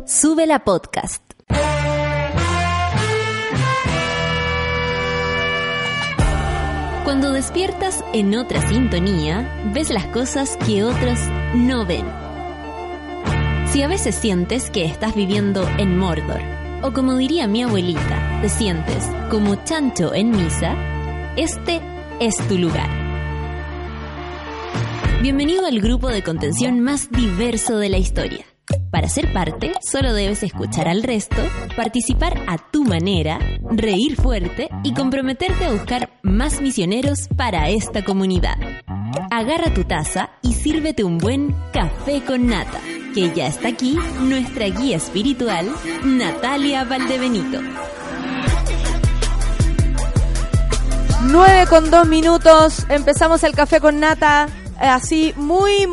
Sube la podcast. Cuando despiertas en otra sintonía, ves las cosas que otros no ven. Si a veces sientes que estás viviendo en Mordor, o como diría mi abuelita, te sientes como chancho en misa, este es tu lugar. Bienvenido al grupo de contención más diverso de la historia. Para ser parte, solo debes escuchar al resto, participar a tu manera, reír fuerte y comprometerte a buscar más misioneros para esta comunidad. Agarra tu taza y sírvete un buen café con nata, que ya está aquí nuestra guía espiritual, Natalia Valdebenito. 9:02, empezamos el café con nata, así muy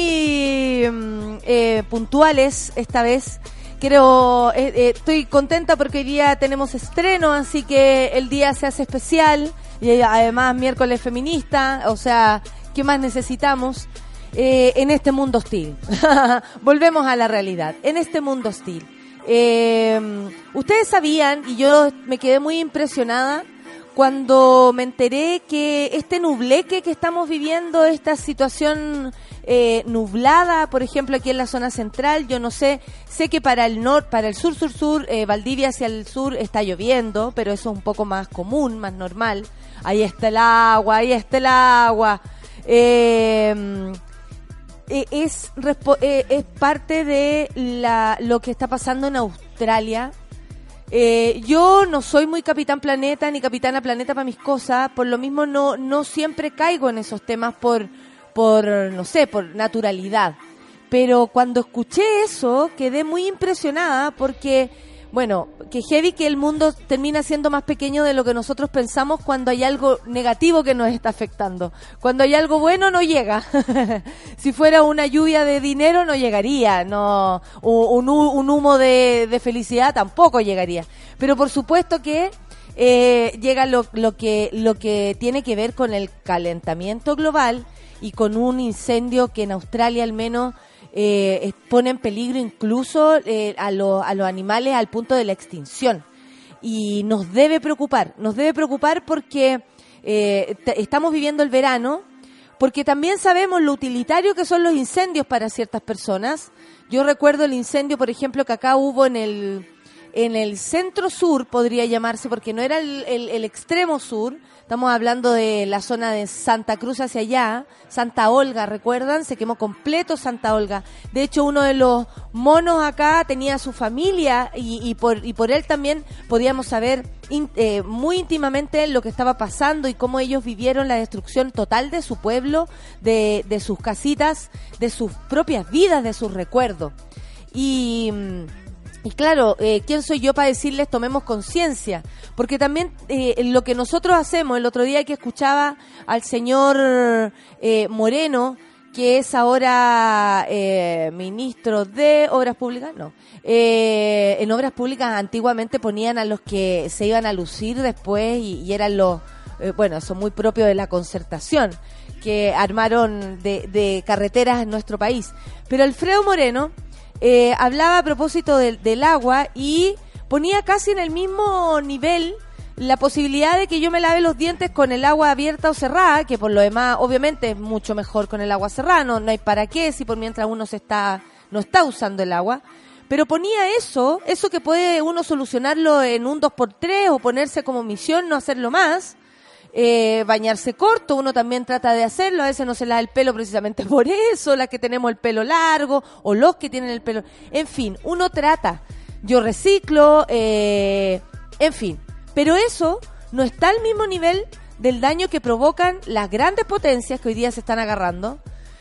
puntuales esta vez. Estoy contenta porque hoy día tenemos estreno, así que el día se hace especial y además miércoles feminista, o sea, ¿qué más necesitamos en este mundo hostil? Volvemos a la realidad, en este mundo hostil. Ustedes sabían, y yo me quedé muy impresionada cuando me enteré que este nubleque que estamos viviendo, esta situación nublada, por ejemplo, aquí en la zona central, yo no sé que para el sur, Valdivia hacia el sur está lloviendo, pero eso es un poco más común, más normal. Ahí está el agua. Es parte de lo que está pasando en Australia. Yo no soy muy Capitán Planeta ni Capitana Planeta para mis cosas, por lo mismo no siempre caigo en esos temas por naturalidad. Pero cuando escuché eso, quedé muy impresionada porque, bueno, que heavy que el mundo termina siendo más pequeño de lo que nosotros pensamos cuando hay algo negativo que nos está afectando. Cuando hay algo bueno no llega. Si fuera una lluvia de dinero no llegaría, no, un humo de felicidad tampoco llegaría. Pero por supuesto que llega lo que tiene que ver con el calentamiento global y con un incendio que en Australia al menos pone en peligro incluso a los animales al punto de la extinción. Y nos debe preocupar porque estamos viviendo el verano, porque también sabemos lo utilitario que son los incendios para ciertas personas. Yo recuerdo el incendio, por ejemplo, que acá hubo en el centro sur, podría llamarse, porque no era el extremo sur. Estamos hablando de la zona de Santa Cruz hacia allá, Santa Olga, ¿recuerdan? Se quemó completo Santa Olga. De hecho, uno de los monos acá tenía su familia y por él también podíamos saber muy íntimamente lo que estaba pasando y cómo ellos vivieron la destrucción total de su pueblo, de sus casitas, de sus propias vidas, de sus recuerdos. Y claro, ¿quién soy yo para decirles tomemos conciencia? Porque también lo que nosotros hacemos, el otro día que escuchaba al señor Moreno, que es ahora ministro de Obras Públicas, en Obras Públicas antiguamente ponían a los que se iban a lucir después y eran los, son muy propios de la concertación, que armaron de carreteras en nuestro país. Pero Alfredo Moreno hablaba a propósito del agua y ponía casi en el mismo nivel la posibilidad de que yo me lave los dientes con el agua abierta o cerrada, que por lo demás obviamente es mucho mejor con el agua cerrada, no hay para qué si por mientras uno no está usando el agua. Pero ponía eso que puede uno solucionarlo en un 2x3 o ponerse como misión no hacerlo más. Bañarse corto, uno también trata de hacerlo, a veces no se lava el pelo precisamente por eso, las que tenemos el pelo largo o los que tienen el pelo, en fin, uno trata, yo reciclo, en fin, pero eso no está al mismo nivel del daño que provocan las grandes potencias que hoy día se están agarrando.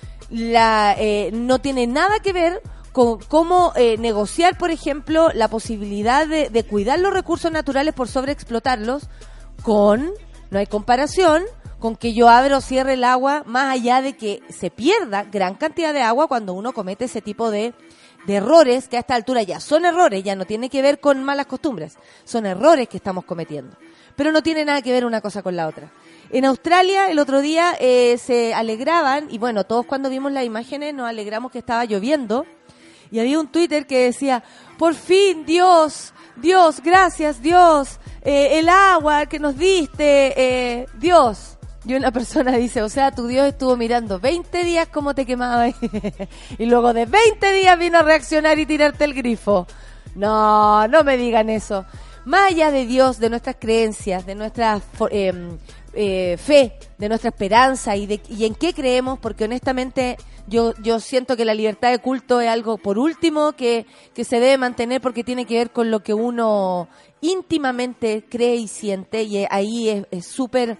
No tiene nada que ver con cómo negociar, por ejemplo, la posibilidad de cuidar los recursos naturales por sobreexplotarlos no hay comparación con que yo abra o cierre el agua, más allá de que se pierda gran cantidad de agua cuando uno comete ese tipo de errores, que a esta altura ya son errores, ya no tiene que ver con malas costumbres, son errores que estamos cometiendo. Pero no tiene nada que ver una cosa con la otra. En Australia, el otro día se alegraban, y bueno, todos cuando vimos las imágenes nos alegramos que estaba lloviendo, Y había un Twitter que decía, por fin, Dios, gracias, Dios, el agua que nos diste, Dios. Y una persona dice, o sea, tu Dios estuvo mirando 20 días cómo te quemaba y luego de 20 días vino a reaccionar y tirarte el grifo. No me digan eso. Más allá de Dios, de nuestras creencias, de nuestra fe, de nuestra esperanza y en qué creemos, porque honestamente yo siento que la libertad de culto es algo, por último, que se debe mantener porque tiene que ver con lo que uno íntimamente cree y siente, y ahí es súper...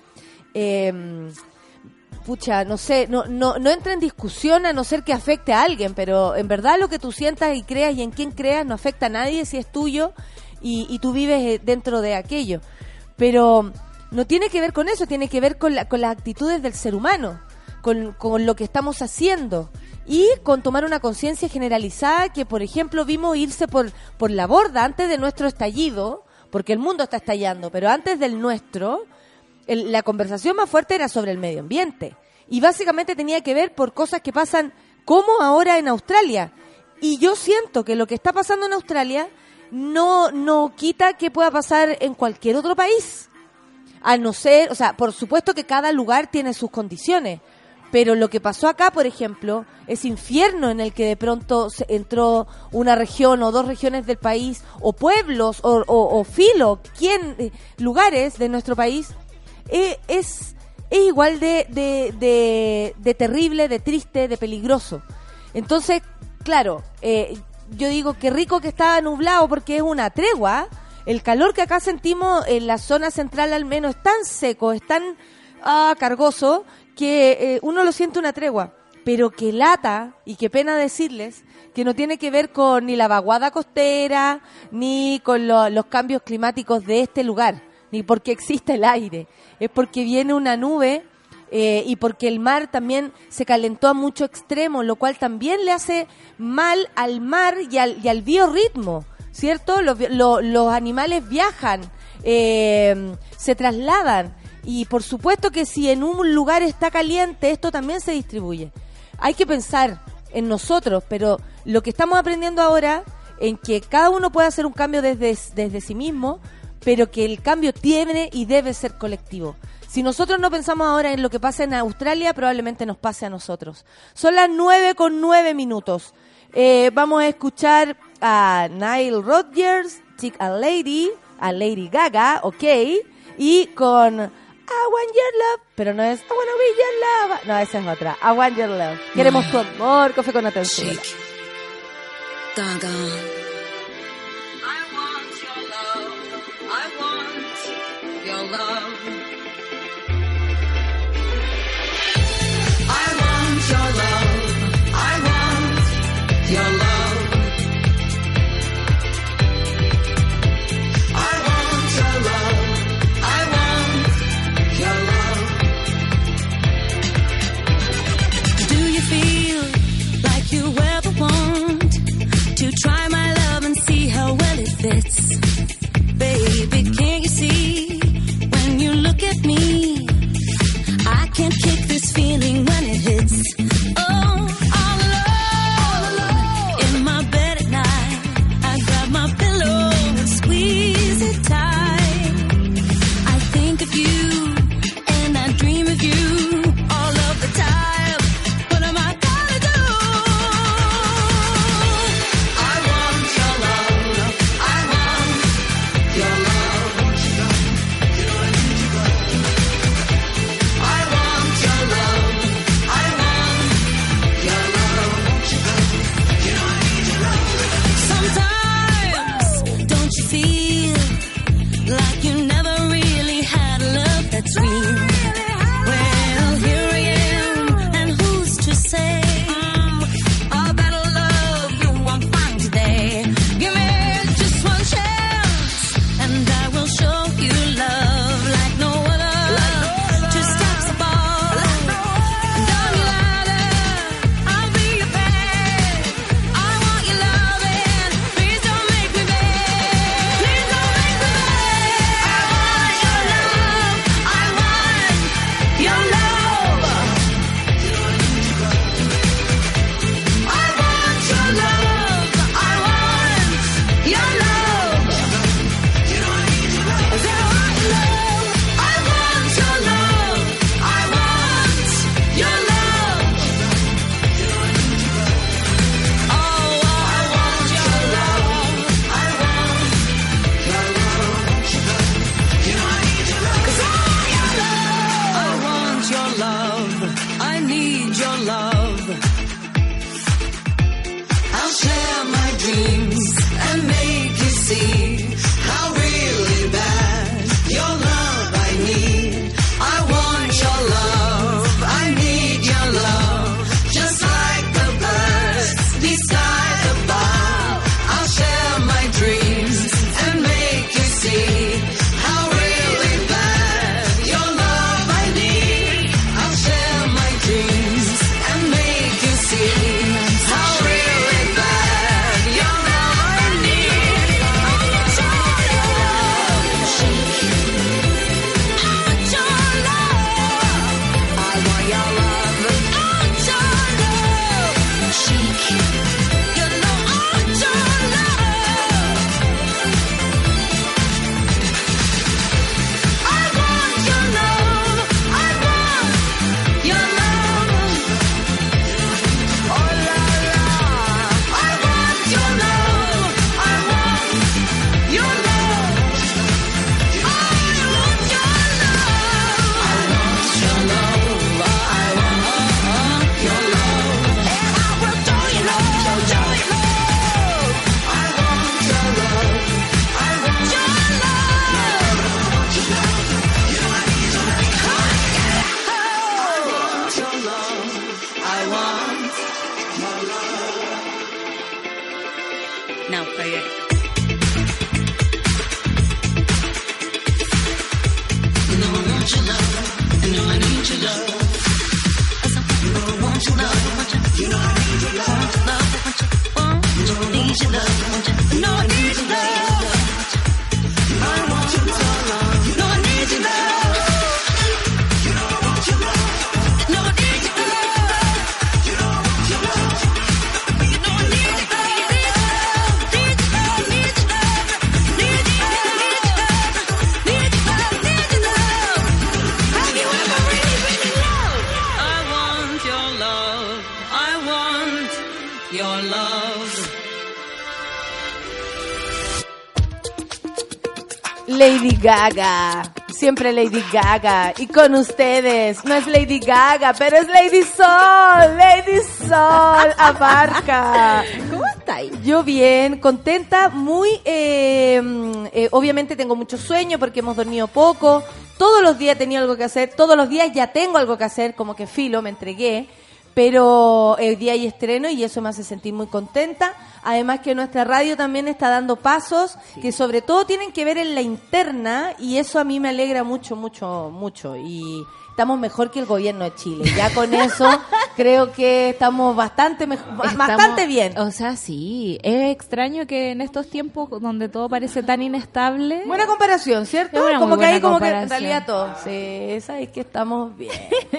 no sé, no entra en discusión a no ser que afecte a alguien, pero en verdad lo que tú sientas y creas y en quién creas no afecta a nadie si es tuyo y tú vives dentro de aquello. Pero no tiene que ver con eso, tiene que ver con las actitudes del ser humano, con lo que estamos haciendo y con tomar una conciencia generalizada que, por ejemplo, vimos irse por la borda antes de nuestro estallido, porque el mundo está estallando, pero antes del nuestro... La conversación más fuerte era sobre el medio ambiente y básicamente tenía que ver por cosas que pasan como ahora en Australia, y yo siento que lo que está pasando en Australia no quita que pueda pasar en cualquier otro país, a no ser, o sea, por supuesto que cada lugar tiene sus condiciones, pero lo que pasó acá, por ejemplo, ese infierno en el que de pronto entró una región o dos regiones del país o pueblos o lugares de nuestro país, es igual de terrible, de triste, de peligroso. Entonces, claro, yo digo que rico que estaba nublado porque es una tregua. El calor que acá sentimos en la zona central al menos es tan seco, es tan cargoso que uno lo siente una tregua. Pero que lata, y qué pena decirles, que no tiene que ver con ni la vaguada costera, ni con los cambios climáticos de este lugar, ni porque existe el aire. Es porque viene una nube y porque el mar también se calentó a mucho extremo, lo cual también le hace mal al mar y al biorritmo, ¿cierto? Los animales viajan, se trasladan, y por supuesto que si en un lugar está caliente, esto también se distribuye. Hay que pensar en nosotros, pero lo que estamos aprendiendo ahora, en que cada uno puede hacer un cambio desde sí mismo, pero que el cambio tiene y debe ser colectivo. Si nosotros no pensamos ahora en lo que pasa en Australia, probablemente nos pase a nosotros. Son las 9:09. Vamos a escuchar a Nile Rodgers, Chick a Lady Gaga, ok, y con I Want Your Love, pero no es I Wanna Be Your Love, no, esa es otra, I Want Your Love. Queremos tu amor, Café con Atención. Chick, Gaga. Your love. I want your love. I want your love. I want your love. I want your love. Do you feel like you ever want to try my love and see how well it fits? Baby, can't you see? When you look at me, I can't kick this feeling when it hits. Oh, all alone in my bed at night, I grab my pillow and squeeze it tight. I think of you and I dream of you all of the time. What am I gonna do? I want your love. I want Now play it. You know I want your love. You know I need your love. You know I want your love. You know I need your love. You know I need your love. You know I need your love. I want your love. You know I need your love. You know I want your love. You know I need your love. You know I want your love. You know I need your love. Need your love. Need your love. Need your love. Need your love. Need your love. Have you ever really, really loved? I want your love. I want your love. Lady Gaga, siempre Lady Gaga, y con ustedes, no es Lady Gaga, pero es Lady Sol, Abarca. ¿Cómo estáis? Yo bien, contenta, muy, obviamente tengo mucho sueño porque hemos dormido poco, todos los días he tenido algo que hacer, todos los días ya tengo algo que hacer, como que filo, me entregué, pero el día hay estreno y eso me hace sentir muy contenta. Además que nuestra radio también está dando pasos que sobre todo tienen que ver en la interna y eso a mí me alegra mucho, mucho, mucho. Y estamos mejor que el gobierno de Chile. Ya con eso creo que estamos bastante bien. O sea, sí. Es extraño que en estos tiempos donde todo parece tan inestable... Buena comparación, ¿cierto? Es una Como muy que hay buena como que en comparación. realidad todo. Sí, sabes que estamos bien.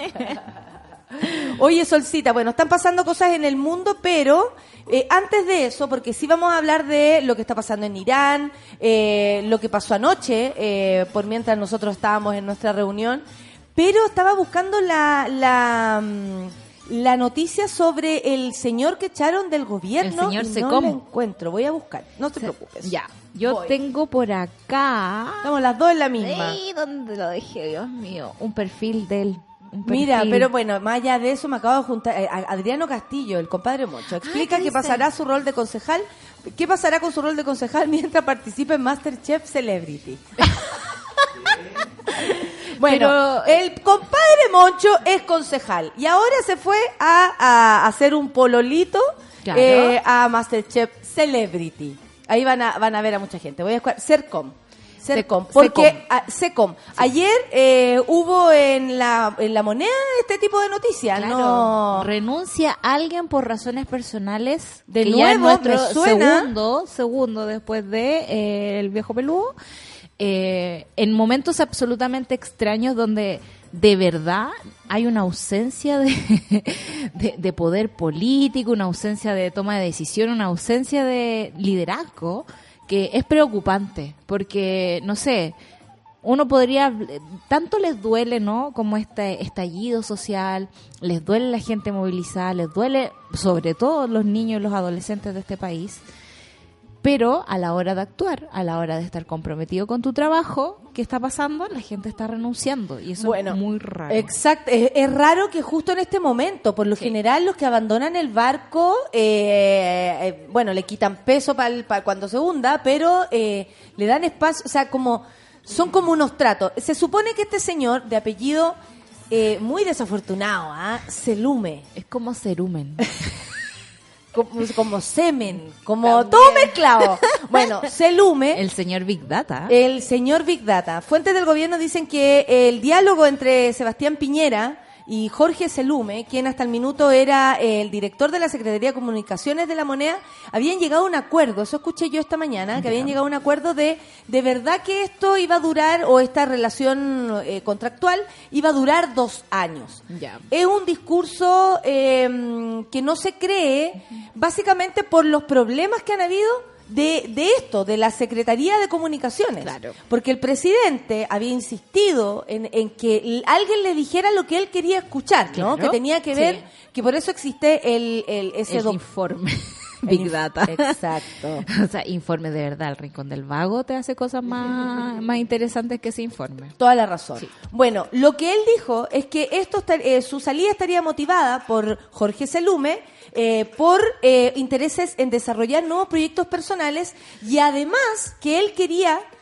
Oye, Solcita, bueno, están pasando cosas en el mundo, pero antes de eso, porque sí vamos a hablar de lo que está pasando en Irán, lo que pasó anoche, por mientras nosotros estábamos en nuestra reunión, pero estaba buscando la noticia sobre el señor que echaron del gobierno. El señor y Secom. no la encuentro, voy a buscar, no te preocupes. Ya, yo Voy. tengo por acá... Estamos las dos en la misma. Ay, ¿dónde lo dejé? Dios mío. Un perfil de él. Mira, pero bueno, más allá de eso me acabo de juntar a Adriano Castillo, el compadre Mocho. Explica ¿qué qué dice? pasará su rol de concejal, qué pasará con su rol de concejal mientras participe en MasterChef Celebrity. Bueno, Pero- el compadre Moncho es concejal y ahora se fue a hacer un pololito Claro. a MasterChef Celebrity. Ahí van a ver a mucha gente. Voy a escuchar Sercom. Porque Secom. Ayer hubo en la moneda este tipo de noticias. Claro, No. renuncia alguien por razones personales. De que ya es nuevo, nuestro me suena. segundo después de el viejo peludo. En momentos absolutamente extraños donde de verdad hay una ausencia de poder político, una ausencia de toma de decisión, una ausencia de liderazgo que es preocupante, porque, no sé, uno podría, tanto les duele, ¿no? Como este estallido social, les duele la gente movilizada, les duele sobre todo los niños y los adolescentes de este país, pero a la hora de actuar, a la hora de estar comprometido con tu trabajo, ¿qué está pasando? La gente está renunciando y eso es muy raro. Exacto, es raro que justo en este momento, por lo general los que abandonan el barco, bueno, le quitan peso para cuando se hunda, pero le dan espacio, o sea, son como unos tratos. Se supone que este señor de apellido muy desafortunado, Selume, Es como cerumen. como semen, como todo mezclado. Bueno, Selume. El señor Big Data. El señor Big Data. Fuentes del gobierno dicen que el diálogo entre Sebastián Piñera y Jorge Selume, quien hasta el minuto era el director de la Secretaría de Comunicaciones de la Moneda, habían llegado a un acuerdo, eso escuché yo esta mañana, que habían llegado a un acuerdo de verdad que esto iba a durar, o esta relación contractual iba a durar 2 años. Ya. Es un discurso que no se cree, básicamente por los problemas que han habido de esto, de la Secretaría de Comunicaciones. Claro. Porque el presidente había insistido en que alguien le dijera lo que él quería escuchar, ¿no? Claro. Que tenía que ver, Sí. que por eso existe ese El informe Big Data. Exacto. O sea, informe de verdad. El Rincón del Vago te hace cosas más interesantes que ese informe. Toda la razón. Sí. Bueno, lo que él dijo es que su salida estaría motivada por Jorge Selume, por intereses en desarrollar nuevos proyectos personales y además que él quería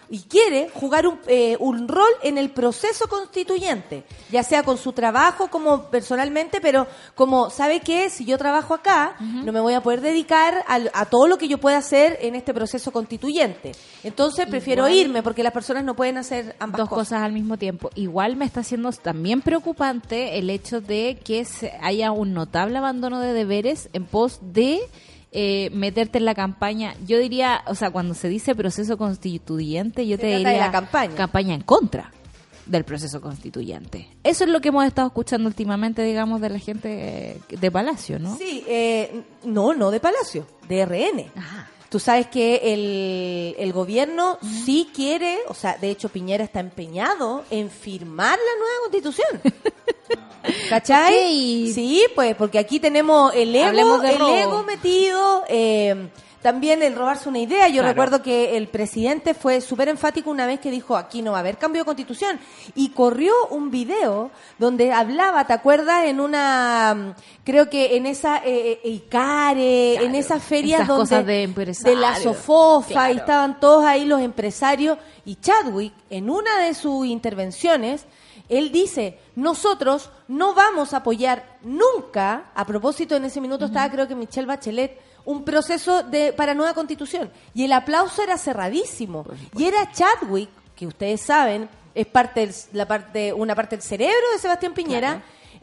y quiere jugar un rol en el proceso constituyente, ya sea con su trabajo como personalmente, pero como, ¿sabe qué? Si yo trabajo acá, no me voy a poder dedicar a todo lo que yo pueda hacer en este proceso constituyente. Entonces prefiero irme, porque las personas no pueden hacer ambas dos cosas al mismo tiempo. Igual me está haciendo también preocupante el hecho de que haya un notable abandono de deberes en pos de meterte en la campaña. Yo diría, o sea, cuando se dice proceso constituyente, yo te trata de diría la campaña en contra del proceso constituyente. Eso es lo que hemos estado escuchando últimamente, digamos, de la gente de Palacio, ¿no? Sí, no de Palacio, de RN. Ajá. Tú sabes que el gobierno sí quiere, o sea, de hecho Piñera está empeñado en firmar la nueva constitución. ¿Cachai? Okay. Sí, pues, porque aquí tenemos el ego metido, también el robarse una idea. Yo recuerdo que el presidente fue súper enfático una vez que dijo, aquí no va a haber cambio de constitución. Y corrió un video donde hablaba, ¿te acuerdas? En una, creo que en esa ICARE, en esas ferias esas donde cosas de la SOFOFA, claro. y estaban todos ahí los empresarios. Y Chadwick, en una de sus intervenciones, él dice, nosotros no vamos a apoyar nunca, a propósito en ese minuto estaba creo que Michelle Bachelet, un proceso para nueva constitución. Y el aplauso era cerradísimo. Y era Chadwick, que ustedes saben, es una parte del cerebro de Sebastián Piñera,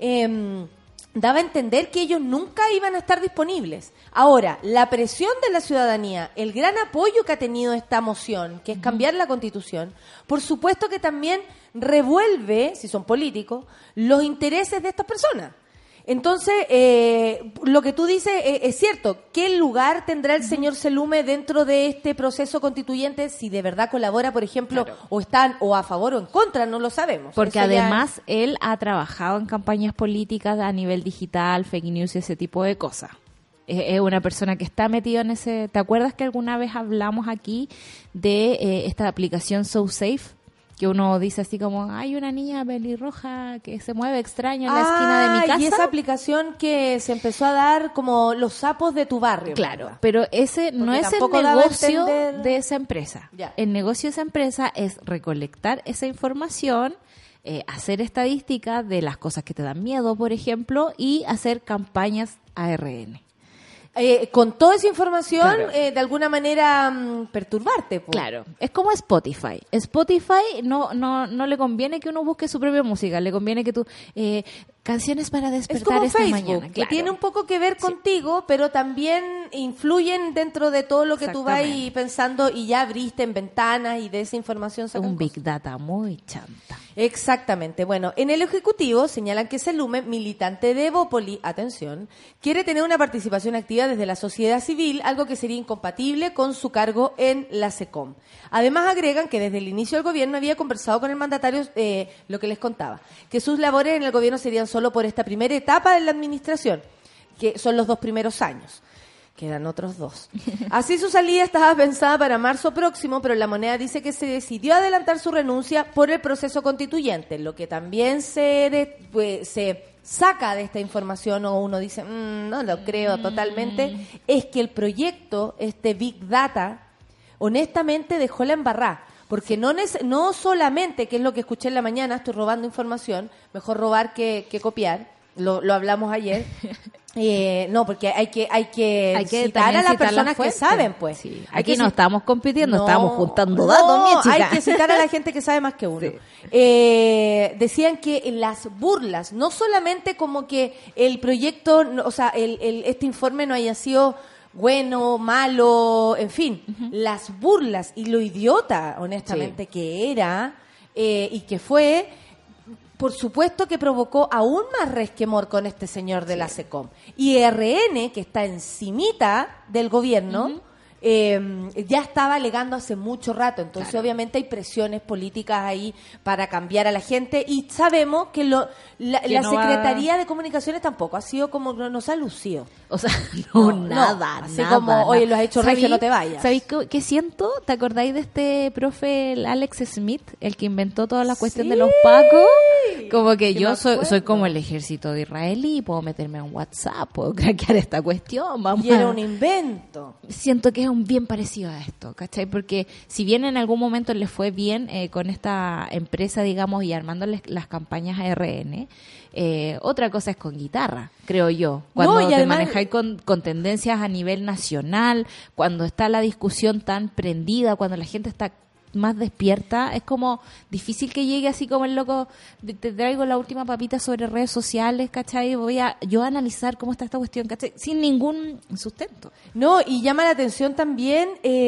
daba a entender que ellos nunca iban a estar disponibles. Ahora, la presión de la ciudadanía, el gran apoyo que ha tenido esta moción, que es cambiar la Constitución, por supuesto que también revuelve, si son políticos, los intereses de estas personas. Entonces, lo que tú dices es cierto. ¿Qué lugar tendrá el señor Selume dentro de este proceso constituyente si de verdad colabora, por ejemplo, o están o a favor o en contra? No lo sabemos. Porque Eso además él ha trabajado en campañas políticas a nivel digital, fake news y ese tipo de cosas. Es una persona que está metida en ese... ¿Te acuerdas que alguna vez hablamos aquí de esta aplicación SoSafe? Que uno dice así como, hay una niña pelirroja que se mueve extraño en la esquina de mi casa. Y esa aplicación que se empezó a dar como los sapos de tu barrio. Claro, ¿verdad? pero ese no es el tampoco daba a negocio entender- de esa empresa. Ya. El negocio de esa empresa es recolectar esa información, hacer estadísticas de las cosas que te dan miedo, por ejemplo, y hacer campañas ARN. Con toda esa información, Claro. de alguna manera perturbarte. Po. Claro, es como Spotify. Spotify no le conviene que uno busque su propia música, le conviene que tú canciones para Es despertar como esta Facebook, mañana. que Claro. tiene un poco que ver contigo, pero también influyen dentro de todo lo que tú vas Exactamente. pensando y ya abriste en ventanas y de esa información sacan Un cosas. Big Data muy chanta. Exactamente. Bueno, en el Ejecutivo señalan que Selume, militante de Evópoli, atención, quiere tener una participación activa desde la sociedad civil, algo que sería incompatible con su cargo en la SECOM. Además agregan que desde el inicio del gobierno había conversado con el mandatario lo que les contaba, que sus labores en el gobierno serían solo por esta primera etapa de la administración, que son los 2 primeros años. Quedan otros 2. Así su salida estaba pensada para marzo próximo, pero La Moneda dice que se decidió adelantar su renuncia por el proceso constituyente, lo que también se saca de esta información, o uno dice, no lo creo totalmente, es que el proyecto, este Big Data, honestamente dejó la embarrada. Porque no solamente, que es lo que escuché en la mañana, estoy robando información, mejor robar que copiar, lo hablamos ayer. No, porque hay que citar también a las citar personas que fuentes. saben, pues. Sí. Hay Aquí que no ci- estamos compitiendo, No, estamos juntando no, datos, mi chica. hay que citar a la gente que sabe más que uno. Sí. Decían que las burlas, no solamente como que el proyecto, o sea, este informe no haya sido bueno, malo, en fin, las burlas y lo idiota, honestamente, que era y que fue, por supuesto que provocó aún más resquemor con este señor de la SECOM. Y RN, que está encimita del gobierno, ya estaba alegando hace mucho rato. Entonces, obviamente, hay presiones políticas ahí para cambiar a la gente. Y sabemos que la no Secretaría de Comunicaciones tampoco ha sido como, no se ha lucido. O sea, No, nada. así como, oye, lo has hecho regio, no te vayas. ¿Sabéis qué siento? ¿Te acordáis de este profe, el Alex Smith, el que inventó toda la cuestión de los pacos? Como que Sí, yo me soy acuerdo. como el ejército de israelí, puedo meterme en WhatsApp, puedo craquear esta cuestión, vamos Y era a- un invento. Siento que es un bien parecido a esto, ¿cachai? Porque si bien en algún momento les fue bien con esta empresa, digamos, y armándoles las campañas ARN, otra cosa es con guitarra, creo yo. Cuando No, y te además- manejáis con tendencias a nivel nacional, cuando está la discusión tan prendida, cuando la gente está más despierta, es como difícil que llegue así como el loco, te traigo la última papita sobre redes sociales, ¿cachai? Voy a yo a analizar cómo está esta cuestión, ¿cachai? Sin ningún sustento. No, y llama la atención también,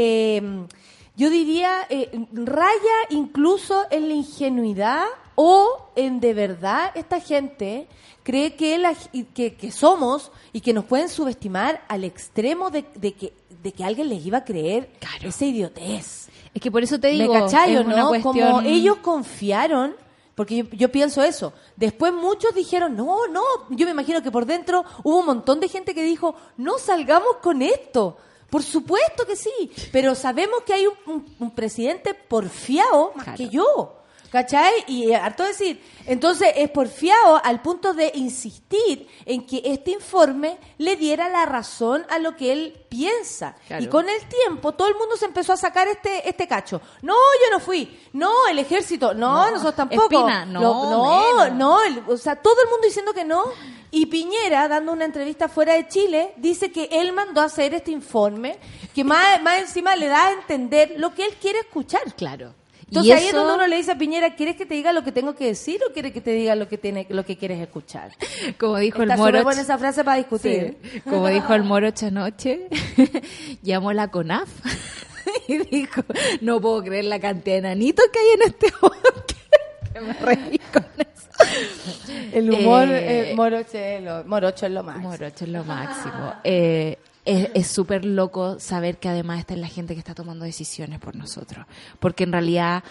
yo diría, raya incluso en la ingenuidad o en de verdad esta gente cree que somos y que nos pueden subestimar al extremo de que alguien les iba a creer Claro. esa idiotez. Es que por eso te digo, ¿Me cachai o es una no? cuestión... Como ellos confiaron, porque yo pienso eso. Después muchos dijeron, no, yo me imagino que por dentro hubo un montón de gente que dijo, no salgamos con esto. Por supuesto que sí, pero sabemos que hay un presidente porfiado más Claro. que yo. ¿Cachai? Y harto decir, entonces es porfiado al punto de insistir en que este informe le diera la razón a lo que él piensa. Claro. Y con el tiempo todo el mundo se empezó a sacar este cacho. No, yo no fui. No, el ejército. No, nosotros tampoco. Espina, menos. O sea, todo el mundo diciendo que no. Y Piñera, dando una entrevista fuera de Chile, dice que él mandó a hacer este informe, que más encima le da a entender lo que él quiere escuchar. Claro. Entonces Y ahí es eso- donde uno le dice a Piñera, ¿quieres que te diga lo que tengo que decir o quieres que te diga lo que quieres escuchar? Como dijo Está el Moro, súper buena esa frase para discutir. sí, como dijo el Moro anoche, llamó a la CONAF y dijo, no puedo creer la cantidad de enanitos que hay en este bosque. Que me reí con eso. El humor Eh, morocho es lo más. Morocho es lo máximo. Es súper loco saber que además esta es la gente que está tomando decisiones por nosotros. Porque en realidad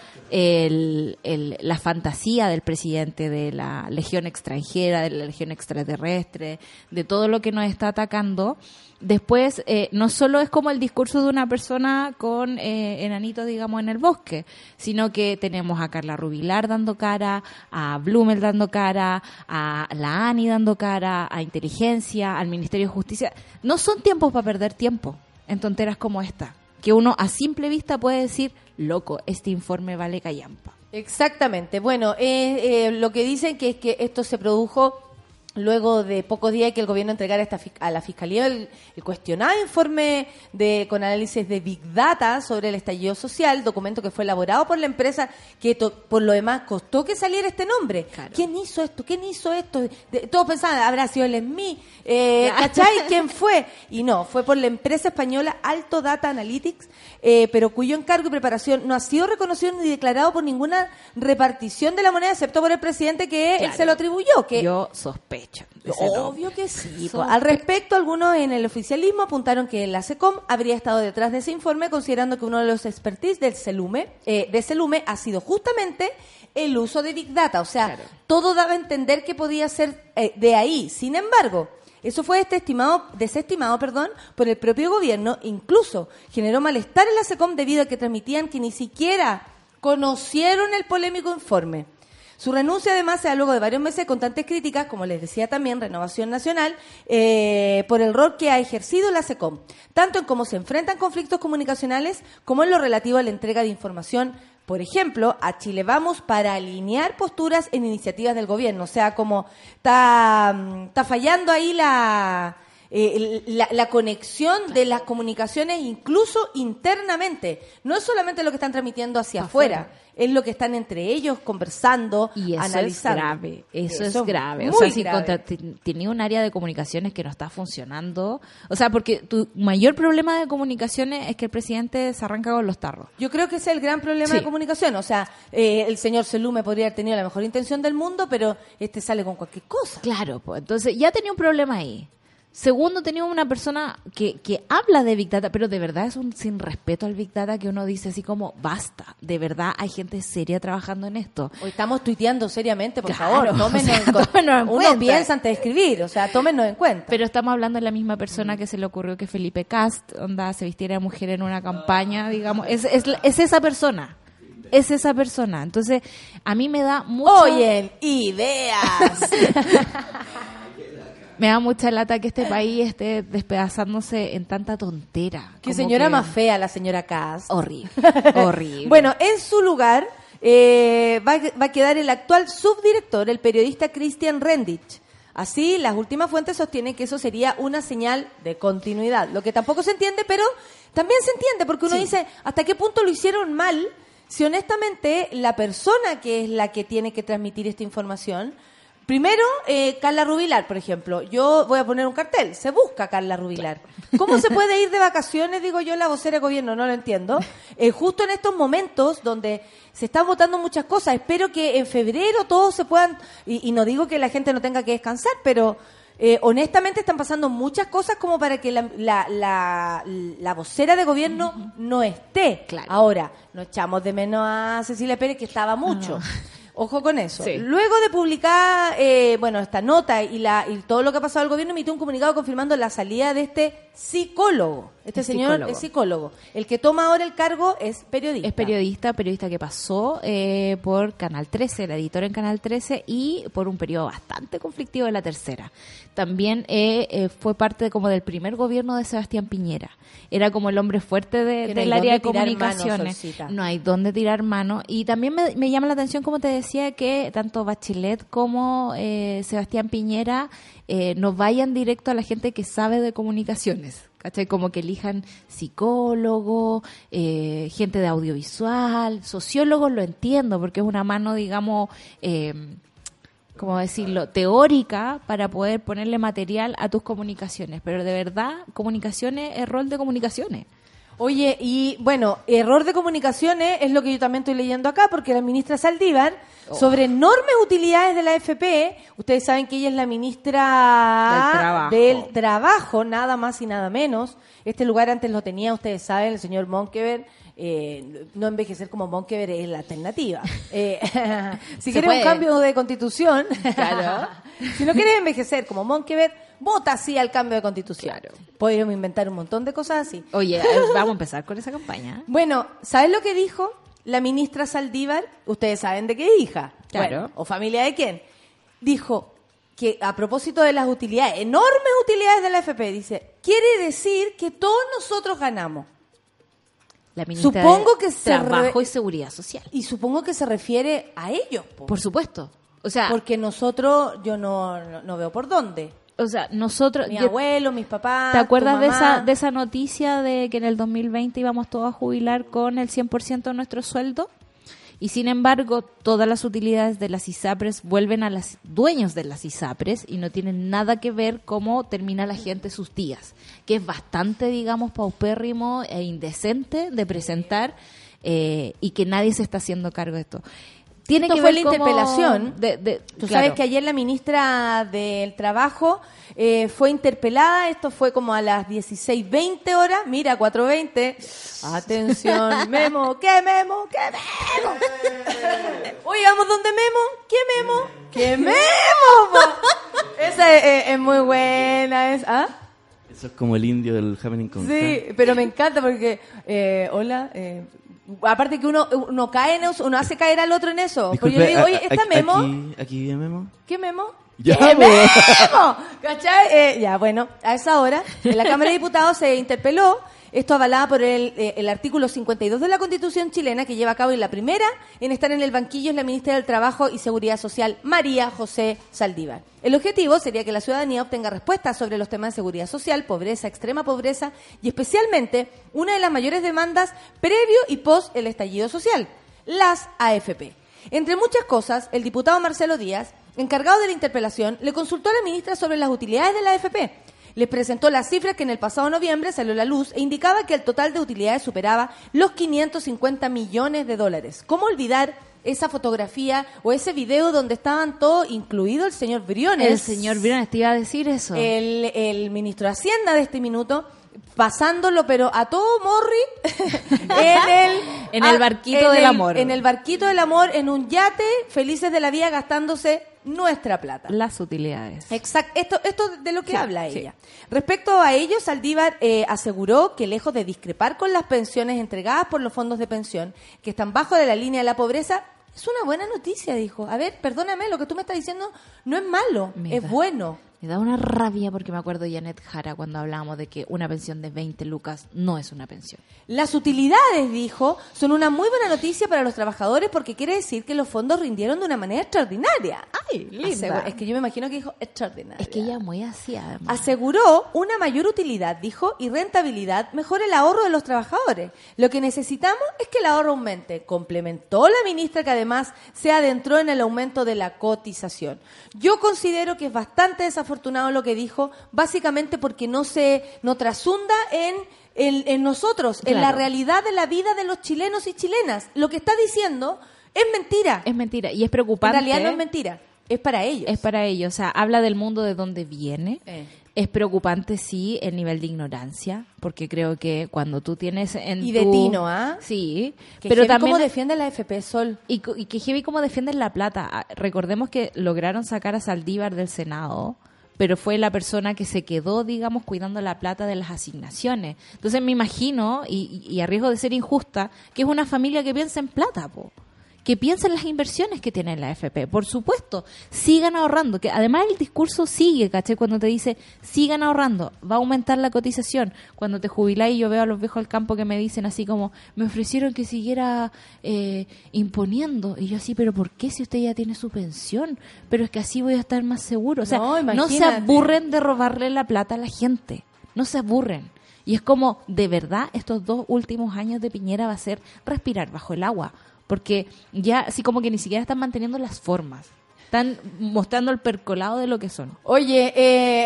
la fantasía del presidente, de la legión extranjera, de la legión extraterrestre, de todo lo que nos está atacando, después no solo es como el discurso de una persona con enanitos, digamos, en el bosque, sino que tenemos a Carla Rubilar dando cara, a Blumel dando cara, a la ANI dando cara, a Inteligencia, al Ministerio de Justicia. No son tiempos para perder tiempo en tonteras como esta, que uno a simple vista puede decir, loco, este informe vale callampa. Exactamente. Bueno, lo que dicen que es que esto se produjo luego de pocos días que el gobierno entregara a la Fiscalía el cuestionado informe con análisis de Big Data sobre el estallido social, documento que fue elaborado por la empresa que por lo demás costó que saliera este nombre. Claro. ¿Quién hizo esto? Todos pensaban, habrá sido el SMI, ¿cachai? ¿Quién fue? Y no, fue por la empresa española Alto Data Analytics, pero cuyo encargo y preparación no ha sido reconocido ni declarado por ninguna repartición de la moneda, excepto por el presidente que él Claro. se lo atribuyó. Que Yo sospecho. de ese nombre. Obvio que sí. Sospecho. Al respecto, algunos en el oficialismo apuntaron que la SECOM habría estado detrás de ese informe, considerando que uno de los expertise de Celume ha sido justamente el uso de Big Data. O sea, Claro. todo daba a entender que podía ser de ahí. Sin embargo, eso fue desestimado por el propio gobierno. Incluso generó malestar en la SECOM debido a que transmitían que ni siquiera conocieron el polémico informe. Su renuncia, además, se da luego de varios meses de constantes críticas, como les decía también, Renovación Nacional, por el rol que ha ejercido la SECOM, tanto en cómo se enfrentan conflictos comunicacionales como en lo relativo a la entrega de información, por ejemplo, a Chile Vamos, para alinear posturas en iniciativas del gobierno. O sea, como está fallando ahí la conexión de las comunicaciones, incluso internamente. No es solamente lo que están transmitiendo hacia afuera, es lo que están entre ellos conversando, Y eso analizando. es grave, eso es grave. O muy sea, si grave. tenía un área de comunicaciones que no está funcionando, o sea, porque tu mayor problema de comunicaciones es que el presidente se arranca con los tarros. Yo creo que ese es el gran problema Sí. de comunicación. O sea, el señor Celume podría haber tenido la mejor intención del mundo, pero sale con cualquier cosa. Claro, pues entonces ya tenía un problema ahí. Segundo, tenía una persona que habla de Big Data, pero de verdad es un sin respeto al Big Data que uno dice así como, basta, de verdad hay gente seria trabajando en esto. Hoy estamos tuiteando seriamente, por Claro, favor, tómenos, o sea, tómenos en Uno cuenta. piensa antes de escribir, o sea, tómenos en cuenta. Pero estamos hablando de la misma persona que se le ocurrió que Felipe Cast se vistiera de mujer en una campaña, digamos, es esa persona. Es esa persona. Entonces, a mí me da mucho... Oyen, ideas. Me da mucha lata que este país esté despedazándose en tanta tontera. Qué Como señora que- más fea la señora Kass. Horrible, horrible. Bueno, en su lugar va a quedar el actual subdirector, el periodista Christian Rendich. Así, las últimas fuentes sostienen que eso sería una señal de continuidad, lo que tampoco se entiende, pero también se entiende, porque uno dice, ¿hasta qué punto lo hicieron mal? Si honestamente la persona que es la que tiene que transmitir esta información, primero, Carla Rubilar, por ejemplo, yo voy a poner un cartel, se busca Carla Rubilar. ¿Cómo se puede ir de vacaciones, digo yo, la vocera de gobierno? No lo entiendo. Justo en estos momentos donde se están votando muchas cosas, espero que en febrero todos se puedan, y no digo que la gente no tenga que descansar, pero honestamente están pasando muchas cosas como para que la vocera de gobierno no esté. Claro. Ahora, no echamos de menos a Cecilia Pérez, que estaba mucho. Ojo con eso. Sí. Luego de publicar esta nota y todo lo que ha pasado al gobierno, emitió un comunicado confirmando la salida de este psicólogo. Este El señor psicólogo. es psicólogo. El que toma ahora el cargo es periodista. Es periodista que pasó por Canal 13, era editor en Canal 13 y por un periodo bastante conflictivo de la Tercera. También fue parte como del primer gobierno de Sebastián Piñera. Era como el hombre fuerte Que no hay del área de dónde tirar mano, comunicaciones. Solcita. No hay dónde tirar mano. Y también me llama la atención, como te decía, que tanto Bachelet como Sebastián Piñera no vayan directo a la gente que sabe de comunicaciones. ¿Cachai? Como que elijan psicólogo, gente de audiovisual, sociólogos, lo entiendo, porque es una mano, digamos, ¿cómo decirlo?, teórica para poder ponerle material a tus comunicaciones. Pero de verdad, comunicaciones es rol de comunicaciones. Oye, y bueno, error de comunicaciones es lo que yo también estoy leyendo acá, porque la ministra Saldívar, sobre enormes utilidades de la AFP, ustedes saben que ella es la ministra del Trabajo, nada más y nada menos. Este lugar antes lo tenía, ustedes saben, el señor Monkever. No envejecer como Monkever es la alternativa. Si quieres un puede. cambio de constitución, Claro. si no quieres envejecer como Monkever, vota sí al cambio de constitución. Claro. Podríamos inventar un montón de cosas así. Oye, vamos a empezar con esa campaña. Bueno, ¿sabes lo que dijo la ministra Saldívar? Ustedes saben de qué hija. Claro. Bueno, o familia de quién. Dijo que a propósito de las utilidades, enormes utilidades de la AFP, dice, quiere decir que todos nosotros ganamos. La ministra Supongo de que se Trabajo y Seguridad Social. Y supongo que se refiere a ellos, po. Por supuesto. O sea, Porque nosotros, yo no veo por dónde. nosotros... Mi yo- abuelo, mis papás, ¿Te acuerdas tu de mamá. esa noticia de que en el 2020 íbamos todos a jubilar con el 100% de nuestro sueldo? Y sin embargo, todas las utilidades de las ISAPRES vuelven a los dueños de las ISAPRES y no tienen nada que ver cómo termina la gente sus días, que es bastante, digamos, paupérrimo e indecente de presentar y que nadie se está haciendo cargo de esto. Tiene Esto que fue ver la cómo- interpelación. Tú claro. sabes que ayer la ministra del Trabajo fue interpelada. Esto fue como a las 16:20 horas. Mira, 4:20. Atención, Memo. ¿Qué Memo? ¿Qué Memo? Uy, vamos donde Memo. ¿Qué Memo? ¿Qué Memo? po? Esa es muy buena. ¿Ah? Eso es como el indio del Happening con Sí, pero me encanta porque, hola, aparte que uno cae en eso, uno hace caer al otro en eso. Porque yo le digo, oye, ¿está Memo? Aquí vive Memo. ¿Qué Memo? Ya, ¿Qué po. Memo? ¿Cachai? Ya, bueno, a esa hora, en la Cámara de Diputados se interpeló, esto avalada por el artículo 52 de la Constitución chilena, que lleva a cabo, y la primera en estar en el banquillo es la ministra del Trabajo y Seguridad Social, María José Saldívar. El objetivo sería que la ciudadanía obtenga respuestas sobre los temas de seguridad social, pobreza, extrema pobreza y especialmente una de las mayores demandas previo y post el estallido social, las AFP. Entre muchas cosas, el diputado Marcelo Díaz, encargado de la interpelación, le consultó a la ministra sobre las utilidades de la AFP. Les presentó las cifras que en el pasado noviembre salió a la luz e indicaba que el total de utilidades superaba los 550 millones de dólares. ¿Cómo olvidar esa fotografía o ese video donde estaban todos, incluido el señor Briones? El señor Briones te iba a decir eso. El ministro de Hacienda de este minuto, pasándolo, pero a todo Morri, En el barquito del amor. En el barquito del amor, en un yate, felices de la vida, gastándose nuestra plata. Las utilidades. Exacto, esto de lo que Sí, habla sí. ella. Respecto a ello, Saldívar aseguró que lejos de discrepar con las pensiones entregadas por los fondos de pensión, que están bajo de la línea de la pobreza, es una buena noticia, dijo. A ver, perdóname, lo que tú me estás diciendo no es malo, es bueno. Me da una rabia porque me acuerdo de Janet Jara cuando hablábamos de que una pensión de 20 lucas no es una pensión. Las utilidades, dijo, son una muy buena noticia para los trabajadores porque quiere decir que los fondos rindieron de una manera extraordinaria. ¡Ay, linda! Es que yo me imagino que dijo extraordinaria. Es que ella es muy así, además. Aseguró una mayor utilidad, dijo, y rentabilidad mejora el ahorro de los trabajadores. Lo que necesitamos es que el ahorro aumente. Complementó la ministra, que además se adentró en el aumento de la cotización. Yo considero que es bastante desafortunado lo que dijo, básicamente porque no trasunda en nosotros, Claro. en la realidad de la vida de los chilenos y chilenas. Lo que está diciendo es mentira. Es mentira y es preocupante. En realidad no es mentira, es para ellos. Es para ellos, o sea, habla del mundo de donde viene. Es preocupante, sí, el nivel de ignorancia, porque creo que cuando tú tienes en Y de tu... tino, ¿ah? Sí, Que pero heavy también... cómo defiende la FP Sol. Y que heavy cómo defienden la plata. Recordemos que lograron sacar a Saldívar del Senado, pero fue la persona que se quedó, digamos, cuidando la plata de las asignaciones. Entonces me imagino, y a riesgo de ser injusta, que es una familia que piensa en plata, po. Que piensa en las inversiones que tiene la AFP. Por supuesto, sigan ahorrando. Que además el discurso sigue, ¿cachai? Cuando te dice, sigan ahorrando, va a aumentar la cotización. Cuando te jubiláis, yo veo a los viejos del campo que me dicen así como, me ofrecieron que siguiera imponiendo. Y yo así, ¿pero por qué si usted ya tiene su pensión? Pero es que así voy a estar más seguro. O sea, No, no se imagínate. aburren de robarle la plata a la gente. No se aburren. Y es como, de verdad, estos 2 últimos años de Piñera va a ser respirar bajo el agua. Porque ya así como que ni siquiera están manteniendo las formas. Están mostrando el percolado de lo que son. Oye,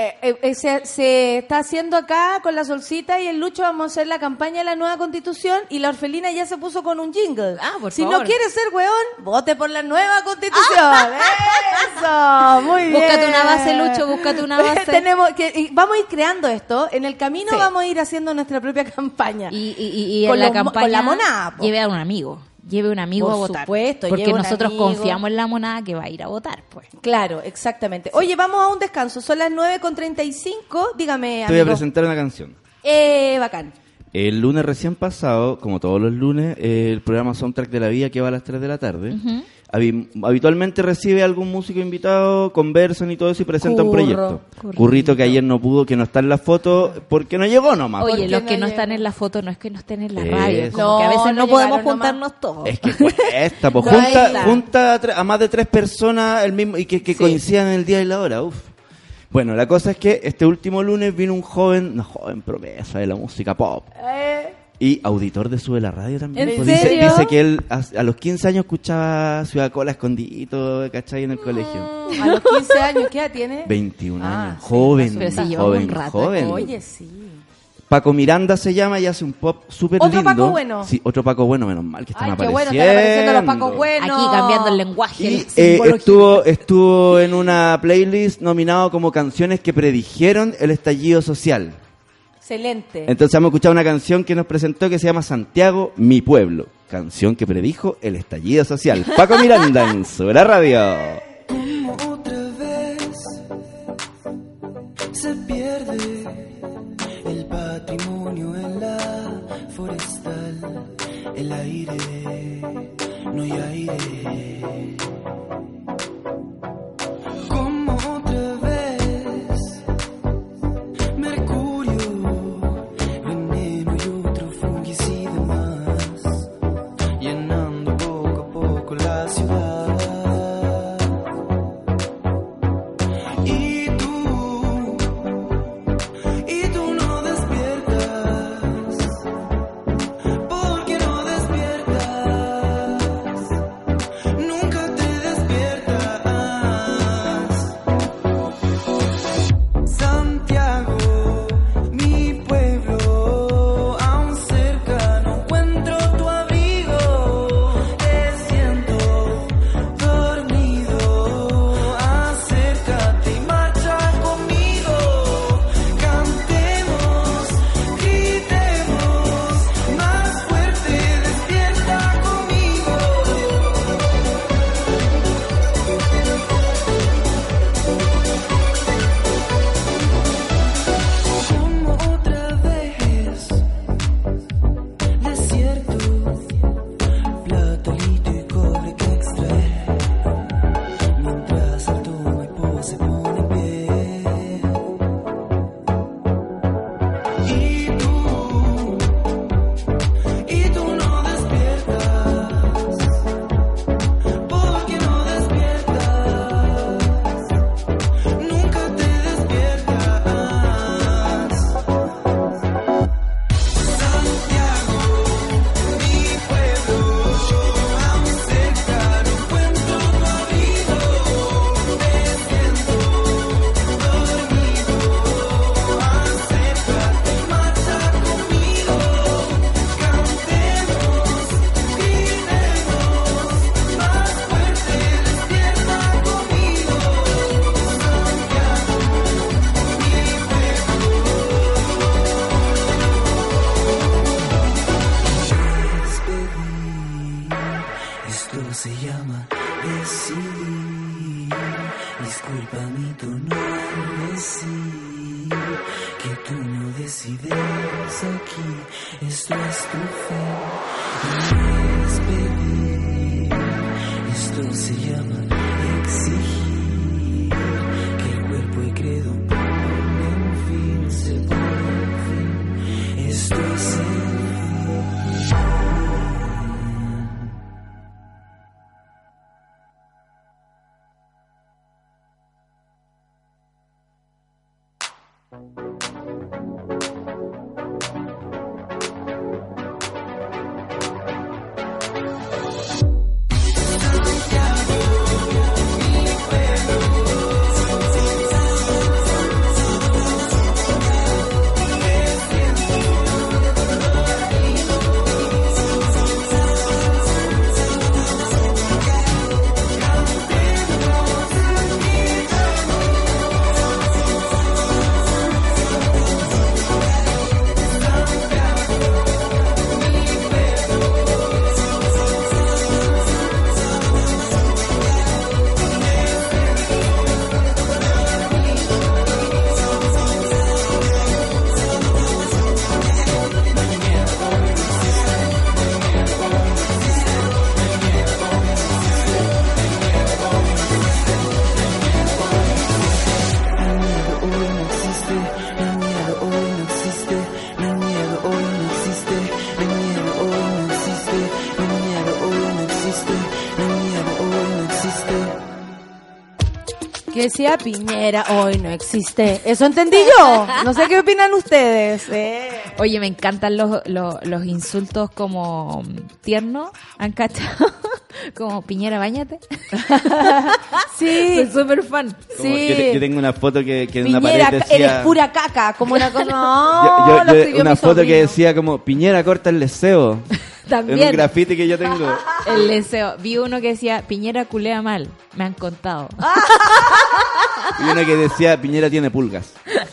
se está haciendo acá con la Solcita y el Lucho, vamos a hacer la campaña de la nueva Constitución y la Orfelina ya se puso con un jingle. Ah, por si favor. no quiere ser weón, vote por la nueva Constitución. Eso, muy bien. Búscate una base, Lucho, búscate una base. Vamos a ir creando esto. En el camino Sí. vamos a ir haciendo nuestra propia campaña. Y Con en la los- campaña con la monada, po. lleve a un amigo. Lleve un amigo Por a votar. supuesto, porque lleve un nosotros amigo. confiamos en la monada que va a ir a votar, pues. Claro, exactamente. Oye, vamos a un descanso. Son las 9:35. Dígame, Te voy a amigo. presentar una canción. Bacán. El lunes recién pasado, como todos los lunes, el programa Soundtrack de la Vida, que va a las 3 de la tarde, habitualmente recibe algún músico invitado, conversan y todo eso y presenta un Curro. proyecto. Currito que ayer no pudo, que no está en la foto porque no llegó nomás. Oye, porque los no que no llega. están en la foto no es que no estén en la Eso. radio, es como No, que a veces no no podemos llegaron juntarnos todos. Es que cuesta, pues No junta, hay- junta a más de 3 personas el mismo y que coincidan en el día y la hora. Uf. Bueno, la cosa es que este último lunes vino una joven promesa de la música pop. Y auditor de Sube la Radio también. ¿En Pues serio? dice que él a los 15 años escuchaba Ciudad Cola escondidito, ¿cachai? En el colegio. A los 15 años, ¿qué edad tiene? 21 Ah, años. sí, Joven, pero sí llevaba joven, un rato. joven. Oye, sí. Paco Miranda se llama y hace un pop súper ¿Otro lindo. Paco bueno? Sí, otro Paco bueno, menos mal que están Ay, qué apareciendo. bueno, están apareciendo los Pacos buenos. Aquí cambiando el lenguaje, Y el simbología. estuvo en una playlist nominado como canciones que predijeron el estallido social. Excelente. Entonces hemos escuchado una canción que nos presentó que se llama Santiago, mi pueblo. Canción que predijo el estallido social. Paco Miranda en Sube la Radio. Como otra vez se pierde el patrimonio en la forestal, el aire, no hay aire. Como otra vez mercurio, veneno y otro fungicida más, llenando poco a poco la ciudad. Y tú no despiertas, porque no despiertas, nunca te despiertas. se llama decidir. Disculpa mi tono al decir que tú no decides aquí. Esto es tu fe, no es pedir. Esto se llama exigir que el cuerpo y credo ponen fin, se ponen fin. Esto es el fin. Que decía Piñera, hoy no existe. Eso entendí yo. No sé qué opinan ustedes. Oye, me encantan los insultos como tiernos, ¿han cachado? Como Piñera, báñate. Sí. Soy súper fan. Sí. Yo tengo una foto que en Piñera, una pared decía... eres pura caca, como una cosa... No, Yo- lo escribió una mi foto sobrino. que decía como Piñera corta el deseo. También. En un grafiti que yo tengo. El deseo. Vi uno que decía, Piñera culea mal. Me han contado. Y uno que decía Piñera tiene pulgas.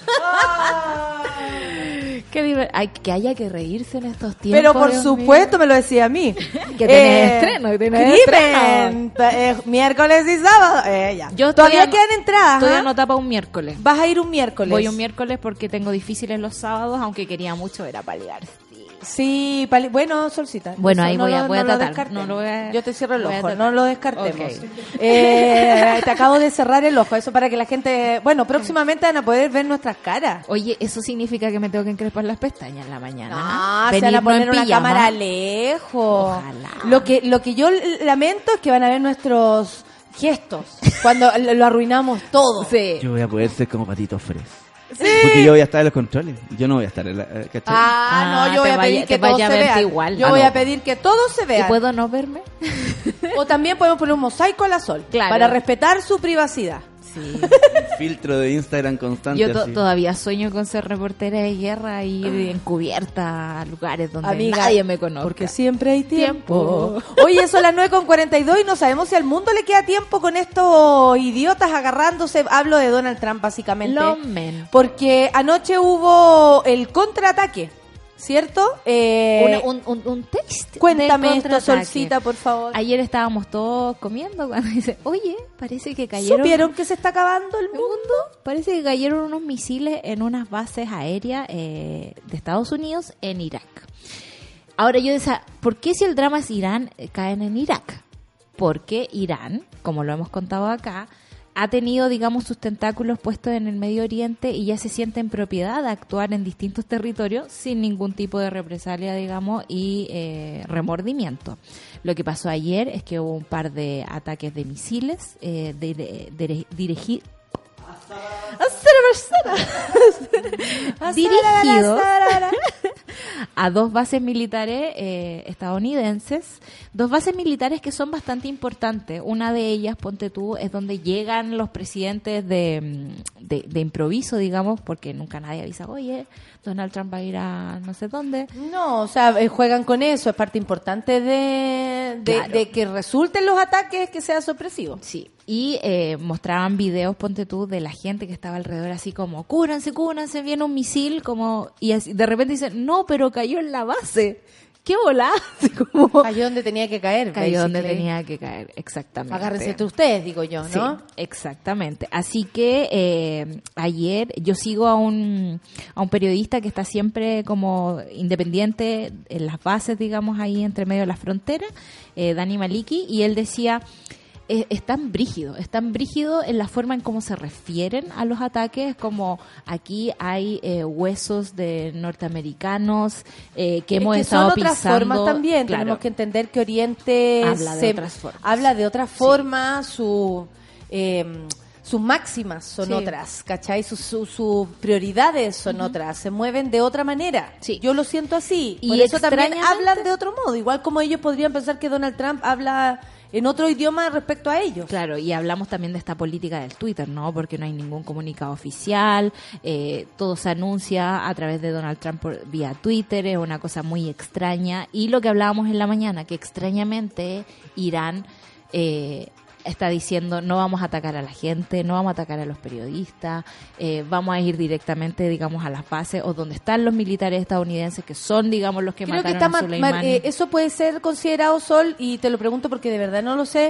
Ay, que haya que reírse en estos tiempos. Pero por Dios supuesto me lo decía a mí. Que tenés estreno, que tenés crimen. Miércoles y sábado. Ya. Yo Todavía estoy quedan entradas. Estoy ¿ah? anotada para un miércoles. Vas a ir un miércoles. Voy un miércoles porque tengo difíciles los sábados, aunque quería mucho era paliar. Sí, bueno, Solcita. Bueno, eso ahí no voy a lo tratar. descartemos. No lo voy a- Yo te cierro el voy a ojo, tratar. no lo descartemos. Ok. Te acabo de cerrar el ojo, eso para que la gente... Bueno, próximamente van a poder ver nuestras caras. Oye, eso significa que me tengo que encrespar las pestañas en la mañana. Ah, se van a Venirnos poner en una pijama. cámara lejos. Ojalá. Lo que yo lamento es que van a ver nuestros gestos cuando lo arruinamos todo. Sí. Yo voy a poder ser como Patito Fres. Porque yo voy a estar en los controles. Yo no voy a estar en la... ¿cachai? Ah, no, yo te voy a vaya- pedir te que todos vaya se a verte vean. igual. Yo Ah, voy no. a pedir que todos se ¿Y vean. puedo no verme? O también podemos poner un mosaico a la Sol. Claro. Para respetar su privacidad. Sí. Un filtro de Instagram constante. Yo así. todavía sueño con ser reportera de guerra y ir encubierta a lugares donde Amiga, nadie me conozca. Porque siempre hay tiempo. Tiempo. Oye, son las 9:42 y no sabemos si al mundo le queda tiempo con estos idiotas agarrándose. Hablo de Donald Trump, básicamente. Los men. Porque anoche hubo el contraataque, ¿cierto? Un taste. Cuéntame de esto, contraataque. Solcita, por favor. Ayer estábamos todos comiendo cuando dice, oye, parece que cayeron... ¿Supieron que se está acabando el ¿El mundo? mundo? Parece que cayeron unos misiles en unas bases aéreas de Estados Unidos en Irak. Ahora yo decía, ¿por qué si el drama es Irán, caen en Irak? Porque Irán, como lo hemos contado acá, ha tenido, digamos, sus tentáculos puestos en el Medio Oriente y ya se siente en propiedad de actuar en distintos territorios sin ningún tipo de represalia, digamos, y remordimiento. Lo que pasó ayer es que hubo un par de ataques de misiles dirigidos a dos bases militares estadounidenses, dos bases militares que son bastante importantes. Una de ellas, ponte tú, es donde llegan los presidentes de improviso, digamos, porque nunca nadie avisa, oye, Donald Trump va a ir a no sé dónde. No, o sea, juegan con eso, es parte importante Claro. de que resulten los ataques, que sea sorpresivo. Sí, y mostraban videos, ponte tú, de la gente que estaba alrededor así como, cúbranse, viene un misil, como y así, de repente dicen, no, pero cayó en la base. ¿qué volá? Así como... Cayó donde tenía que caer. Cayó donde basically. tenía que caer, exactamente. Agárrense entre ustedes, digo yo, ¿no? Sí, exactamente. Así que ayer yo sigo a un periodista que está siempre como independiente en las bases, digamos, ahí entre medio de las fronteras, Dani Maliki, y él decía... Es tan brígido en la forma en cómo se refieren a los ataques, como aquí hay huesos de norteamericanos que hemos estado son otras pisando. formas también, Claro. tenemos que entender que Oriente Habla de otras formas. habla de otras formas, sus máximas son Sí. otras, ¿cachai? Sus prioridades son otras, se mueven de otra manera. Sí. Yo lo siento así. Y Por eso también extrañamente- hablan de otro modo, igual como ellos podrían pensar que Donald Trump habla en otro idioma respecto a ellos. Claro, y hablamos también de esta política del Twitter, ¿no? Porque no hay ningún comunicado oficial, todo se anuncia a través de Donald Trump vía Twitter, es una cosa muy extraña. Y lo que hablábamos en la mañana, que extrañamente Irán está diciendo no vamos a atacar a la gente, no vamos a atacar a los periodistas, vamos a ir directamente, digamos, a las bases o donde están los militares estadounidenses que son, digamos, los que Creo que mataron está a Soleimani. eso puede ser considerado, Sol, y te lo pregunto porque de verdad no lo sé,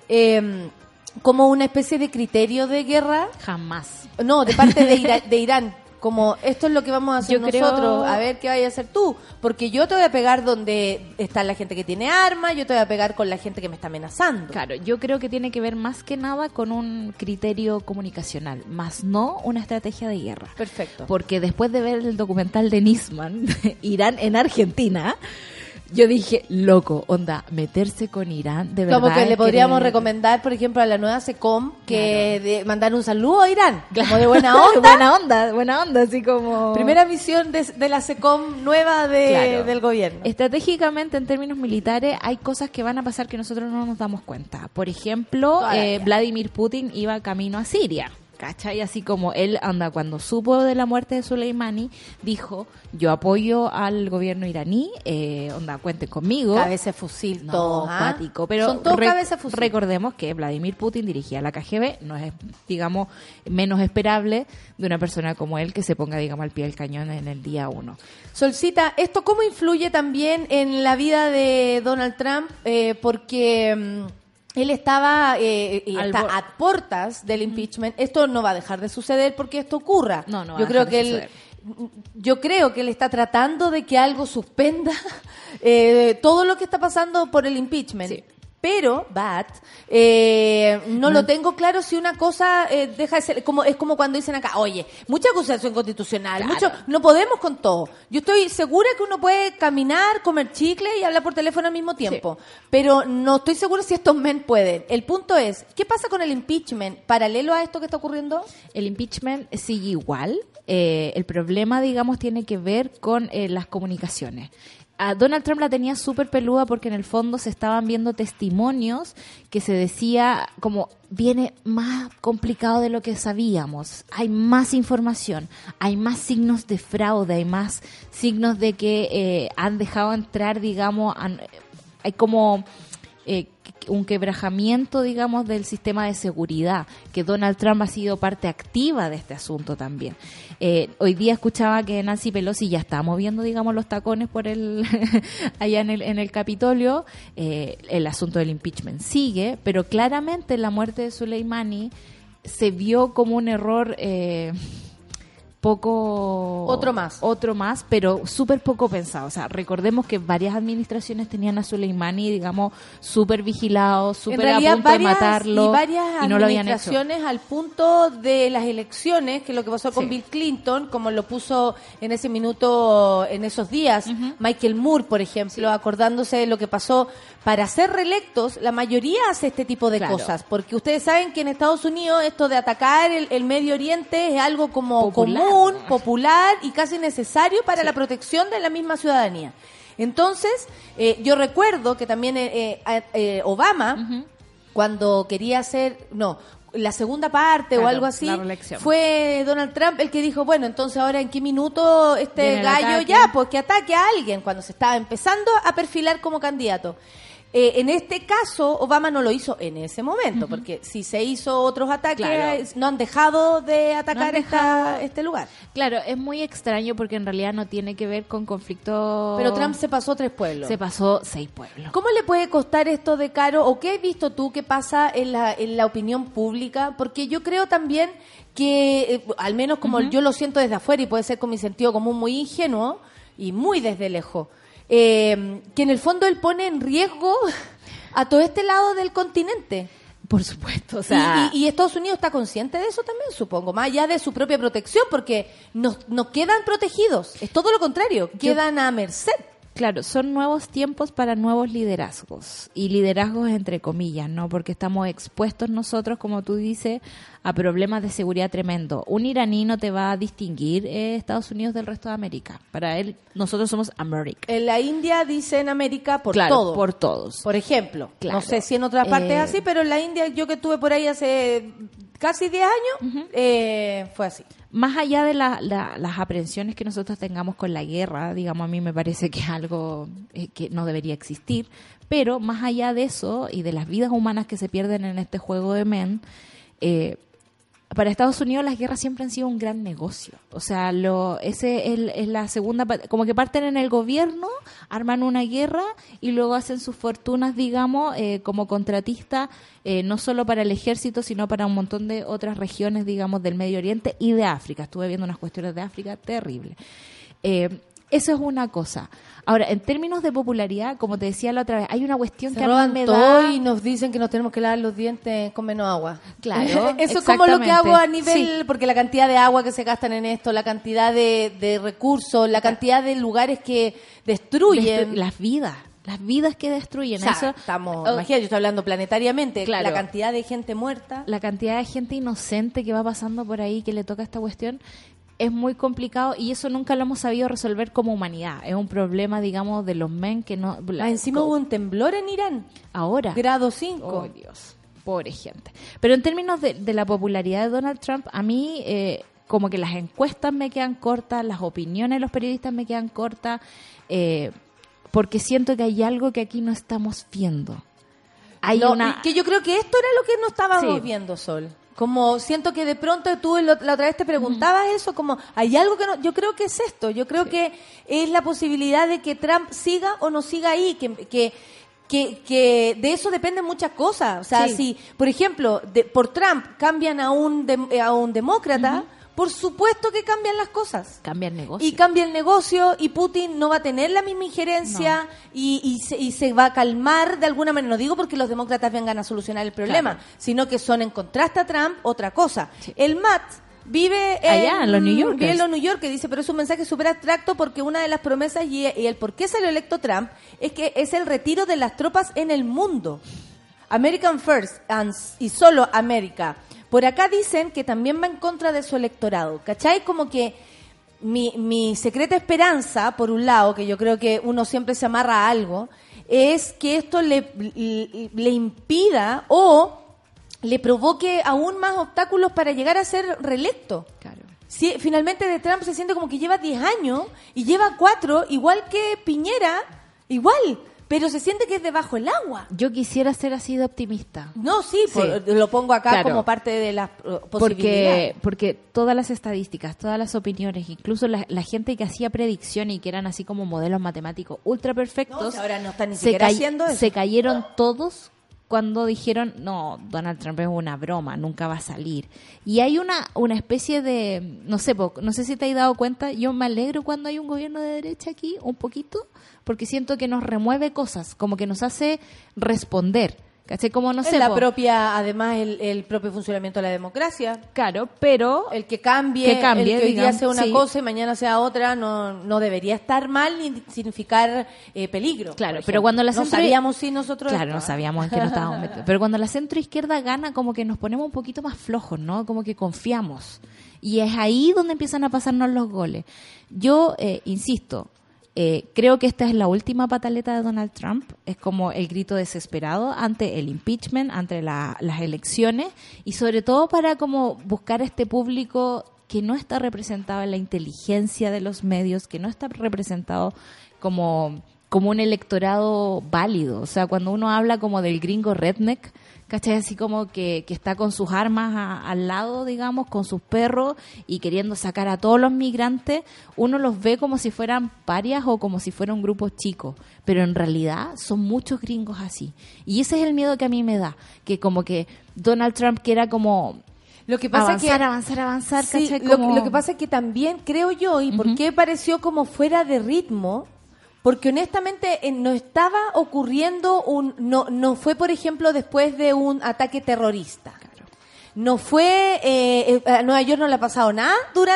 como una especie de criterio de guerra, Jamás. no, de parte de Irán, como esto es lo que vamos a hacer Yo creo- nosotros, a ver qué vaya a hacer tú, porque yo te voy a pegar donde está la gente que tiene armas, yo te voy a pegar con la gente que me está amenazando. Claro, yo creo que tiene que ver más que nada con un criterio comunicacional, más no una estrategia de guerra. Perfecto. Porque después de ver el documental de Nisman, Irán en Argentina, yo dije, loco, onda, meterse con Irán, de verdad. Como que le es podríamos querer- recomendar, por ejemplo, a la nueva SECOM que mandar un saludo a Irán, como de buena onda. buena onda, así como... Primera misión de la SECOM nueva Claro. del gobierno. Estratégicamente, en términos militares, hay cosas que van a pasar que nosotros no nos damos cuenta. Por ejemplo, Todavía. Vladimir Putin iba camino a Siria. ¿Cachai? Así como él anda cuando supo de la muerte de Soleimani, dijo, yo apoyo al gobierno iraní, onda, cuenten conmigo. Cabeza de fusil, No, todos, ¿ah? cuático, pero son todos cabeza de fusil. recordemos que Vladimir Putin dirigía la KGB, no es, digamos, menos esperable de una persona como él que se ponga, digamos, al pie del cañón en el día 1. Solcita, ¿esto cómo influye también en la vida de Donald Trump? Porque él estaba y Al está bor- a puertas del impeachment. Esto no va a dejar de suceder porque esto ocurra. No va a Yo creo dejar que de yo creo que él está tratando de que algo suspenda todo lo que está pasando por el impeachment. Sí. Pero, no lo tengo claro si una cosa deja de ser, es como cuando dicen acá, oye, mucha acusación constitucional, Claro. no podemos con todo. Yo estoy segura que uno puede caminar, comer chicle y hablar por teléfono al mismo tiempo, pero no estoy segura si estos men pueden. El punto es, ¿qué pasa con el impeachment paralelo a esto que está ocurriendo? El impeachment sigue igual. El problema, digamos, tiene que ver con las comunicaciones. A Donald Trump la tenía súper peluda porque en el fondo se estaban viendo testimonios que se decía como viene más complicado de lo que sabíamos, hay más información, hay más signos de fraude, hay más signos de que han dejado entrar, digamos, hay como un quebrajamiento, digamos, del sistema de seguridad, que Donald Trump ha sido parte activa de este asunto también. Hoy día escuchaba que Nancy Pelosi ya está moviendo, digamos, los tacones por allá en el Capitolio. El asunto del impeachment sigue, pero claramente la muerte de Soleimani se vio como un error otro más, pero súper poco pensado. O sea, recordemos que varias administraciones tenían a Soleimani, digamos, súper vigilado, súper a punto de matarlo, y varias no lo habían hecho. administraciones al punto de las elecciones, que es lo que pasó con Sí. Bill Clinton, como lo puso en ese minuto, en esos días, Michael Moore, por ejemplo, acordándose de lo que pasó. Para ser reelectos, la mayoría hace este tipo de Claro. cosas, porque ustedes saben que en Estados Unidos esto de atacar el Medio Oriente es algo como Popular. común, popular y casi necesario para la protección de la misma ciudadanía. Entonces, yo recuerdo que también Obama, cuando quería hacer, la segunda parte o Claro, algo así, la reelección. fue Donald Trump el que dijo, bueno, entonces ahora en qué minuto este Viene el gallo ataque. ya, pues que ataque a alguien, cuando se estaba empezando a perfilar como candidato. En este caso, Obama no lo hizo en ese momento, porque si se hizo otros ataques, Claro. no han dejado de atacar No han dejado- este lugar. Claro, es muy extraño porque en realidad no tiene que ver con conflicto. Pero Trump se pasó 3 pueblos. se pasó 6 pueblos. ¿Cómo le puede costar esto de caro? ¿O qué has visto tú que pasa en la opinión pública? Porque yo creo también que, al menos como yo lo siento desde afuera, y puede ser con mi sentido común muy ingenuo y muy desde lejos, que en el fondo él pone en riesgo a todo este lado del continente. Por supuesto, o sea, Y Estados Unidos está consciente de eso también, supongo, más allá de su propia protección, porque no quedan protegidos, es todo lo contrario, quedan a merced. claro, son nuevos tiempos para nuevos liderazgos, y liderazgos entre comillas, ¿no? Porque estamos expuestos nosotros, como tú dices, a problemas de seguridad tremendo. Un iraní no te va a distinguir Estados Unidos del resto de América. Para él, nosotros somos América. En la India dicen América por Claro, todo. por todos. Por ejemplo, Claro. no sé si en otras partes es así, pero en la India, yo que estuve por ahí hace casi 10 años, fue así. Más allá de las aprensiones que nosotros tengamos con la guerra, digamos, a mí me parece que es algo que no debería existir, pero más allá de eso y de las vidas humanas que se pierden en este juego de men, para Estados Unidos las guerras siempre han sido un gran negocio. O sea, ese es la segunda, como que parten en el gobierno, arman una guerra y luego hacen sus fortunas, digamos, como contratista, no solo para el ejército, sino para un montón de otras regiones, digamos, del Medio Oriente y de África. Estuve viendo unas cuestiones de África terribles. Eso es una cosa. Ahora, en términos de popularidad, como te decía la otra vez, hay una cuestión Se que a mí roban me todo da... y nos dicen que nos tenemos que lavar los dientes con menos agua. Claro, Eso es como lo que hago a exactamente. nivel, porque la cantidad de agua que se gastan en esto, la cantidad de recursos, la cantidad de lugares que destruyen. Las vidas que destruyen. O sea, Eso, estamos, oh, imagínate, yo estoy hablando planetariamente, Claro. la cantidad de gente muerta. la cantidad de gente inocente que va pasando por ahí que le toca esta cuestión es muy complicado y eso nunca lo hemos sabido resolver como humanidad. Es un problema, digamos, de los men que no... Encima hubo un temblor en Irán, ahora. grado 5. Oh, Dios, pobre gente. Pero en términos de la popularidad de Donald Trump, a mí como que las encuestas me quedan cortas, las opiniones de los periodistas me quedan cortas, porque siento que hay algo que aquí no estamos viendo. Hay No, una... y que yo creo que esto era lo que no estábamos Sí. viendo, Sol. Como siento que de pronto tú la otra vez te preguntabas eso, como hay algo que no, yo creo que es esto, yo creo que es la posibilidad de que Trump siga o no siga ahí, que de eso dependen muchas cosas. O sea, Sí. si, por ejemplo, por Trump cambian a un demócrata, por supuesto que cambian las cosas. Cambia el negocio. Y cambia el negocio y Putin no va a tener la misma injerencia y se va a calmar de alguna manera. No digo porque los demócratas vengan a solucionar el problema, Claro. sino que son en contraste a Trump otra cosa. Sí. El Matt vive Allá, en los New Yorkers. vive en los New Yorkers, dice, pero es un mensaje súper abstracto porque una de las promesas y el por qué salió electo Trump es que es el retiro de las tropas en el mundo. American First y solo América. Por acá dicen que también va en contra de su electorado, ¿cachai? Como que mi secreta esperanza, por un lado, que yo creo que uno siempre se amarra a algo, es que esto le impida o le provoque aún más obstáculos para llegar a ser reelecto. Claro. Sí, finalmente de Trump se siente como que lleva 10 años y lleva 4, igual que Piñera, igual, pero se siente que es debajo del agua. Yo quisiera ser así de optimista. No, sí, Sí. lo pongo acá Claro. como parte de las posibilidades. Porque todas las estadísticas, todas las opiniones, incluso la gente que hacía predicciones y que eran así como modelos matemáticos ultra perfectos, No, si ahora no están ni siquiera haciendo eso. se cayeron todos cuando dijeron, no, Donald Trump es una broma, nunca va a salir. Y hay una especie de, no sé si te has dado cuenta, yo me alegro cuando hay un gobierno de derecha aquí, un poquito, porque siento que nos remueve cosas, como que nos hace responder. ¿Cachai? Como no Es sé, la propia, además, el propio funcionamiento de la democracia. claro, pero El que cambie, Que cambie, el que hoy día digamos, sea una sí. cosa y mañana sea otra, no debería estar mal ni significar peligro. Claro, por pero ejemplo. cuando la no centro- sabíamos si nosotros... Claro, no sabíamos en qué nos estábamos metiendo. Pero cuando la centroizquierda gana, como que nos ponemos un poquito más flojos, ¿no? Como que confiamos. Y es ahí donde empiezan a pasarnos los goles. Yo, insisto, creo que esta es la última pataleta de Donald Trump. Es como el grito desesperado ante el impeachment, ante las elecciones y sobre todo para como buscar este público que no está representado en la inteligencia de los medios, que no está representado como como un electorado válido. O sea, cuando uno habla como del gringo redneck, ¿cachai? Así como que está con sus armas al lado, digamos, con sus perros y queriendo sacar a todos los migrantes, uno los ve como si fueran parias o como si fuera un grupo chico, pero en realidad son muchos gringos así. Y ese es el miedo que a mí me da, que como que Donald Trump quiera como Lo que pasa avanzar, sí, ¿cachai? lo que pasa es que también creo yo, y por qué pareció como fuera de ritmo, porque honestamente no estaba ocurriendo no fue, por ejemplo, después de un ataque terrorista. Claro. No fue, a Nueva York no le ha pasado nada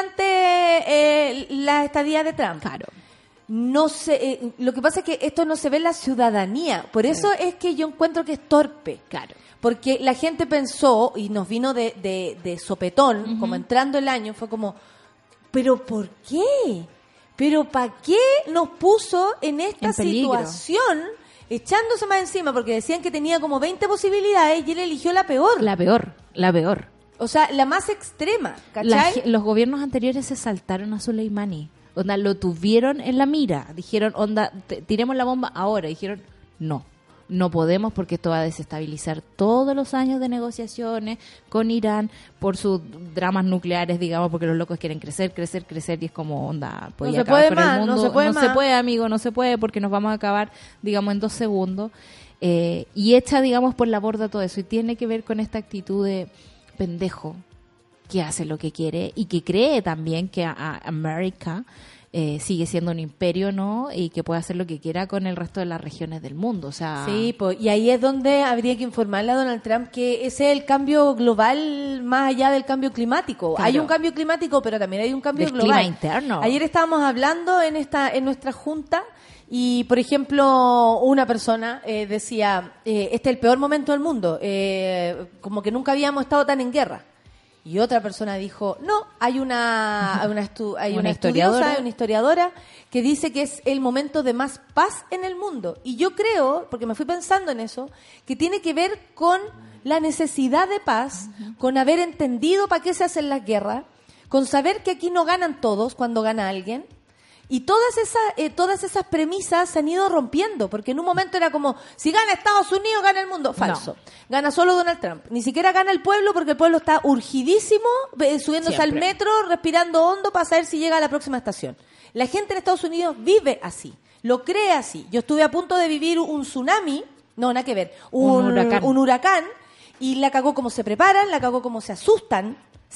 durante la estadía de Trump. Claro. No sé, lo que pasa es que esto no se ve en la ciudadanía, por eso es que yo encuentro que es torpe. Claro. Porque la gente pensó, y nos vino de sopetón, como entrando el año, fue como, ¿pero por qué? ¿Pero para qué nos puso en esta situación echándose más encima? Porque decían que tenía como 20 posibilidades y él eligió la peor. La peor. O sea, la más extrema, ¿cachai? Los gobiernos anteriores se saltaron a Soleimani. Onda, lo tuvieron en la mira. Dijeron, onda, tiremos la bomba ahora. Dijeron, no podemos porque esto va a desestabilizar todos los años de negociaciones con Irán por sus dramas nucleares, digamos, porque los locos quieren crecer y es como, onda, pues no ya se puede acabar con más, el mundo. no se puede más. Se puede, amigo, no se puede porque nos vamos a acabar, digamos, en 2 segundos. Y echa, digamos, por la borda todo eso. Y tiene que ver con esta actitud de pendejo que hace lo que quiere y que cree también que a América sigue siendo un imperio, ¿no? Y que puede hacer lo que quiera con el resto de las regiones del mundo, o sea... Sí, pues, y ahí es donde habría que informarle a Donald Trump que ese es el cambio global más allá del cambio climático. Claro. Hay un cambio climático, pero también hay un cambio Del global. clima interno. Ayer estábamos hablando en nuestra junta y, por ejemplo, una persona decía, este es el peor momento del mundo, como que nunca habíamos estado tan en guerra. Y otra persona dijo, no, hay una historiadora que dice que es el momento de más paz en el mundo. Y yo creo, porque me fui pensando en eso, que tiene que ver con la necesidad de paz, con haber entendido para qué se hacen las guerras, con saber que aquí no ganan todos cuando gana alguien. Y todas esas premisas se han ido rompiendo, porque en un momento era como, si gana Estados Unidos, gana el mundo. Falso. No. Gana solo Donald Trump. Ni siquiera gana el pueblo, porque el pueblo está urgidísimo, subiéndose Siempre al metro, respirando hondo para saber si llega a la próxima estación. La gente en Estados Unidos vive así, lo cree así. Yo estuve a punto de vivir un tsunami, no, nada que ver, un huracán, y la cagó como se preparan, la cagó como se asustan.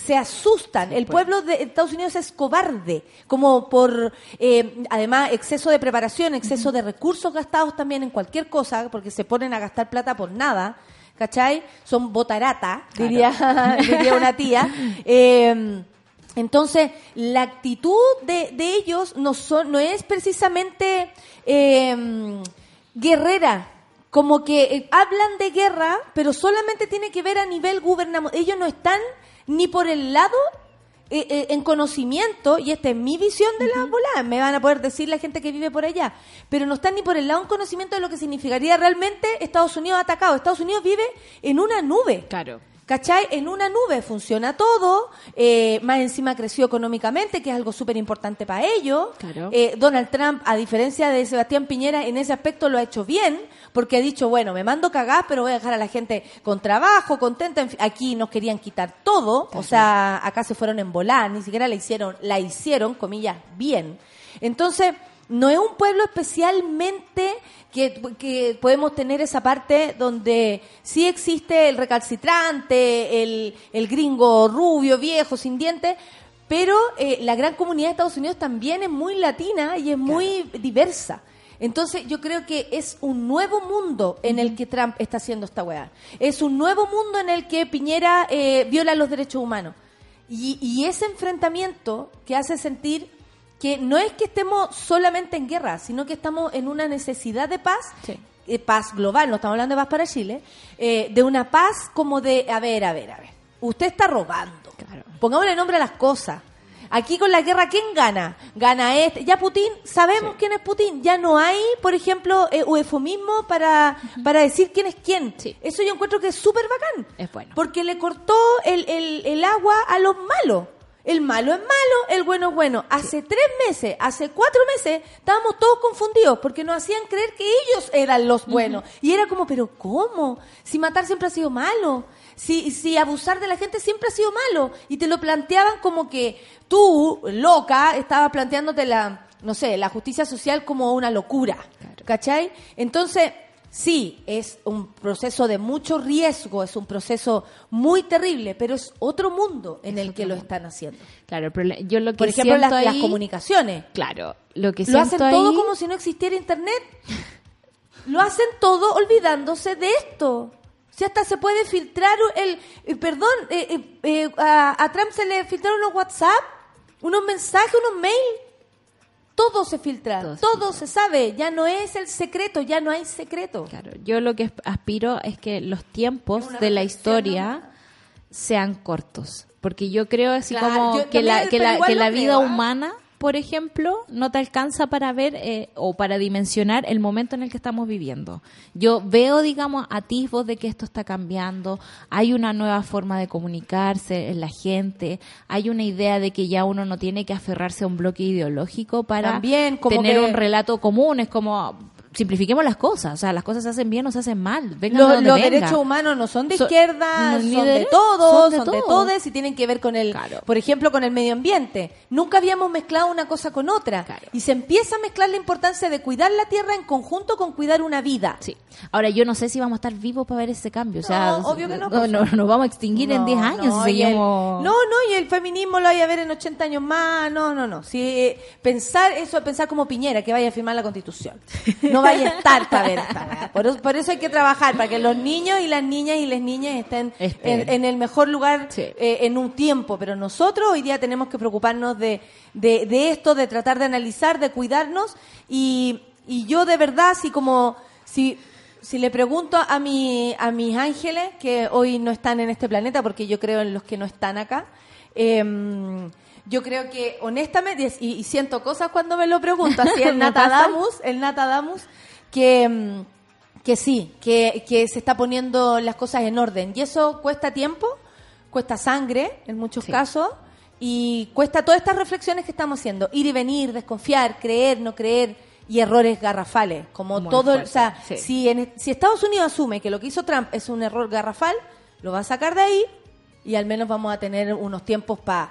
El pueblo de Estados Unidos es cobarde, como por, además, exceso de preparación, exceso de recursos gastados también en cualquier cosa, porque se ponen a gastar plata por nada, ¿cachai? Son botarata, diría una tía. Entonces, la actitud de ellos no es precisamente guerrera. Como que hablan de guerra, pero solamente tiene que ver a nivel gubernamental. Ellos no están ni por el lado en conocimiento, y esta es mi visión de la volada, me van a poder decir la gente que vive por allá, pero no están ni por el lado en conocimiento de lo que significaría realmente Estados Unidos atacado. Estados Unidos vive en una nube. Claro. ¿Cachai? En una nube funciona todo, más encima creció económicamente, que es algo súper importante para ellos. Claro. Donald Trump, a diferencia de Sebastián Piñera, en ese aspecto lo ha hecho bien, porque ha dicho, bueno, me mando cagás, pero voy a dejar a la gente con trabajo, contenta. En fin, aquí nos querían quitar todo, claro. O sea, acá se fueron en volar, ni siquiera la hicieron, comillas, bien. Entonces, no es un pueblo especialmente que podemos tener esa parte donde sí existe el recalcitrante, el gringo rubio, viejo, sin dientes, pero la gran comunidad de Estados Unidos también es muy latina y es muy diversa. Entonces yo creo que es un nuevo mundo en el que Trump está haciendo esta weá. Es un nuevo mundo en el que Piñera viola los derechos humanos. Y ese enfrentamiento que hace sentir que no es que estemos solamente en guerra, sino que estamos en una necesidad de paz, sí. Paz global, no estamos hablando de paz para Chile, de una paz como de, a ver, usted está robando, claro. Pongámosle nombre a las cosas. Aquí con la guerra, ¿quién gana? Gana este. Ya Putin, sabemos sí. Quién es Putin. Ya no hay, por ejemplo, eufemismo para decir quién es quién. Sí. Eso yo encuentro que es súper bacán. Es bueno. Porque le cortó el agua a los malos. El malo es malo, el bueno es bueno. Hace 3 meses, hace 4 meses, estábamos todos confundidos porque nos hacían creer que ellos eran los buenos. Y era como, ¿pero cómo? Si matar siempre ha sido malo. Si abusar de la gente siempre ha sido malo. Y te lo planteaban como que tú, loca, estabas planteándote la justicia social como una locura. Claro. ¿Cachai? Entonces, sí, es un proceso de mucho riesgo, es un proceso muy terrible, pero es otro mundo en el que lo están haciendo. Claro, pero yo lo que por ejemplo, siento las ahí, comunicaciones. Claro, lo que lo hacen siento todo ahí, como si no existiera internet. Lo hacen todo olvidándose de esto. Si hasta se puede filtrar a Trump se le filtraron unos WhatsApp, unos mensajes, unos mails. Todo se filtra, todo se sabe, ya no es el secreto, ya no hay secreto. Claro, yo lo que aspiro es que los tiempos de la historia sean cortos, porque yo creo así como que la vida humana, por ejemplo, no te alcanza para ver o para dimensionar el momento en el que estamos viviendo. Yo veo, digamos, atisbos de que esto está cambiando, hay una nueva forma de comunicarse en la gente, hay una idea de que ya uno no tiene que aferrarse a un bloque ideológico para también, como tener que un relato común, es como... Simplifiquemos las cosas, o sea, las cosas se hacen bien o se hacen mal. Vengan de donde los venga. derechos humanos no son de izquierda, ni son de de derecha, todos, son de son de todo. todos y tienen que ver con Claro. por ejemplo, con el medio ambiente. Nunca habíamos mezclado una cosa con otra. Claro. Y se empieza a mezclar la importancia de cuidar la tierra en conjunto con cuidar una vida. Sí. Ahora, yo no sé si vamos a estar vivos para ver ese cambio. O sea, No, obvio que no, nos vamos a extinguir en 10 años si seguimos... y el feminismo lo vaya a ver en 80 años más. No. Si, pensar como Piñera, que vaya a firmar la Constitución. No vaya a estar para ver esta. Por eso hay que trabajar, para que los niños y las niñas estén en el mejor lugar en un tiempo. Pero nosotros hoy día tenemos que preocuparnos de esto, de tratar de analizar, de cuidarnos. Y yo de verdad, si le pregunto a mis ángeles, que hoy no están en este planeta, porque yo creo en los que no están acá, yo creo que honestamente, y siento cosas cuando me lo pregunto, así el Natadamus, que sí, que se está poniendo las cosas en orden. Y eso cuesta tiempo, cuesta sangre en muchos casos, y cuesta todas estas reflexiones que estamos haciendo. Ir y venir, desconfiar, creer, no creer, y errores garrafales. Como muy todo, fuerte, o sea, si Estados Unidos asume que lo que hizo Trump es un error garrafal, lo va a sacar de ahí, y al menos vamos a tener unos tiempos para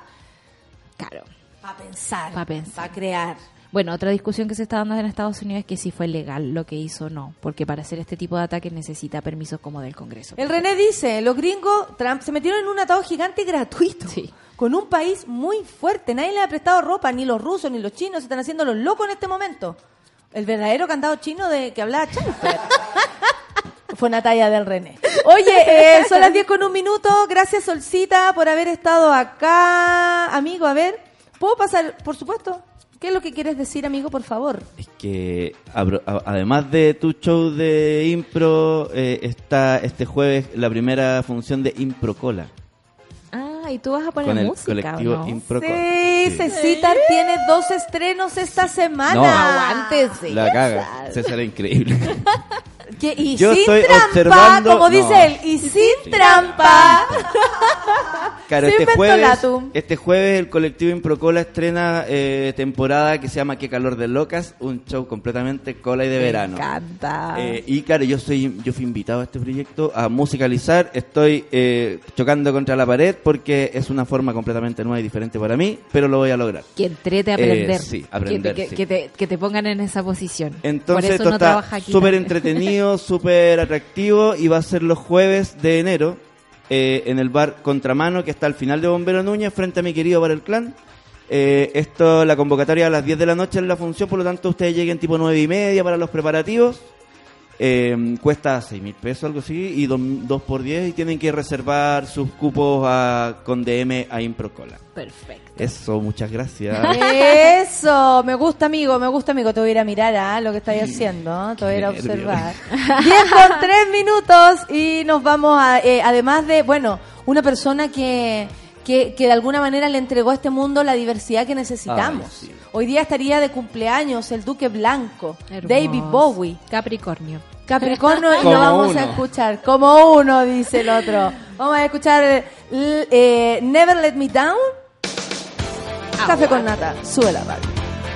pensar, para crear. Bueno, otra discusión que se está dando en Estados Unidos es que si fue legal lo que hizo o no, porque para hacer este tipo de ataques necesita permisos como del Congreso. El René dice, los gringos, Trump, se metieron en un atado gigante gratuito, con un país muy fuerte, nadie le ha prestado ropa, ni los rusos ni los chinos, se están haciendo los locos en este momento. El verdadero candado chino que hablaba Chanfer. Fue una talla del René. Oye, son las 10:01, gracias Solcita por haber estado acá. Amigo, a ver, ¿puedo pasar? Por supuesto. ¿Qué es lo que quieres decir, amigo, por favor? Es que además de tu show de impro, está este jueves la primera función de Improcola. Ah, ¿y tú vas a poner con el música, colectivo ¿no? Improcola. Sí, Cecitar tiene 2 estrenos esta semana. No, aguántese. La caga, César es increíble. Y yo sin estoy trampa, observando, como dice él, y sin trampa. Claro, este jueves el colectivo Improcola estrena temporada que se llama Qué calor de locas, un show completamente cola y de verano. Me encanta. Y claro, yo fui invitado a este proyecto a musicalizar, estoy chocando contra la pared porque es una forma completamente nueva y diferente para mí, pero lo voy a lograr. Que entrete a aprender. Sí, aprender. Que te pongan en esa posición. Entonces por eso esto está súper entretenido, súper atractivo y va a ser los jueves de enero en el bar Contramano que está al final de Bombero Núñez frente a mi querido Bar El Clan. La convocatoria a las 10 de la noche en la función, por lo tanto ustedes lleguen tipo 9:30 para los preparativos. Cuesta 6.000 pesos, algo así, y 2 por 10 y tienen que reservar sus cupos con DM a Improcola. Perfecto. Eso, muchas gracias. Eso, me gusta amigo, te voy a ir a mirar lo que estáis haciendo, te voy a ir a observar. 10:03 y nos vamos además de, una persona que de alguna manera le entregó a este mundo la diversidad que necesitamos. Ay, sí. Hoy día estaría de cumpleaños el Duque Blanco, Hermoso. David Bowie. Capricornio Y lo vamos a escuchar como uno, dice el otro. Vamos a escuchar Never Let Me Down Café con Nata, sube la radio.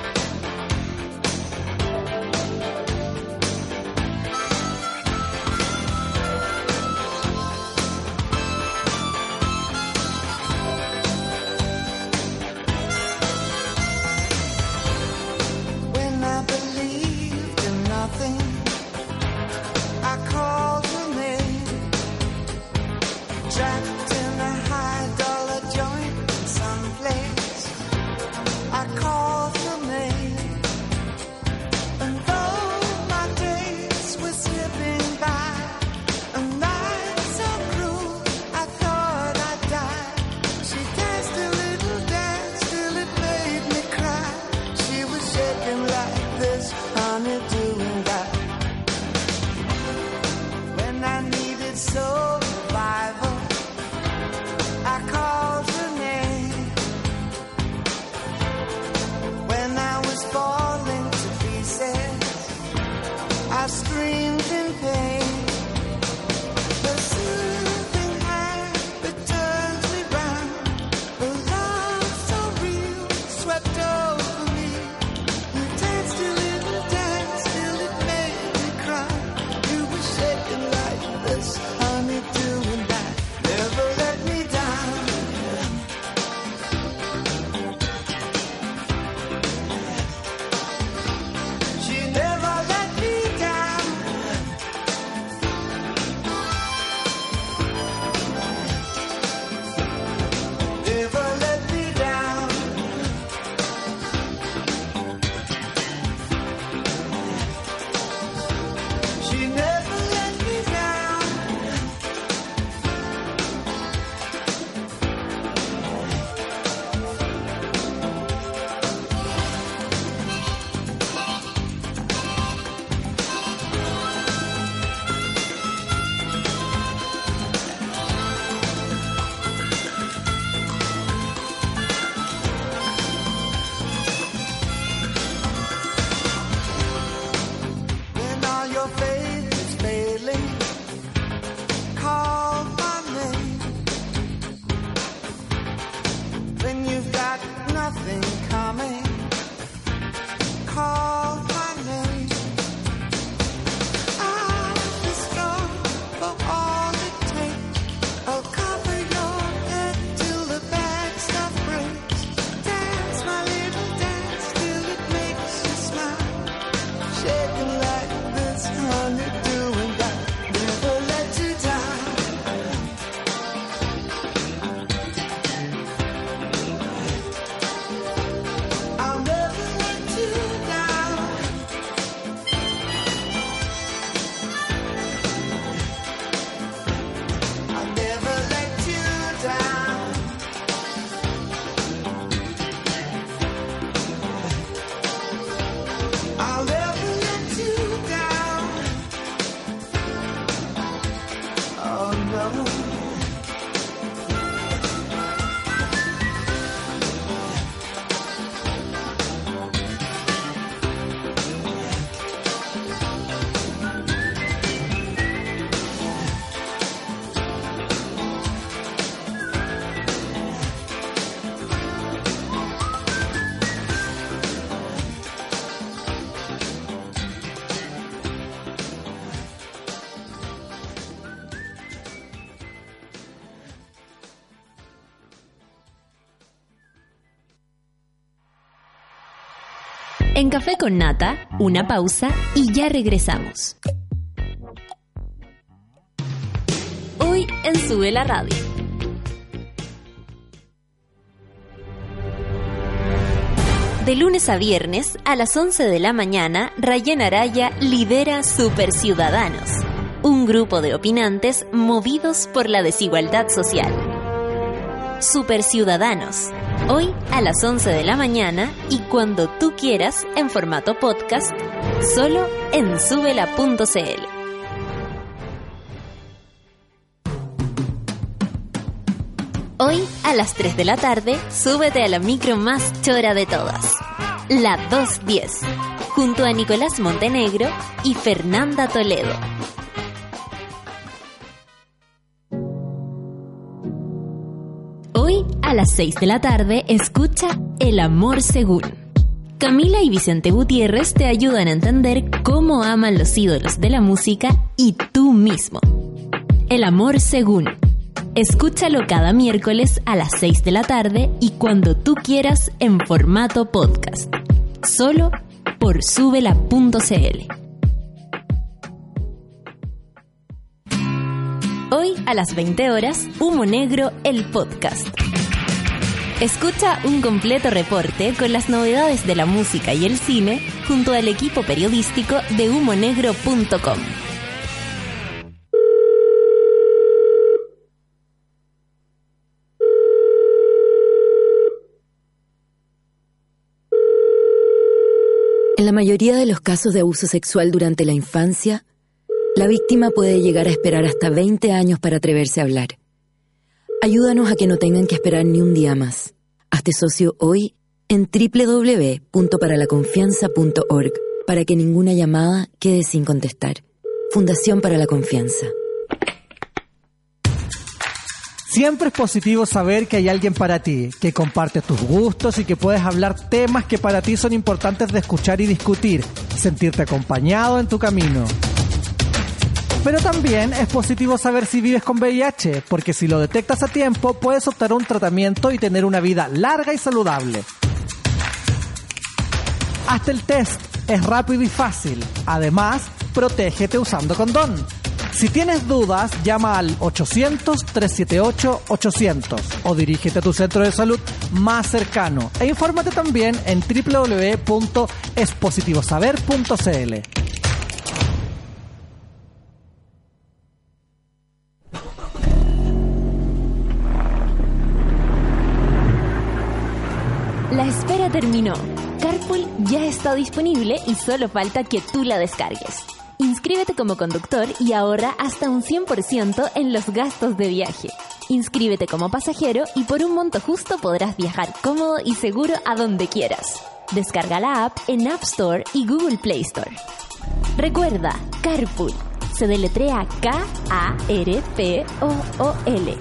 When I believed in nothing, I called your name. Trapped in a high-dollar joint someplace, I called your name. And though my days were slipping by, a night so cruel, I thought I'd die. She danced a little dance till it made me cry. She was shaking like this, honey, doing that. When I needed survival, I called her name. When I was falling to pieces, I screamed in pain. The soothing hand that turns me round, the love so real swept over me. You danced a little dance till it made me cry. You were shaking like this, honey, doing that. Never let me down. She never let me down. Never let me down. She never let me down. When all your faith is failing, call my name. When you've got nothing coming, call my name. I'll be strong for all it takes. I'll cover your head till the bad stuff breaks. Dance my little dance till it makes you smile. Shaking like this, honey, doing that. Never let you down. I'll never let you down. I'll never let you down. I'll never let you down. Oh no. En Café con Nata, una pausa y ya regresamos. Hoy en Sube la Radio. De lunes a viernes, a las 11 de la mañana, Rayén Araya lidera Super Ciudadanos, un grupo de opinantes movidos por la desigualdad social. Super Ciudadanos, hoy a las 11 de la mañana y cuando tú quieras en formato podcast, solo en subela.cl. Hoy a las 3 de la tarde, súbete a la micro más chora de todas, la 210, junto a Nicolás Montenegro y Fernanda Toledo. Hoy a las 6 de la tarde, escucha El Amor Según. Camila y Vicente Gutiérrez te ayudan a entender cómo aman los ídolos de la música y tú mismo. El Amor Según. Escúchalo cada miércoles a las 6 de la tarde y cuando tú quieras en formato podcast. Solo por subela.cl. Hoy a las 20 horas, Humo Negro, el podcast. Escucha un completo reporte con las novedades de la música y el cine junto al equipo periodístico de humonegro.com. En la mayoría de los casos de abuso sexual durante la infancia, la víctima puede llegar a esperar hasta 20 años para atreverse a hablar. Ayúdanos a que no tengan que esperar ni un día más. Hazte socio hoy en www.paralaconfianza.org para que ninguna llamada quede sin contestar. Fundación para la Confianza. Siempre es positivo saber que hay alguien para ti, que comparte tus gustos y que puedes hablar temas que para ti son importantes de escuchar y discutir, sentirte acompañado en tu camino. Pero también es positivo saber si vives con VIH, porque si lo detectas a tiempo, puedes optar a un tratamiento y tener una vida larga y saludable. Hazte el test, es rápido y fácil. Además, protégete usando condón. Si tienes dudas, llama al 800-378-800 o dirígete a tu centro de salud más cercano. E infórmate también en www.espositivosaber.cl. La espera terminó. Carpool ya está disponible y solo falta que tú la descargues. Inscríbete como conductor y ahorra hasta un 100% en los gastos de viaje. Inscríbete como pasajero y por un monto justo podrás viajar cómodo y seguro a donde quieras. Descarga la app en App Store y Google Play Store. Recuerda, Carpool. Se deletrea K-A-R-P-O-O-L.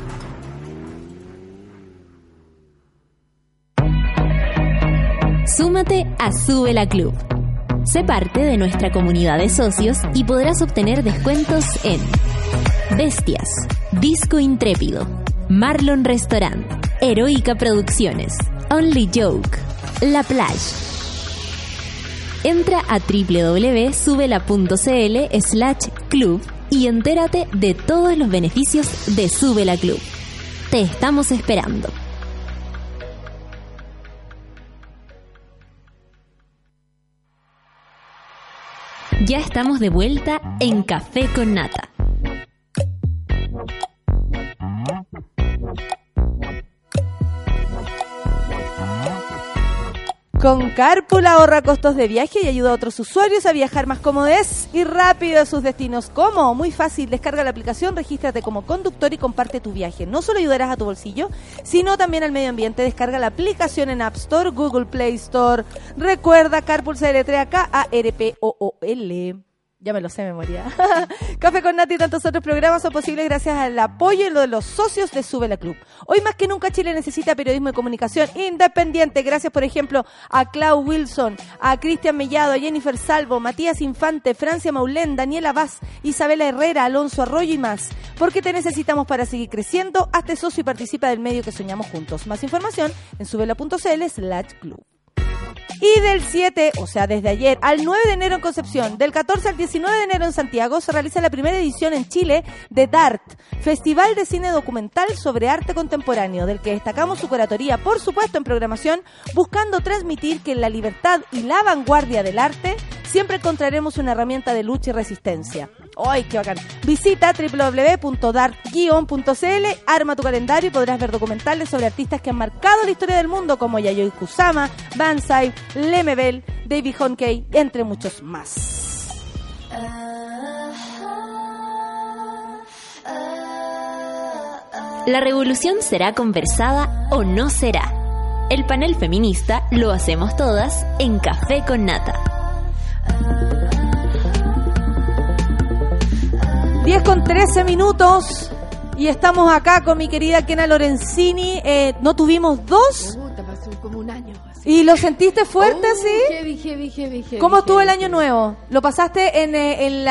Súmate a Súbela Club. Sé parte de nuestra comunidad de socios y podrás obtener descuentos en Bestias, Disco Intrépido, Marlon Restaurant, Heroica Producciones, Only Joke, La Plage. Entra a www.subela.cl/club y entérate de todos los beneficios de Súbela Club. Te estamos esperando. Ya estamos de vuelta en Café con Nata. Con Carpool ahorra costos de viaje y ayuda a otros usuarios a viajar más cómodos y rápido a sus destinos. ¿Cómo? Muy fácil. Descarga la aplicación, regístrate como conductor y comparte tu viaje. No solo ayudarás a tu bolsillo, sino también al medio ambiente. Descarga la aplicación en App Store, Google Play Store. Recuerda, Carpool se deletrea K-A-R-P-O-O-L. Ya me lo sé de memoria. Café con Nati y tantos otros programas son posibles gracias al apoyo de los socios de Súbela Club. Hoy más que nunca Chile necesita periodismo y comunicación independiente. Gracias, por ejemplo, a Clau Wilson, a Cristian Mellado, a Jennifer Salvo, Matías Infante, Francia Maulén, Daniela Vaz, Isabela Herrera, Alonso Arroyo y más. Porque te necesitamos para seguir creciendo. Hazte socio y participa del medio que soñamos juntos. Más información en subela.cl/club. Y del 7, o sea, desde ayer, al 9 de enero en Concepción, del 14 al 19 de enero en Santiago, se realiza la primera edición en Chile de DART, Festival de Cine Documental sobre Arte Contemporáneo, del que destacamos su curatoría, por supuesto, en programación, buscando transmitir que en la libertad y la vanguardia del arte siempre encontraremos una herramienta de lucha y resistencia. ¡Ay, qué bacán! Visita www.dart-cl, arma tu calendario y podrás ver documentales sobre artistas que han marcado la historia del mundo, como Yayoi Kusama, Banzai, Lemebel, David Honkey, entre muchos más. La revolución será conversada o no será. El panel feminista lo hacemos todas en Café con Nata. 10:13. Y estamos acá con mi querida Kena Lorenzini. No tuvimos dos. Puta, pasó como un año. Así. ¿Y lo sentiste fuerte, así? Heavy. ¿Cómo estuvo el año nuevo? ¿Lo pasaste en el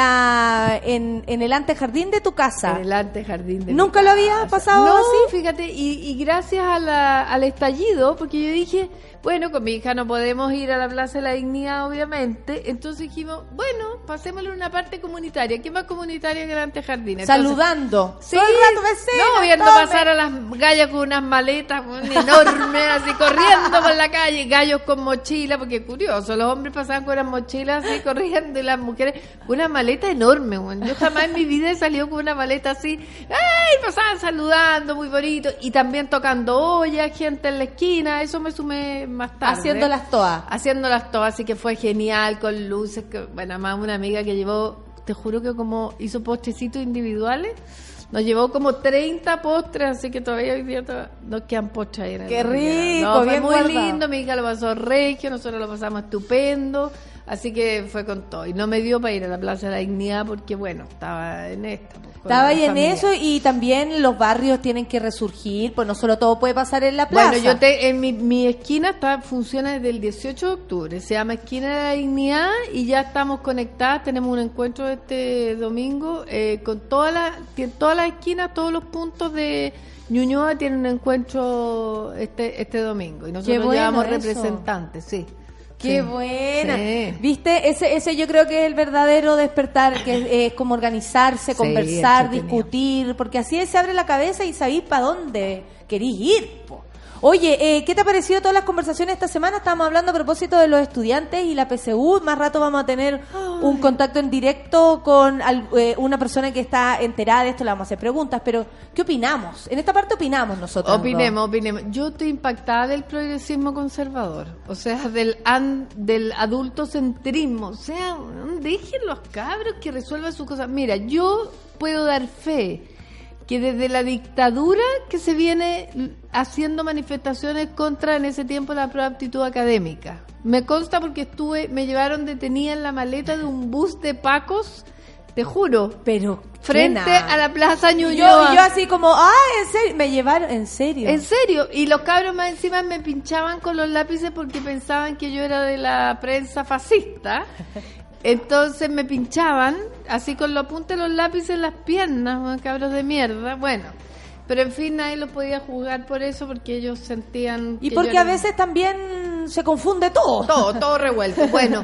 antejardín de tu casa? En el antejardín de ¿Nunca mi lo casa. había pasado No, así? sí, fíjate, y gracias al estallido, porque yo dije, bueno, con mi hija no podemos ir a la Plaza de la Dignidad, obviamente, entonces dijimos, bueno, pasémosle una parte comunitaria. ¿Qué más comunitaria que el antejardín? Entonces, Saludando. sí, Todo el rato, vecino, no, viendo tome. pasar a las gallas con unas maletas enormes, así corriendo por la calle, gallos con mochila, porque curioso, los hombres pasaban con unas mochilas así corriendo y las mujeres con una maleta enorme, bueno. Yo jamás en mi vida he salido con una maleta así, ¡ay! Pasaban saludando, muy bonito, y también tocando ollas, gente en la esquina, eso me sumé más tarde. Haciéndolas todas. Haciéndolas todas, así que fue genial, con luces, bueno, más una amiga que llevó, te juro que como hizo postrecitos individuales, nos llevó como 30 postres, así que todavía hoy día nos quedan postres ahí en el ¡Qué refrigerador. rico! No, fue bien muy guardado. lindo, mi hija lo pasó regio, nosotros lo pasamos estupendo, así que fue con todo. Y no me dio para ir a la Plaza de la Dignidad porque, bueno, estaba en esta. Pues, con Estaba la ahí en familia. eso, y también los barrios tienen que resurgir, pues no solo todo puede pasar en la plaza. Bueno, en mi esquina funciona desde el 18 de octubre, se llama Esquina de la Dignidad y ya estamos conectadas, tenemos un encuentro este domingo con todas las esquinas, todos los puntos de Ñuñoa tienen un encuentro este domingo y nosotros bueno llevamos eso. representantes, sí. ¡Qué Sí. buena! Sí. ¿Viste? Ese yo creo que es el verdadero despertar, que es como organizarse, Sí, conversar, entretenido. discutir, porque así se abre la cabeza y sabéis para dónde querís ir, po. Oye, ¿qué te ha parecido todas las conversaciones esta semana? Estábamos hablando a propósito de los estudiantes y la PSU. Más rato vamos a tener un contacto en directo con una persona que está enterada de esto. Le vamos a hacer preguntas, pero ¿qué opinamos? En esta parte opinamos nosotros. Opinemos. Yo estoy impactada del progresismo conservador, o sea, del adultocentrismo, o sea, dejen los cabros que resuelvan sus cosas. Mira, yo puedo dar fe que desde la dictadura que se viene haciendo manifestaciones contra en ese tiempo la prueba de aptitud académica. Me consta porque me llevaron detenida en la maleta de un bus de pacos, te juro, Pero frente Kena. a la Plaza Y Ñuñoa. yo así como, ¿en serio? Me llevaron, ¿en serio? En serio, y los cabros más encima me pinchaban con los lápices porque pensaban que yo era de la prensa fascista. Entonces me pinchaban así con los apuntes de los lápices en las piernas, cabros de mierda. Bueno, pero en fin, nadie los podía juzgar por eso porque ellos sentían Y que porque yo a era- veces también se confunde todo. todo revuelto. Bueno,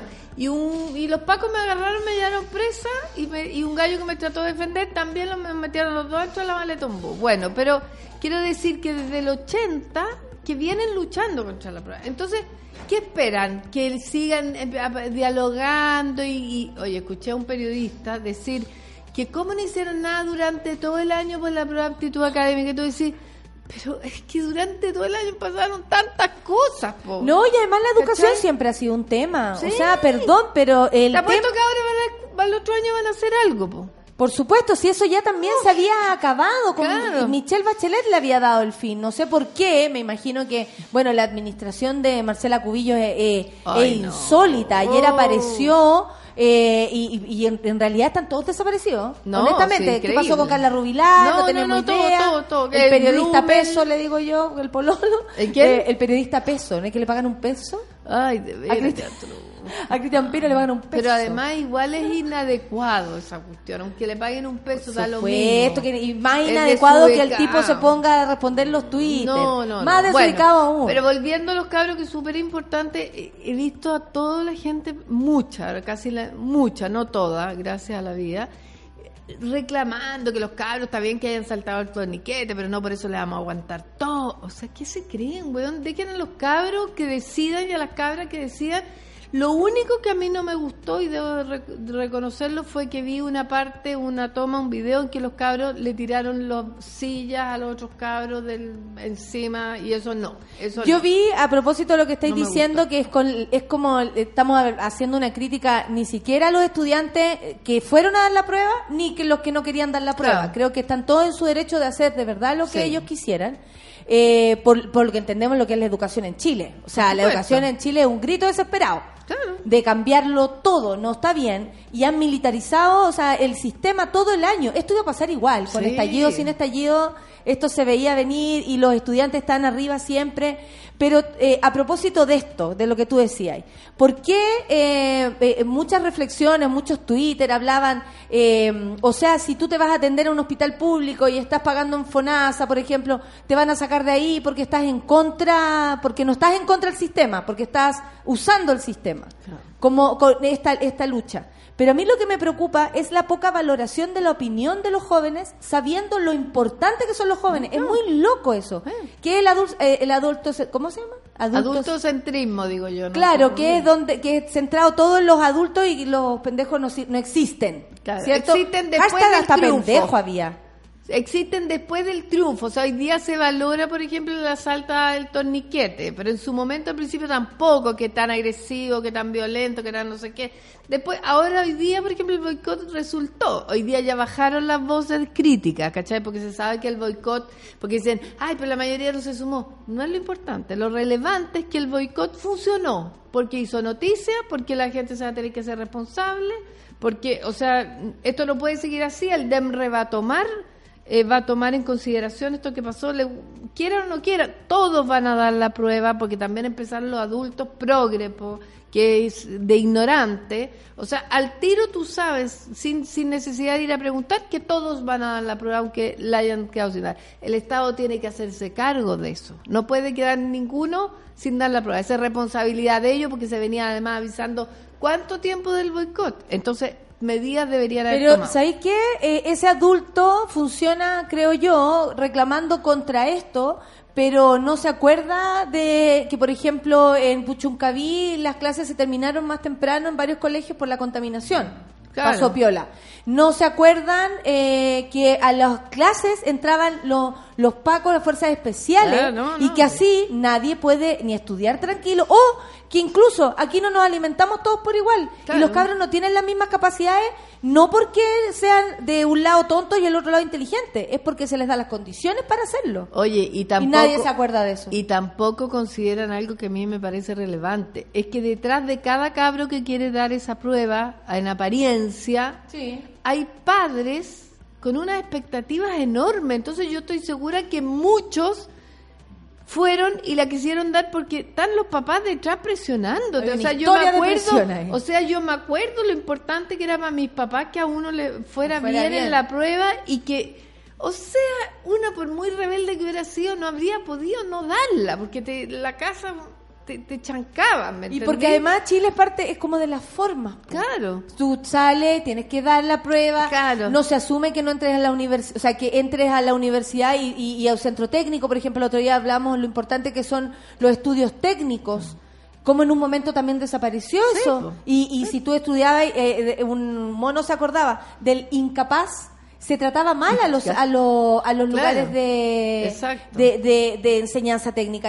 y los pacos me agarraron, me llevaron presa y un gallo que me trató de defender también me metieron los dos dentro de la maleta un bus. Bueno, pero quiero decir que desde el 80 que vienen luchando contra la prueba. Entonces, ¿qué esperan? Que sigan dialogando oye, escuché a un periodista decir que cómo no hicieron nada durante todo el año por la prueba de aptitud académica. Y tú decís, pero es que durante todo el año pasaron tantas cosas, po. No, y además la educación ¿Cachai? siempre ha sido un tema. Sí. O sea, perdón, pero el Te apuesto tema... que ahora el otro año van a hacer algo, po. Por supuesto, si eso ya también se había acabado. Claro. Michelle Bachelet le había dado el fin. No sé por qué. Me imagino que, bueno, la administración de Marcela Cubillos es Ay, no. insólita. Ayer Oh. apareció y en realidad están todos desaparecidos. No, honestamente. sí, ¿Qué increíble. pasó con Carla Rubilar? No, No tenemos todo, idea. todo. El El periodista Blumen. peso, le digo yo, el pololo. ¿El quién? El periodista peso, ¿no es que le pagan un peso? Ay, de A veras. Cristian, a Cristian Pino le pagan un peso. Pero además igual es inadecuado esa cuestión, aunque le paguen un peso da lo Supuesto, mismo. y más Es inadecuado que el desubicado. tipo se ponga a responder los tweets. No. Más desubicado aún. Pero volviendo a los cabros, que es súper importante, he visto a toda la gente, mucha, no toda, gracias a la vida, reclamando que los cabros está bien que hayan saltado el torniquete, pero no por eso le vamos a aguantar todo. O sea, ¿qué se creen, weón? Dejen a los cabros que decidan y a las cabras que decidan. Lo único que a mí no me gustó, y debo de reconocerlo, fue que vi una toma, un video en que los cabros le tiraron las sillas a los otros cabros encima, y eso no. Yo vi, a propósito de lo que estáis No me diciendo, que es como estamos haciendo una crítica ni siquiera a los estudiantes que fueron a dar la prueba, ni que los que no querían dar la prueba. Claro. Creo que están todos en su derecho de hacer de verdad lo que Sí. ellos quisieran. Por lo que entendemos lo que es la educación en Chile. O sea, la supuesto. educación en Chile es un grito desesperado. Claro. de cambiarlo todo, no está bien, y han militarizado, o sea, el sistema todo el año. Esto iba a pasar igual, con Sí. estallido, sin estallido, esto se veía venir y los estudiantes están arriba siempre. Pero a propósito de esto, de lo que tú decías, ¿por qué muchas reflexiones, muchos Twitter hablaban, o sea, si tú te vas a atender a un hospital público y estás pagando en FONASA, por ejemplo, te van a sacar de ahí porque estás en contra, porque no estás en contra del sistema, porque estás usando el sistema, como con esta lucha? Pero a mí lo que me preocupa es la poca valoración de la opinión de los jóvenes, sabiendo lo importante que son los jóvenes. Es muy loco eso. Que el adulto, ¿cómo se llama? Adultocentrismo, digo yo. ¿no? Claro, que es centrado todo en los adultos y los pendejos no existen. Claro, ¿cierto? existen después Hashtag del hasta triunfo. pendejo había. Existen después del triunfo. O sea, hoy día se valora, por ejemplo, la salta del torniquete, pero en su momento, al principio, tampoco, que tan agresivo, que tan violento, que tan no sé qué. Después, ahora, hoy día, por ejemplo, el boicot resultó. Hoy día ya bajaron las voces críticas, ¿cachai? Porque se sabe que el boicot, porque dicen, ay, pero la mayoría no se sumó. No es lo importante. Lo relevante es que el boicot funcionó, porque hizo noticia, porque la gente se va a tener que hacer responsable, porque, o sea, esto no puede seguir así. El DEMRE va a tomar en consideración esto que pasó, quiera o no quiera, todos van a dar la prueba, porque también empezaron los adultos progrepo, que es de ignorante, o sea, al tiro tú sabes, sin necesidad de ir a preguntar, que todos van a dar la prueba, aunque la hayan quedado sin dar. El Estado tiene que hacerse cargo de eso, no puede quedar ninguno sin dar la prueba, esa es responsabilidad de ellos, porque se venía además avisando cuánto tiempo del boicot, entonces medidas deberían haber Pero, tomado. ¿sabéis qué? Ese adulto funciona, creo yo, reclamando contra esto, pero no se acuerda de que, por ejemplo, en Puchuncaví las clases se terminaron más temprano en varios colegios por la contaminación. Claro. Pasó piola. No se acuerdan que a las clases entraban los pacos, las fuerzas especiales, Claro, y que así nadie puede ni estudiar tranquilo, o que incluso aquí no nos alimentamos todos por igual, Claro. y los cabros no tienen las mismas capacidades, no porque sean de un lado tontos y el otro lado inteligentes, es porque se les da las condiciones para hacerlo. Oye, y tampoco, nadie se acuerda de eso. Y tampoco consideran algo que a mí me parece relevante. Es que detrás de cada cabro que quiere dar esa prueba, en apariencia, Sí. hay padres con unas expectativas enormes. Entonces yo estoy segura que muchos fueron y la quisieron dar porque están los papás detrás presionándote. Hay O una sea, yo me historia de acuerdo, presión ahí. o sea, yo me acuerdo lo importante que era para mis papás que a uno le fuera bien bien. en la prueba y que, o sea, una por muy rebelde que hubiera sido, no habría podido no darla, porque la casa te chancaban, ¿me Y entendí? porque además Chile es como de las formas. Po. Claro. Tú sales, tienes que dar la prueba, Claro. no se asume que no entres a la universidad, o sea, que entres a la universidad y al centro técnico, por ejemplo, el otro día hablamos lo importante que son los estudios técnicos, como en un momento también desapareció Sí, eso, po. y si tú estudiabas, un mono se acordaba del incapaz, se trataba mal a los lugares de, Exacto. de enseñanza técnica,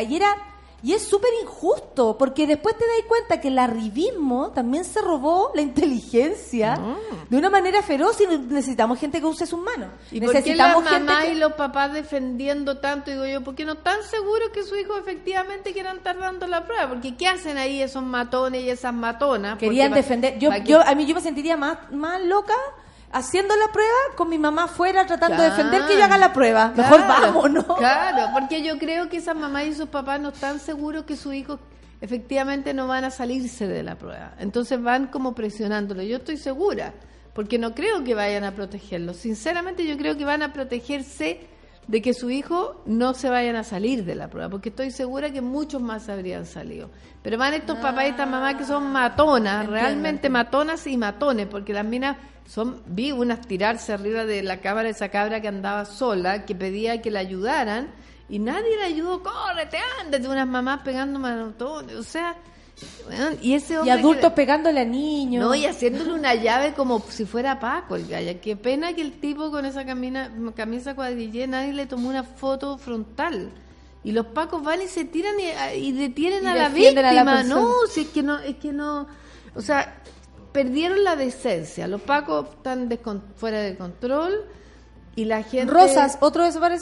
y es súper injusto, porque después te das cuenta que el arribismo también se robó la inteligencia de una manera feroz, y necesitamos gente que use sus manos. ¿Y por qué las Necesitamos mamás que... y los papás defendiendo tanto? Digo yo, ¿por qué no están seguros que su hijo efectivamente quieran estar dando la prueba? Porque ¿qué hacen ahí esos matones y esas matonas? Querían Porque defender. Yo me sentiría más loca haciendo la prueba con mi mamá afuera tratando de defender que yo haga la prueba. Mejor vamos, ¿no? Claro, porque yo creo que esas mamás y sus papás no están seguros que sus hijos efectivamente no van a salirse de la prueba. Entonces van como presionándolo. Yo estoy segura, porque no creo que vayan a protegerlo. Sinceramente yo creo que van a protegerse de que su hijo no se vayan a salir de la prueba, porque estoy segura que muchos más habrían salido. Pero van estos papás y estas mamás que son matonas, realmente matonas y matones, porque las minas vi unas tirarse arriba de la cámara de esa cabra que andaba sola, que pedía que la ayudaran, y nadie la ayudó. Córrete, ándate, unas mamás pegando matones, o sea, bueno, y ese Y hombre adultos que- pegándole a niños. no, y haciéndole una llave como si fuera Paco el gallo. Qué pena que el tipo con esa camisa cuadrillé, nadie le tomó una foto frontal. Y los Pacos van y se tiran y detienen Y a la defienden víctima. a la persona. No, si es que no. O sea, perdieron la decencia. Los Pacos están fuera de control y la gente... Rosas, otro desaparecido.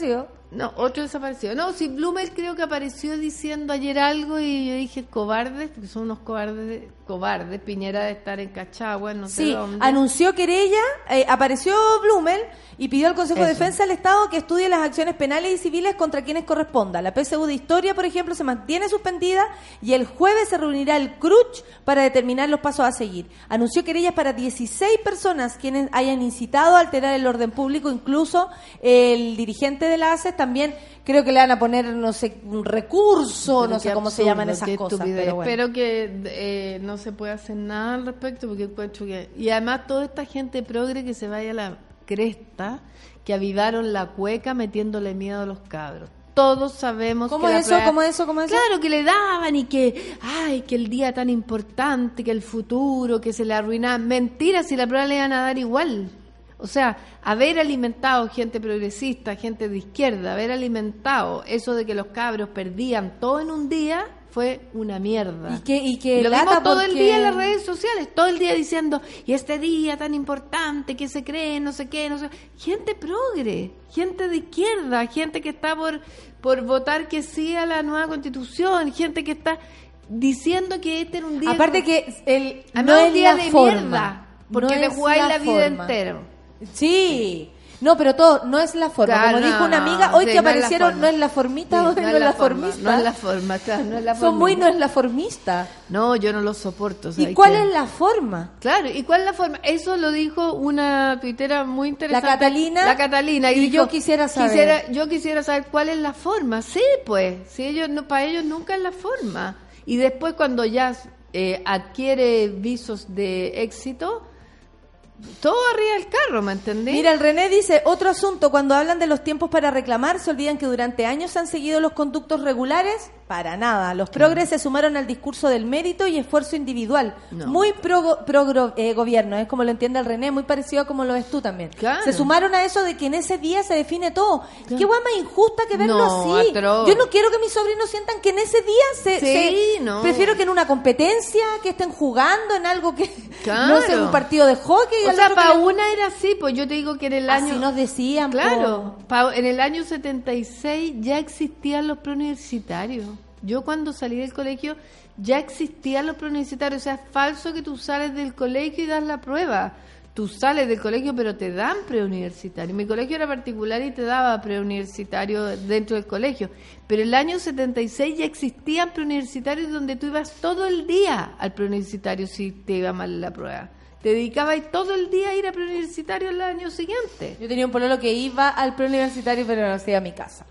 No, otro desapareció. No, si Blumel creo que apareció diciendo ayer algo y yo dije cobardes, porque son unos cobardes. Piñera de estar en Cachagua, no sé Sí, dónde. anunció querella, apareció Blumel y pidió al Consejo de Eso. Defensa del Estado que estudie las acciones penales y civiles contra quienes corresponda. La PSU de Historia, por ejemplo, se mantiene suspendida y el jueves se reunirá el CRUCH para determinar los pasos a seguir. Anunció querellas para 16 personas quienes hayan incitado a alterar el orden público, incluso el dirigente de la ACES también. Creo que le van a poner, no sé, un recurso, Pero no sé qué cómo se absurdo, llaman esas qué cosas. estupidez. Pero bueno. Espero que no se pueda hacer nada al respecto porque encuentro que... Y además toda esta gente progre que se vaya a la cresta, que avivaron la cueca metiéndole miedo a los cabros. Todos sabemos ¿Cómo que es eso? ¿Cómo es eso? ¿Cómo es eso? Claro, que le daban y que, ay, que el día tan importante, que el futuro, que se le arruinaba. Mentira, si la prueba le iban a dar igual. O sea, haber alimentado gente progresista, gente de izquierda, haber alimentado eso de que los cabros perdían todo en un día, fue una mierda. Y que lo lata vimos todo el porque- día en las redes sociales, todo el día diciendo, y este día tan importante, que se cree, no sé qué, no sé. Gente progre, gente de izquierda, gente que está por votar que sí a la nueva constitución, gente que está diciendo que este era un día... Aparte que Además, no es un día la de forma. mierda, porque No le es jugáis la vida forma. entera. Sí. No, pero todo, no es la forma. Claro, Como dijo no, una amiga, no, hoy sí, que no es la aparecieron, forma. no es la formita, Sí, hoy no es la forma, formista. no es la forma, claro, no es la Son forma. muy no es la formista. No, yo no lo soporto. ¿Y ¿sabes cuál qué? es la forma? Claro, ¿y cuál es la forma? Eso lo dijo una tuitera muy interesante. La Catalina. La Catalina. Y dijo, yo quisiera saber. Yo quisiera saber cuál es la forma. Sí, pues. Si ellos no, para ellos nunca es la forma. Y después cuando ya adquiere visos de éxito, todo arriba del carro, ¿me entendés? Mira, el René dice, otro asunto, cuando hablan de los tiempos para reclamar, se olvidan que durante años han seguido los conductos regulares. Para nada. Los progres se sumaron al discurso del mérito y esfuerzo individual. No. Muy gobierno, es como lo entiende el René, muy parecido a como lo ves tú también. Claro. Se sumaron a eso de que en ese día se define todo. Qué guay más injusta que verlo No, así. atroz. Yo no quiero que mis sobrinos sientan que en ese día Sí, no. Prefiero que en una competencia, que estén jugando en algo que Claro. no sé, un partido de hockey. y O al sea, otro para que- una era así, pues yo te digo que en el año... Así nos decían. Claro, po. en el año 76 ya existían los preuniversitarios. Yo cuando salí del colegio ya existían los preuniversitarios. O sea, es falso que tú sales del colegio y das la prueba. Tú sales del colegio pero te dan preuniversitario. Mi colegio era particular y te daba preuniversitario dentro del colegio. Pero en el año 76 ya existían preuniversitarios donde tú ibas todo el día al preuniversitario si te iba mal en la prueba. Te dedicabas todo el día a ir a preuniversitario el año siguiente. Yo tenía un pololo que iba al preuniversitario, pero no hacía a mi casa.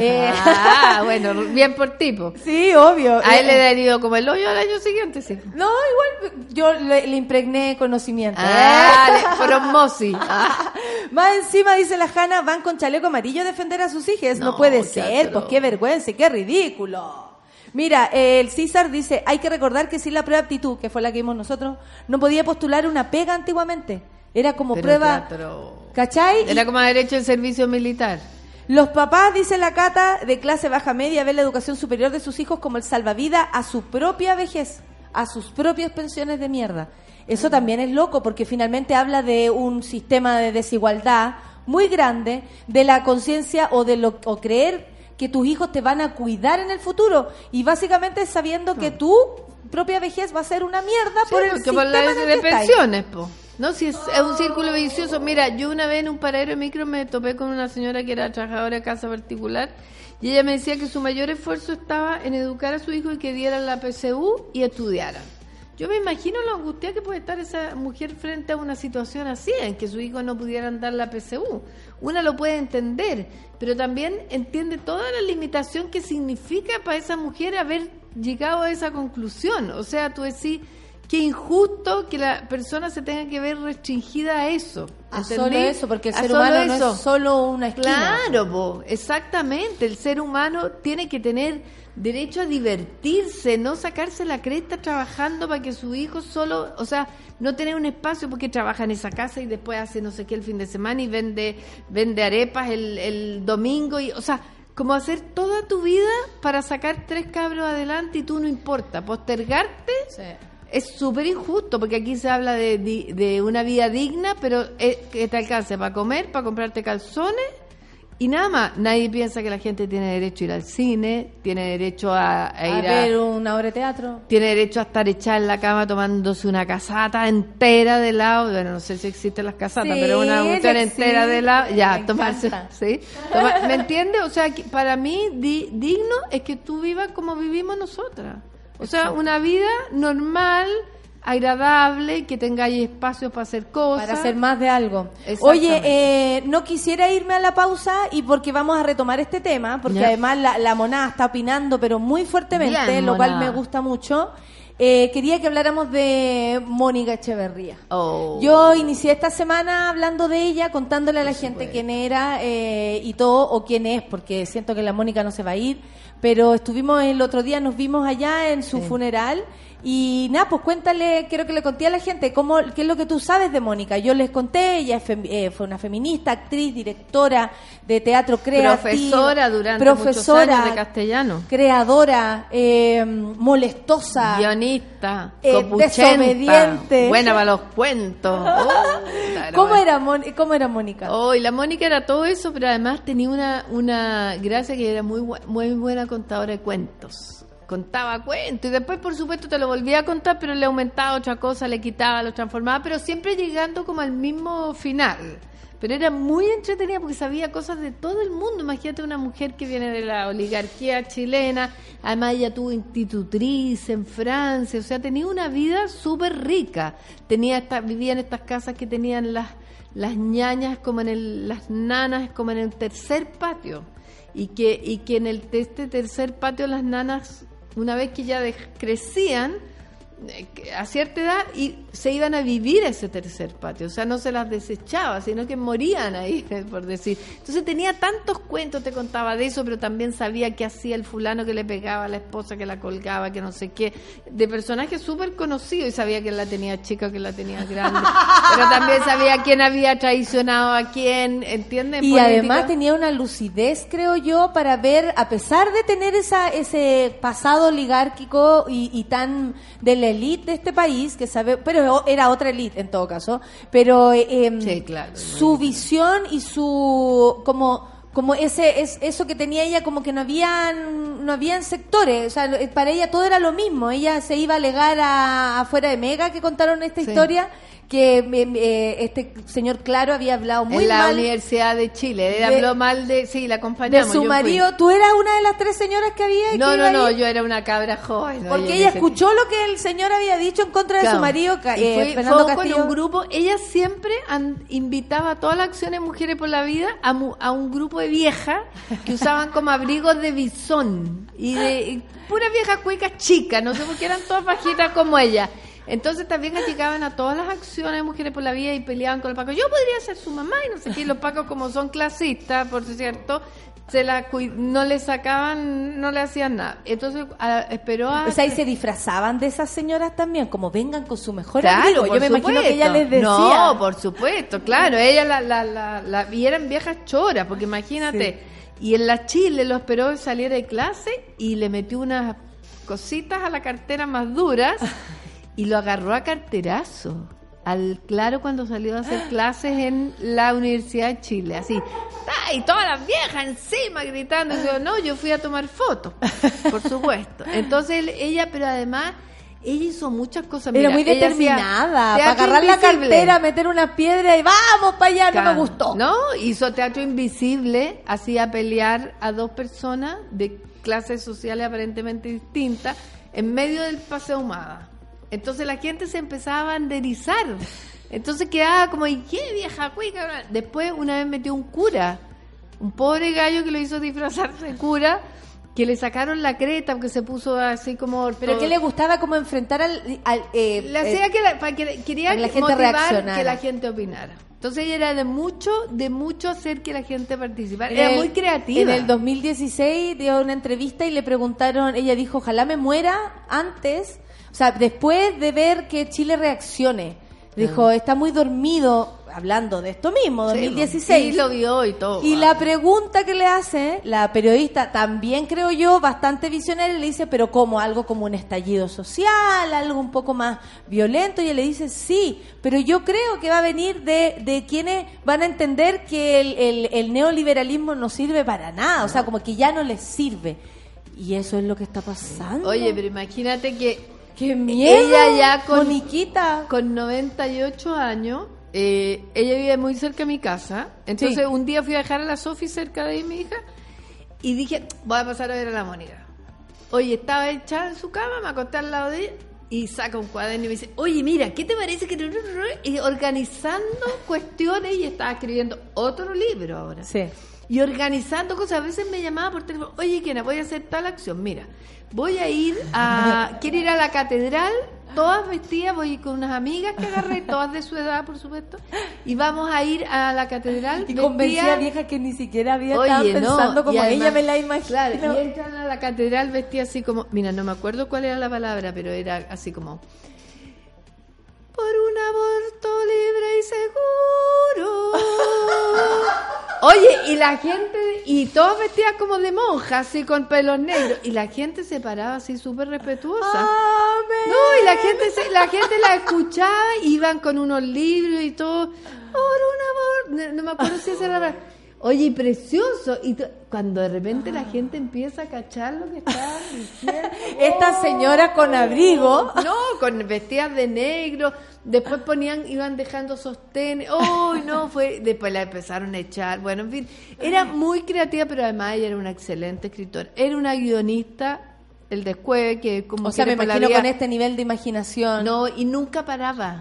Ah, bueno, bien por tipo. Sí, obvio. A él le ha ido como el hoyo al año siguiente, sí. No, igual yo le impregné conocimiento. Por osmosis. Ah. Más encima, dice la Jana, van con chaleco amarillo a defender a sus hijas. No, No, puede qué ser, atroz. pues qué vergüenza y qué ridículo. Mira, el César dice, hay que recordar que sin la prueba de aptitud, que fue la que vimos nosotros, no podía postular una pega antiguamente. Era como Pero prueba, teatro. ¿cachai? Era como derecho al servicio militar. Los papás, dice la Cata, de clase baja media, ven la educación superior de sus hijos como el salvavidas a su propia vejez, a sus propias pensiones de mierda. Eso también es loco, porque finalmente habla de un sistema de desigualdad muy grande, de la conciencia o creer que tus hijos te van a cuidar en el futuro, y básicamente sabiendo que tu propia vejez va a ser una mierda por el Porque sistema por la en ley el de que estáis. pensiones, po. No, si es un círculo vicioso. Mira, yo una vez en un paradero de micro me topé con una señora que era trabajadora de casa particular y ella me decía que su mayor esfuerzo estaba en educar a su hijo y que dieran la PSU y estudiaran. Yo me imagino la angustia que puede estar esa mujer frente a una situación así, en que sus hijos no pudieran dar la PSU. Una lo puede entender, pero también entiende toda la limitación que significa para esa mujer haber llegado a esa conclusión. O sea, tú decís, qué injusto que la persona se tenga que ver restringida a eso. A ¿entendés? solo eso, porque el A ser solo humano no eso. es solo una esquina. Claro, po, exactamente. El ser humano tiene que tener derecho a divertirse, no sacarse la cresta trabajando para que su hijo solo, o sea, no tener un espacio porque trabaja en esa casa y después hace no sé qué el fin de semana y vende arepas el domingo y, o sea, como hacer toda tu vida para sacar 3 cabros adelante y tú no importa, postergarte. Sí. Es súper injusto porque aquí se habla de una vida digna, pero que te alcance para comer, para comprarte calzones Y nada más, nadie piensa que la gente tiene derecho a ir al cine, tiene derecho a ir a ver una obra de teatro. Tiene derecho a estar echada en la cama tomándose una casata entera de helado. Bueno, no sé si existen las casatas, Sí, pero una cuestión sí, entera de helado. Ya, me tomarse, encanta. ¿sí? ¿Me entiendes? O sea, que para mí digno es que tú vivas como vivimos nosotras. O sea, una vida normal, agradable, que tengáis espacios para hacer cosas. Para hacer más de algo. Exactamente. Oye, no quisiera irme a la pausa y porque vamos a retomar este tema, porque Ya. además la monada está opinando, pero muy fuertemente, Bien, lo cual monada. me gusta mucho. Quería que habláramos de Mónica Echeverría. Oh. Yo inicié esta semana hablando de ella, contándole a la gente quién era y todo, o quién es, porque siento que la Mónica no se va a ir, pero estuvimos el otro día, nos vimos allá en su funeral. Y nada, pues cuéntale, quiero que le conté a la gente qué es lo que tú sabes de Mónica. Yo les conté, ella fue una feminista, actriz, directora de teatro creativo, Profesora durante muchos años de castellano. creadora, molestosa, Guionista, desobediente. buena para los cuentos. ¿Cómo era Mónica? Y la Mónica era todo eso, pero además tenía una gracia que era muy buena contadora de cuentos. Contaba cuentos y después, por supuesto, te lo volvía a contar, pero le aumentaba otra cosa, le quitaba, lo transformaba, pero siempre llegando como al mismo final. Pero era muy entretenida porque sabía cosas de todo el mundo. Imagínate una mujer que viene de la oligarquía chilena, además ella tuvo institutriz en Francia, o sea, tenía una vida súper rica. Vivía en estas casas que tenían las ñañas como las nanas como en el tercer patio. Y que en este tercer patio las nanas, una vez que ya crecían a cierta edad, y se iban a vivir a ese tercer patio, o sea, no se las desechaba, sino que morían ahí, por decir. Entonces tenía tantos cuentos, te contaba de eso, pero también sabía qué hacía el fulano que le pegaba a la esposa, que la colgaba, que no sé qué, de personajes súper conocidos, y sabía que la tenía chica, que la tenía grande, pero también sabía quién había traicionado a quién, ¿entienden? Y Política. además tenía una lucidez, creo yo, para ver, a pesar de tener ese pasado oligárquico y tan de la élite de este país, que sabe, pero era otra élite en todo caso, pero Sí, claro, su visión y su como eso que tenía ella, como que no habían sectores, o sea, para ella todo era lo mismo. Ella se iba a alegar afuera de Mega, que contaron esta Sí. historia, que este señor Claro había hablado muy en la mal Universidad de Chile, de- habló mal sí, la de acompañamos. su yo marido. fui. ¿Tú eras una de las 3 señoras que había? que No, iba no, ahí? yo era una cabra joven. ¿no? Porque Yo ella dije- escuchó lo que el señor había dicho en contra de Claro. su marido, Y Fernando fue Castillo. con un grupo. Ella siempre invitaba a todas las acciones Mujeres por la Vida a un grupo de viejas que usaban como abrigos de bisón y puras viejas cuecas chicas, no sé por qué eran todas bajitas como ella. Entonces estas viejas llegaban a todas las acciones de Mujeres por la Vida y peleaban con el Paco. Yo podría ser su mamá y no sé qué. Y los Pacos, como son clasistas, por cierto, no le sacaban, no le hacían nada. Entonces esperó a... O sea, y se disfrazaban de esas señoras también, como vengan con su mejor Claro, abrigo. por Yo me imagino que ella supuesto. les decía. No, por supuesto, claro. Ella y eran viejas choras, porque imagínate. Y en la Chile lo esperó que saliera de clase y le metió unas cositas a la cartera más duras y lo agarró a carterazo. Claro, cuando salió a hacer clases en la Universidad de Chile, así, y todas las viejas encima gritando, y yo, no, yo fui a tomar fotos, por supuesto. Entonces pero además, ella hizo muchas cosas. Era Mira, muy ella hacía determinada, para teatro agarrar la invisible. cartera, meter una piedra y vamos para allá, no me gustó. ¿No? Hizo teatro invisible, hacía pelear a 2 personas de clases sociales aparentemente distintas en medio del Paseo Humada. Entonces la gente se empezaba a banderizar. Entonces quedaba como, ¿y qué vieja cuica? Después una vez metió un cura, un pobre gallo que lo hizo disfrazarse de cura, que le sacaron la creta porque se puso así como... Pero que le gustaba como enfrentar le hacía quería para que la gente motivar reaccionara. que la gente opinara. Entonces ella era de mucho hacer que la gente participara. Era muy creativa. En el 2016 dio una entrevista y le preguntaron, ella dijo, ojalá me muera antes, o sea, después de ver que Chile reaccione. Dijo, está muy dormido, hablando de esto mismo, Sí, 2016. sí, lo vio y todo. Y la pregunta que le hace la periodista, también creo yo, bastante visionaria, le dice, pero ¿cómo? ¿Algo como un estallido social? ¿Algo un poco más violento? Y ella le dice, sí, pero yo creo que va a venir de quienes van a entender que el neoliberalismo no sirve para nada, o sea, como que ya no les sirve. Y eso es lo que está pasando. Oye, pero imagínate que ¡qué miedo! ella ya Moniquita. con 98 años, ella vive muy cerca de mi casa. Entonces, Sí. un día fui a dejar a la Sofi cerca de mi hija y dije, voy a pasar a ver a la Mónica. Oye, estaba echada en su cama, me acosté al lado de ella y saca un cuaderno y me dice, oye, mira, ¿qué te parece que...? Y organizando cuestiones y estaba escribiendo otro libro ahora. Sí. Y organizando cosas. A veces me llamaba por teléfono, oye, Kena, voy a hacer tal acción. Mira, voy a ir a... quiero ir a la catedral, todas vestidas, voy con unas amigas que agarré, todas de su edad, por supuesto, y vamos a ir a la catedral. Y convencía a vestidas- vieja que ni siquiera había Oye, estado pensando no, como y además- ella me la imagino. Claro, y entran a la catedral vestida así como, mira, no me acuerdo cuál era la palabra, pero era así como, por un aborto libre y seguro. Oye, y la gente, y todas vestidas como de monjas, así con pelos negros, y la gente se paraba así súper respetuosa. Amén. No, y la gente la escuchaba, iban con unos libros y todo, por un amor, no me acuerdo si esa era la... Oye, y precioso, y cuando de repente la gente empieza a cachar lo que estaban diciendo. Esta señora con abrigo. No, con vestidas de negro, después iban dejando sostenes, no, después la empezaron a echar, bueno, en fin, era muy creativa, pero además ella era una excelente escritora, era una guionista, el descueve, que como O sea, me quiere por la imagino vida- con este nivel de imaginación. No, y nunca paraba.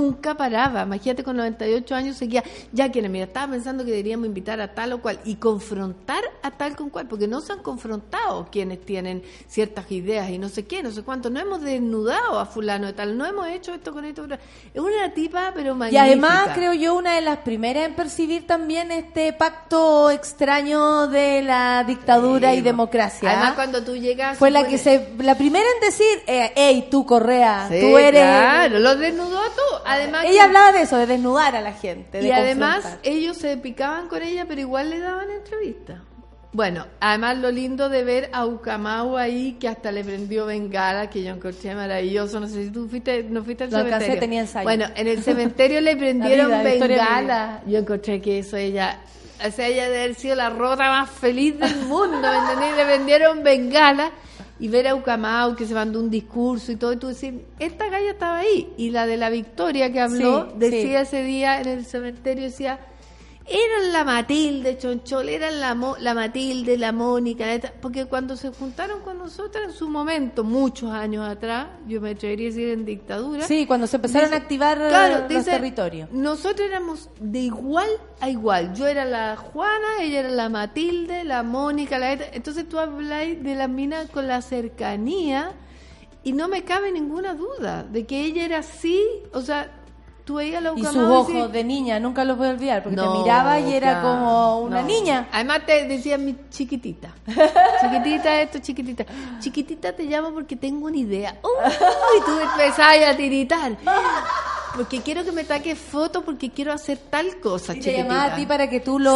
Imagínate, con 98 años seguía, ya que mira, estaba pensando que deberíamos invitar a tal o cual y confrontar a tal con cual, porque no se han confrontado quienes tienen ciertas ideas y no sé qué, no sé cuánto. No hemos desnudado a fulano de tal, no hemos hecho esto con esto. Es una tipa, pero Y magnífica. además, creo yo, una de las primeras en percibir también este pacto extraño de la dictadura y democracia. Además, cuando tú llegas... Fue la primera en decir, hey, tú Correa, Sí, tú eres... claro, lo desnudó a todos. Además Ella hablaba de eso, de desnudar a la gente. Y de además confrontar. ellos se picaban con ella, pero igual le daban entrevistas. Bueno, además lo lindo de ver a Ucamau ahí, que hasta le prendió bengala, que yo encontré maravilloso. No sé si tú no fuiste al Lo cementerio. alcancé, tenía ensayo. Bueno, en el cementerio le prendieron La historia de mi bengala. Yo encontré que eso ella... O sea, ella debe haber sido la rota más feliz del mundo, ¿me entendés? Le prendieron bengala. Y ver a Ucamau que se mandó un discurso y todo, y tú decís, esta galla estaba ahí. Y la de la Victoria que habló, Sí, decía ese día en el cementerio, decía, eran la Matilde Chonchol, eran la Matilde, la Mónica, porque cuando se juntaron con nosotras en su momento, muchos años atrás, yo me atrevería a decir en dictadura. Sí, cuando se empezaron dice- a activar claro, los dice, territorios. Nosotros éramos de igual a igual. Yo era la Juana, ella era la Matilde, la Mónica, entonces tú habláis de la mina con la cercanía y no me cabe ninguna duda de que ella era así, o sea, tú veías a la Y Ucamau sus y ojos decís, de niña, nunca los voy a olvidar, porque no, te miraba y era claro, como una no. niña. Además te decía mi chiquitita. Chiquitita esto, chiquitita. Chiquitita te llamo porque tengo una idea. Y tú empezabas a tiritar. Porque quiero que me saques fotos porque quiero hacer tal cosa, Y te chiquitita. llamaba a ti para que tú lo,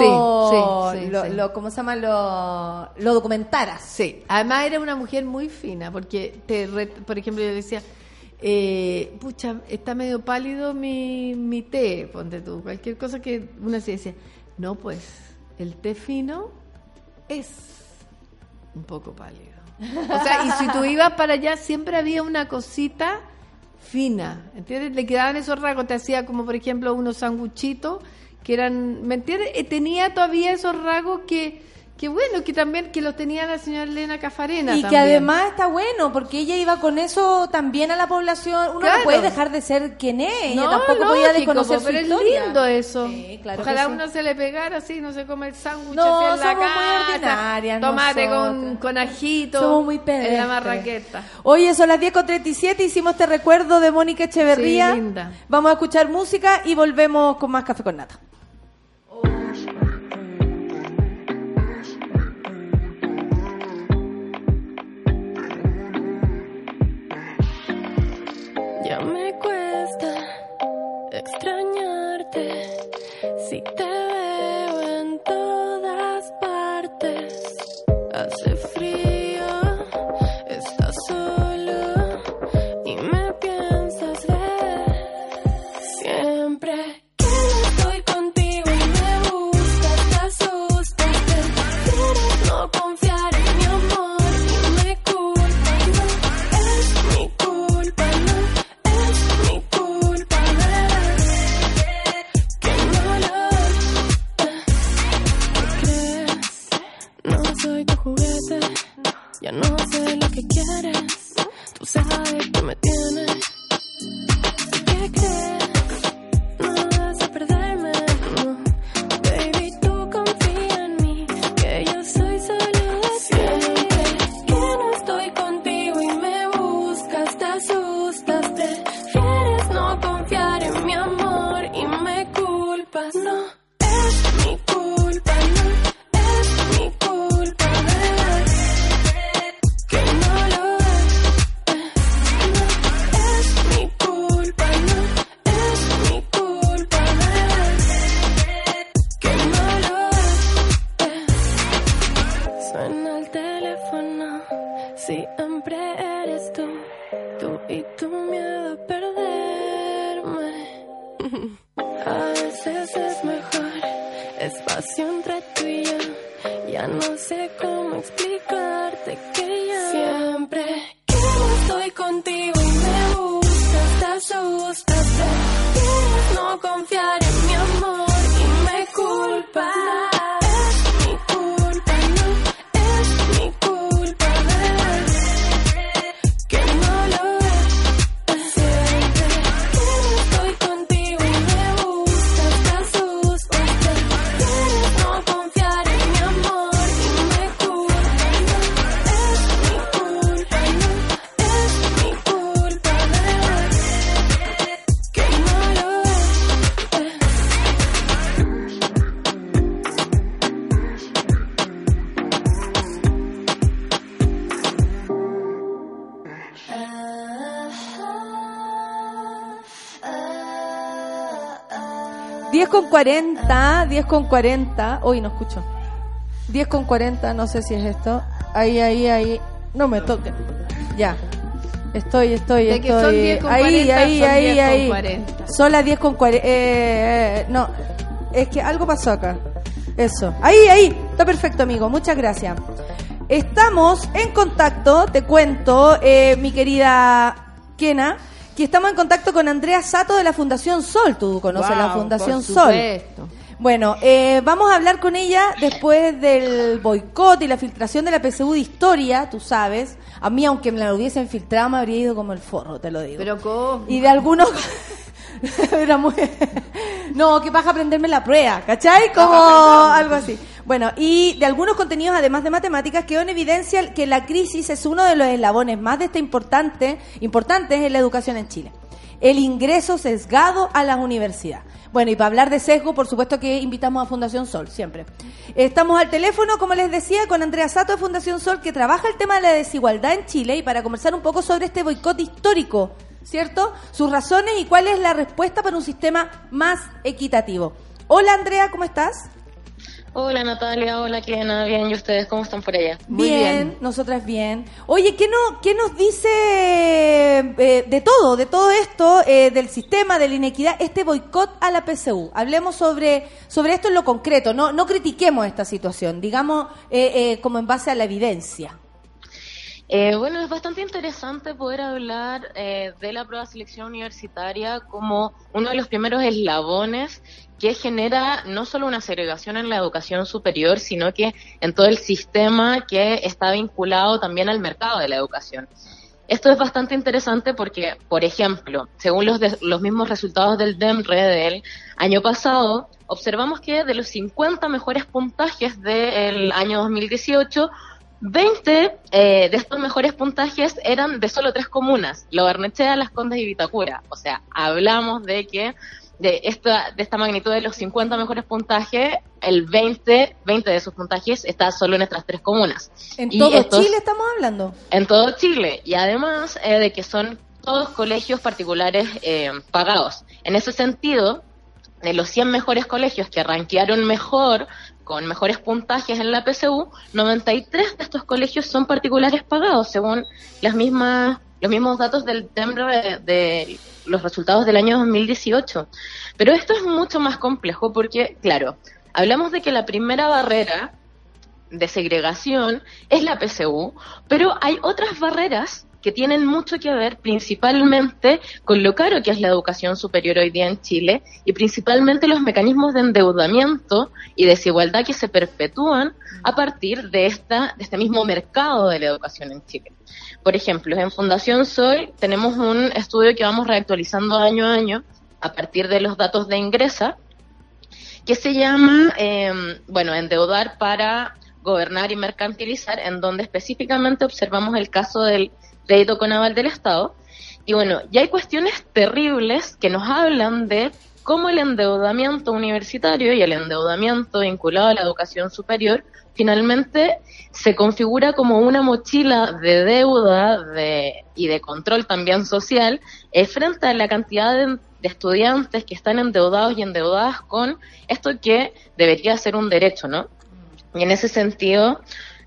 Sí. ¿cómo se llama? Lo documentaras. Sí, además era una mujer muy fina, porque, por ejemplo, yo le decía, pucha, está medio pálido mi té, ponte tú, cualquier cosa que una se decía, no, pues, el té fino es un poco pálido. O sea, y si tú ibas para allá, siempre había una cosita fina, ¿entiendes? Le quedaban esos rasgos, te hacía como, por ejemplo, unos sanguchitos que eran, ¿me entiendes? Tenía todavía esos rasgos que bueno, que también que los tenía la señora Elena Cafarena Y también. que además está bueno, porque ella iba con eso también a la población. Uno Claro. no puede dejar de ser quien es, ella No, tampoco lógico, podía desconocer su pero historia. es lindo eso. Sí, claro Ojalá que sí. uno se le pegara así, no se come el sándwich No, así en la somos muy casa, ordinarias tomate nosotras. con ajito, Somos muy en pedestres. la marraqueta. Oye, son las 10:37, hicimos este recuerdo de Mónica Echeverría. Sí, linda. Vamos a escuchar música y volvemos con más Café con Nata. Ya me cuesta extrañarte. hace frío, estás solo y me piensas ver. Siempre que no estoy contigo y me buscas, te asustas, prefieres no confiar en mi amor y me culpas. No es mi culpa, no es mi culpa, que no lo crees. No soy tu juguete, ya no sé lo que quieres. Tú sabes que me tienes. ¿Qué crees? No vas a perderme, no. Baby, tú confía en mí, que yo soy solo de ti. Siempre que no estoy contigo y me buscas, te asustas, prefieres no confiar en mi amor y me culpas. No es mi culpa, no es mi culpa, ¿verdad? Que no lo es. No es mi culpa, no es mi culpa, ¿verdad? Que no lo es. Suena el teléfono, siempre eres tú y tu miedo a perderme. A veces es mejor espacio entre tú y yo. Ya no sé cómo explicarte que yo siempre que no estoy contigo y me buscas, te asustas, prefieres no confiar en mi amor y me culpas. Es mi culpa, no es mi culpa, ¿verdad? Que no lo es. Siempre que no estoy contigo y me buscas, te asustas, prefieres no confiar en mi amor y me culpas. Es mi culpa, no es mi culpa, ¿verdad? Que no lo es. Diez con 40. Uy, no escucho. 10:40, no sé si es esto. Ahí. No me toquen. Ya. Estoy. De que son 10:40, Ahí. son 10:40. Son las 10:40. No, es que algo pasó acá. Eso. Ahí. Está perfecto, amigo. Muchas gracias. Estamos en contacto, te cuento, mi querida Kena, que estamos en contacto con Andrea Sato de la Fundación Sol. Tú conoces la Fundación por Sol. supuesto. Bueno, vamos a hablar con ella después del boicot y la filtración de la PSU de historia, tú sabes. A mí, aunque me la hubiesen filtrado, me habría ido como el forro, te lo digo. Pero ¿cómo? Y de algunos... Era muy... No, que paja aprenderme la prueba, ¿cachai? Como algo así. Bueno, y de algunos contenidos, además de matemáticas, quedó en evidencia que la crisis es uno de los eslabones más importantes en la educación en Chile. El ingreso sesgado a las universidades. Bueno, y para hablar de sesgo, por supuesto que invitamos a Fundación Sol, siempre. Estamos al teléfono, como les decía, con Andrea Sato de Fundación Sol, que trabaja el tema de la desigualdad en Chile, y para conversar un poco sobre este boicot histórico, ¿cierto? Sus razones y cuál es la respuesta para un sistema más equitativo. Hola, Andrea, ¿cómo estás? Hola Natalia, hola Kena, bien, ¿y ustedes cómo están por allá? Muy bien, nosotras bien. Oye, ¿qué nos dice de todo esto, del sistema, de la inequidad, este boicot a la PSU? Hablemos sobre esto en lo concreto, no critiquemos esta situación, digamos como en base a la evidencia. Bueno, es bastante interesante poder hablar de la prueba de selección universitaria como uno de los primeros eslabones que genera no solo una segregación en la educación superior, sino que en todo el sistema que está vinculado también al mercado de la educación. Esto es bastante interesante porque, por ejemplo, según los mismos resultados del DEMRE del año pasado, observamos que de los 50 mejores puntajes del año 2018, 20 de estos mejores puntajes eran de solo 3 comunas: Lo Barnechea, Las Condes y Vitacura. O sea, hablamos de que de esta magnitud de los 50 mejores puntajes, el 20 de esos puntajes está solo en estas 3 comunas. ¿En todo Chile estamos hablando? En todo Chile, y además de que son todos colegios particulares pagados. En ese sentido, de los 100 mejores colegios que rankearon mejor con mejores puntajes en la PSU, 93 de estos colegios son particulares pagados, según los mismos datos del TEMRE de los resultados del año 2018. Pero esto es mucho más complejo porque, claro, hablamos de que la primera barrera de segregación es la PSU, pero hay otras barreras que tienen mucho que ver principalmente con lo caro que es la educación superior hoy día en Chile y principalmente los mecanismos de endeudamiento y desigualdad que se perpetúan a partir de este mismo mercado de la educación en Chile. Por ejemplo, en Fundación Soy tenemos un estudio que vamos reactualizando año a año a partir de los datos de Ingresa, que se llama, Endeudar para gobernar y mercantilizar, en donde específicamente observamos el caso del crédito con aval del Estado. Y bueno, ya hay cuestiones terribles que nos hablan de cómo el endeudamiento universitario y el endeudamiento vinculado a la educación superior finalmente se configura como una mochila de deuda y de control también social frente a la cantidad de estudiantes que están endeudados y endeudadas con esto que debería ser un derecho, ¿no? Y en ese sentido,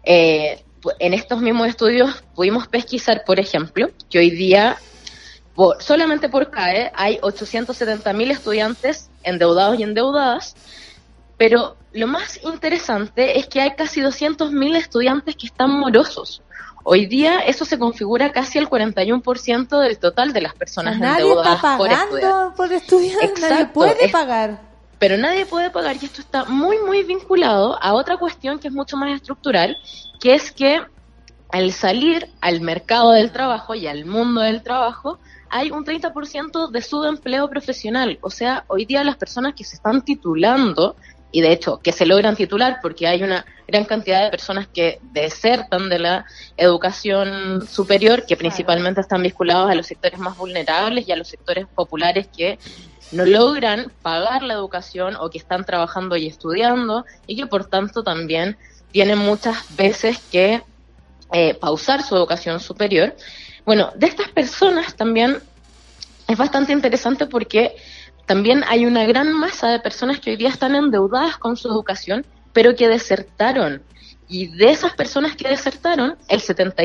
en estos mismos estudios pudimos pesquisar, por ejemplo, que hoy día, solamente por CAE, hay 870.000 estudiantes endeudados y endeudadas, pero lo más interesante es que hay casi 200.000 estudiantes que están morosos. Hoy día eso se configura casi al 41% del total de las personas endeudadas por estudiar. Nadie está pagando por estudiar, nadie puede pagar. Pero nadie puede pagar, y esto está muy, muy vinculado a otra cuestión que es mucho más estructural, que es que al salir al mercado del trabajo y al mundo del trabajo, hay un 30% de subempleo profesional. O sea, hoy día las personas que se están titulando, y de hecho que se logran titular porque hay una gran cantidad de personas que desertan de la educación superior, que principalmente están vinculados a los sectores más vulnerables y a los sectores populares que no logran pagar la educación o que están trabajando y estudiando y que por tanto también tienen muchas veces que pausar su educación superior. Bueno, de estas personas también es bastante interesante porque también hay una gran masa de personas que hoy día están endeudadas con su educación, pero que desertaron. Y de esas personas que desertaron, el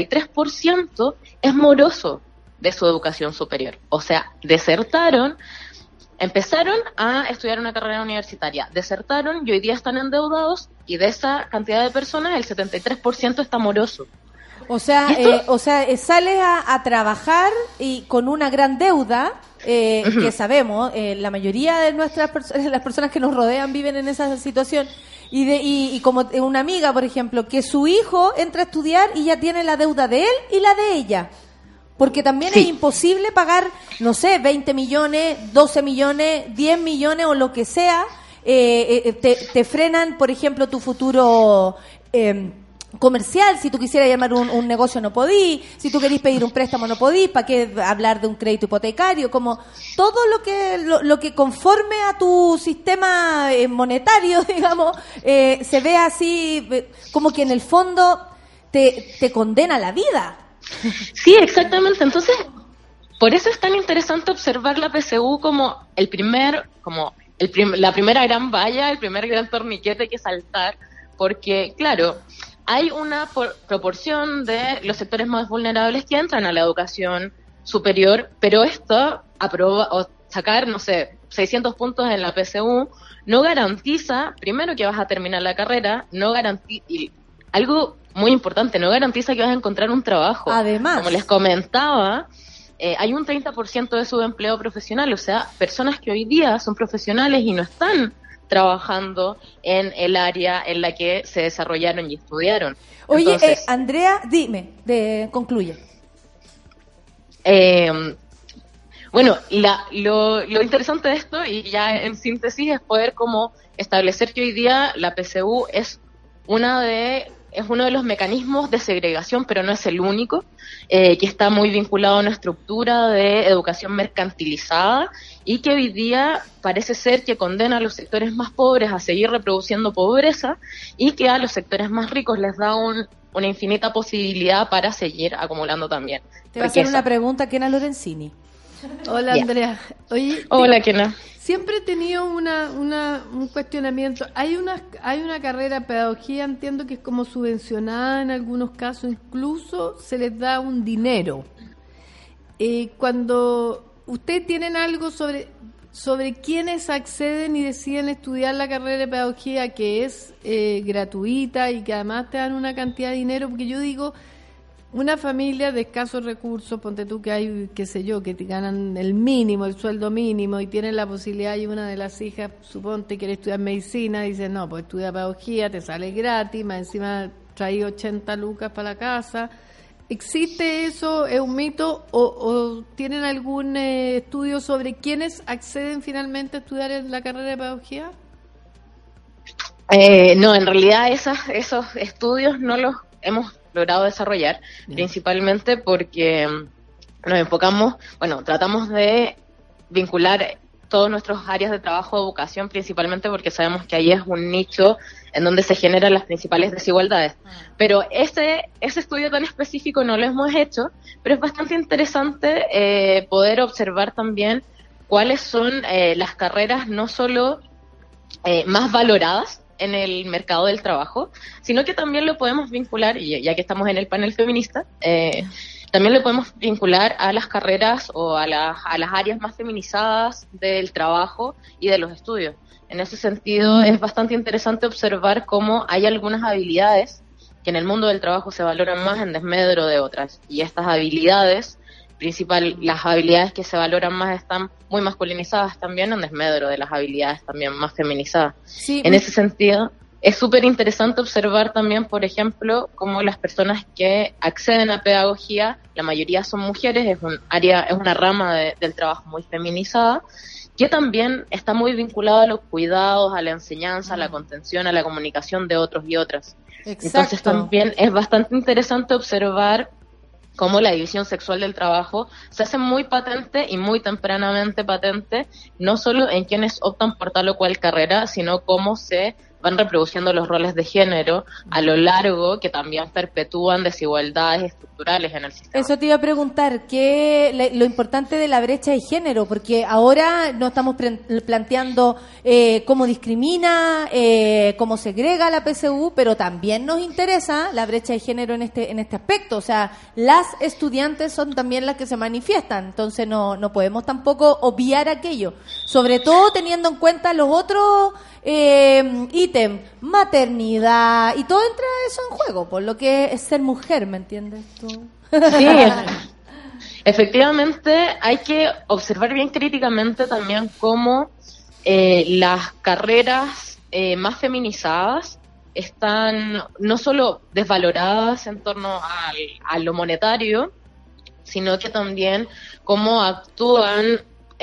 73% es moroso de su educación superior. O sea, desertaron, empezaron a estudiar una carrera universitaria, desertaron y hoy día están endeudados, y de esa cantidad de personas el 73% está moroso. O sea, sales a trabajar y con una gran deuda, que sabemos, la mayoría de las personas que nos rodean viven en esa situación, y como una amiga, por ejemplo, que su hijo entra a estudiar y ya tiene la deuda de él y la de ella. Porque también es imposible pagar, no sé, 20 millones, 12 millones, 10 millones o lo que sea. Te frenan, por ejemplo, tu futuro comercial. Si tú quisieras llamar un negocio no podís, si tú querís pedir un préstamo no podís, ¿para qué hablar de un crédito hipotecario? Como todo lo que conforme a tu sistema monetario, digamos, se ve así, como que en el fondo te condena la vida. Sí, exactamente. Entonces, por eso es tan interesante observar la PSU como la primera gran valla, el primer gran torniquete que saltar, porque, claro, hay una proporción de los sectores más vulnerables que entran a la educación superior, pero esto, sacar, no sé, 600 puntos en la PSU, no garantiza, primero, que vas a terminar la carrera, y algo muy importante, no garantiza que vas a encontrar un trabajo. Además, como les comentaba, hay un 30% de subempleo profesional, o sea, personas que hoy día son profesionales y no están trabajando en el área en la que se desarrollaron y estudiaron. Oye, Entonces, Andrea, dime, concluye. Bueno, lo interesante de esto, y ya en síntesis, es poder como establecer que hoy día la PSU es uno de los mecanismos de segregación, pero no es el único, que está muy vinculado a una estructura de educación mercantilizada y que hoy día parece ser que condena a los sectores más pobres a seguir reproduciendo pobreza y que a los sectores más ricos les da una infinita posibilidad para seguir acumulando también. Te voy a hacer una pregunta, Kena Lorenzini. Hola, Ya. Andrea. Oye, Hola, Kena. siempre he tenido un cuestionamiento. Hay una carrera de pedagogía, entiendo que es como subvencionada en algunos casos, incluso se les da un dinero. Cuando ustedes tienen algo sobre quienes acceden y deciden estudiar la carrera de pedagogía, que es gratuita y que además te dan una cantidad de dinero, porque yo digo, una familia de escasos recursos, ponte tú que hay, qué sé yo, que te ganan el mínimo, el sueldo mínimo, y tienen la posibilidad, y una de las hijas, suponte, quiere estudiar medicina, dice, no, pues estudia pedagogía, te sale gratis, más encima traí 80 lucas para la casa. ¿Existe eso? ¿Es un mito? ¿O tienen algún estudio sobre quiénes acceden finalmente a estudiar en la carrera de pedagogía? No, en realidad esos estudios no los hemos logrado desarrollar, principalmente porque nos enfocamos, tratamos de vincular todas nuestras áreas de trabajo de educación, principalmente porque sabemos que ahí es un nicho en donde se generan las principales desigualdades. Pero ese estudio tan específico no lo hemos hecho, pero es bastante interesante poder observar también cuáles son las carreras no solo más valoradas en el mercado del trabajo, sino que también lo podemos vincular, y ya que estamos en el panel feminista, también lo podemos vincular a las carreras o a las áreas más feminizadas del trabajo y de los estudios. En ese sentido, es bastante interesante observar cómo hay algunas habilidades que en el mundo del trabajo se valoran más en desmedro de otras, y estas habilidades las habilidades que se valoran más están muy masculinizadas también en desmedro de las habilidades también más feminizadas. Sí, en ese sentido, es súper interesante observar también, por ejemplo, cómo las personas que acceden a pedagogía, la mayoría son mujeres, es una rama del trabajo muy feminizada, que también está muy vinculada a los cuidados, a la enseñanza, a la contención, a la comunicación de otros y otras. Exacto. Entonces también es bastante interesante observar cómo la división sexual del trabajo se hace muy patente y muy tempranamente patente, no solo en quienes optan por tal o cual carrera, sino cómo se van reproduciendo los roles de género a lo largo, que también perpetúan desigualdades estructurales en el sistema. Eso te iba a preguntar, lo importante de la brecha de género, porque ahora no estamos planteando cómo discrimina, cómo segrega la PSU, pero también nos interesa la brecha de género en este aspecto. O sea, las estudiantes son también las que se manifiestan, entonces no podemos tampoco obviar aquello, sobre todo teniendo en cuenta los otros ítem, maternidad, y todo entra eso en juego, por lo que es ser mujer, ¿me entiendes tú? Sí, efectivamente hay que observar bien críticamente también cómo las carreras más feminizadas están no solo desvaloradas en torno a lo monetario, sino que también cómo actúan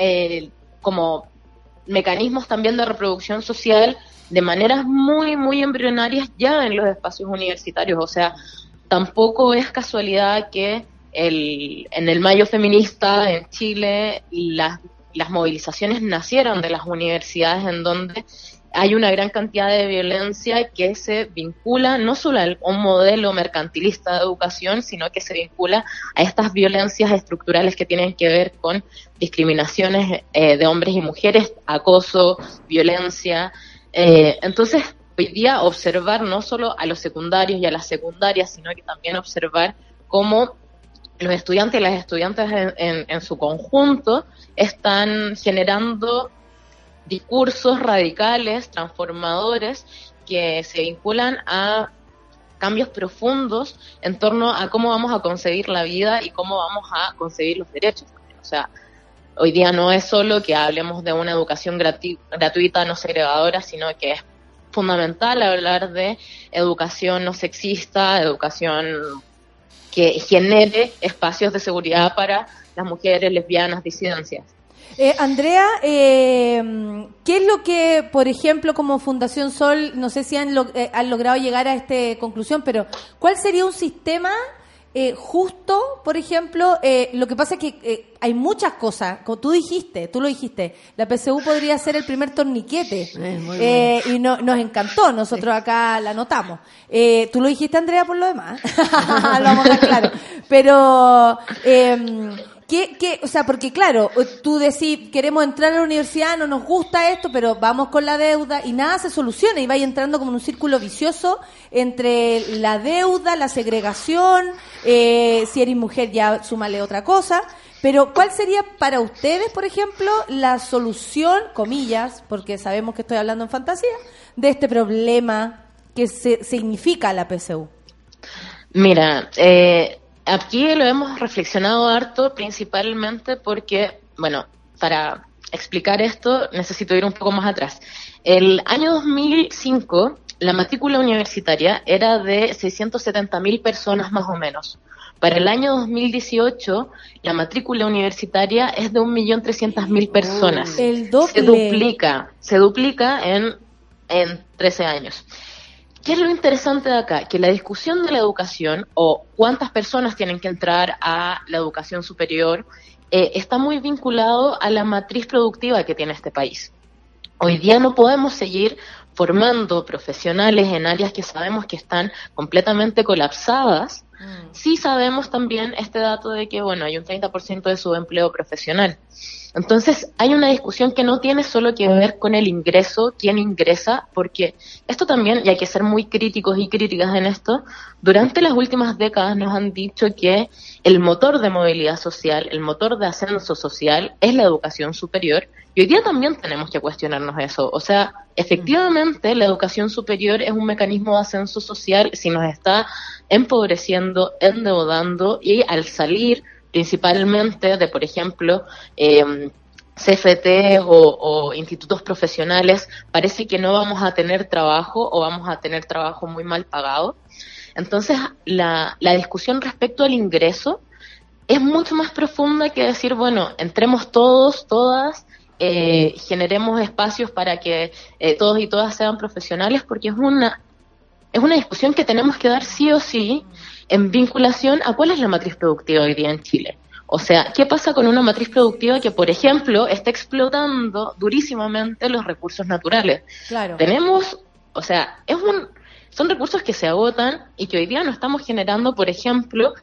como mecanismos también de reproducción social de maneras muy, muy embrionarias ya en los espacios universitarios. O sea, tampoco es casualidad que en el Mayo Feminista en Chile las movilizaciones nacieron de las universidades, en donde hay una gran cantidad de violencia que se vincula no solo a un modelo mercantilista de educación, sino que se vincula a estas violencias estructurales que tienen que ver con discriminaciones de hombres y mujeres, acoso, violencia. Entonces, hoy día observar no solo a los secundarios y a las secundarias, sino que también observar cómo los estudiantes y las estudiantes en su conjunto están generando discursos radicales, transformadores, que se vinculan a cambios profundos en torno a cómo vamos a concebir la vida y cómo vamos a concebir los derechos. O sea, hoy día no es solo que hablemos de una educación gratuita, no segregadora, sino que es fundamental hablar de educación no sexista, educación que genere espacios de seguridad para las mujeres, lesbianas, disidencias. Andrea, ¿qué es lo que, por ejemplo, como Fundación Sol, no sé si han logrado llegar a esta conclusión, pero ¿cuál sería un sistema justo, por ejemplo? Lo que pasa es que hay muchas cosas, como tú lo dijiste, la PSU podría ser el primer torniquete, y nos encantó, nosotros acá la notamos. Tú lo dijiste, Andrea, por lo demás, lo vamos a dejar claro. Pero O sea, porque claro, tú decís, queremos entrar a la universidad, no nos gusta esto, pero vamos con la deuda y nada se soluciona y vais entrando como en un círculo vicioso entre la deuda, la segregación, si eres mujer ya súmale otra cosa. Pero ¿cuál sería para ustedes, por ejemplo, la solución, comillas, porque sabemos que estoy hablando en fantasía, de este problema que significa la PSU? Mira, aquí lo hemos reflexionado harto, principalmente porque, bueno, para explicar esto necesito ir un poco más atrás. El año 2005, la matrícula universitaria era de 670.000 personas más o menos. Para el año 2018, la matrícula universitaria es de 1.300.000 personas. El doble. Se duplica en 13 años. ¿Qué es lo interesante de acá? Que la discusión de la educación o cuántas personas tienen que entrar a la educación superior está muy vinculado a la matriz productiva que tiene este país. Hoy día no podemos seguir formando profesionales en áreas que sabemos que están completamente colapsadas. Sí sabemos también este dato de que, bueno, hay un 30% de subempleo profesional. Entonces, hay una discusión que no tiene solo que ver con el ingreso, quién ingresa, porque esto también, y hay que ser muy críticos y críticas en esto, durante las últimas décadas nos han dicho que el motor de movilidad social, el motor de ascenso social es la educación superior, y hoy día también tenemos que cuestionarnos eso. O sea, efectivamente, la educación superior es un mecanismo de ascenso social si nos está empobreciendo, endeudando, y al salir principalmente de, por ejemplo, CFT o institutos profesionales, parece que no vamos a tener trabajo o vamos a tener trabajo muy mal pagado. Entonces, la discusión respecto al ingreso es mucho más profunda que decir, bueno, entremos todos, todas, generemos espacios para que todos y todas sean profesionales, porque es una discusión que tenemos que dar sí o sí en vinculación a cuál es la matriz productiva hoy día en Chile. O sea, ¿qué pasa con una matriz productiva que, por ejemplo, está explotando durísimamente los recursos naturales? Claro. Tenemos, o sea, son recursos que se agotan y que hoy día no estamos generando, por ejemplo,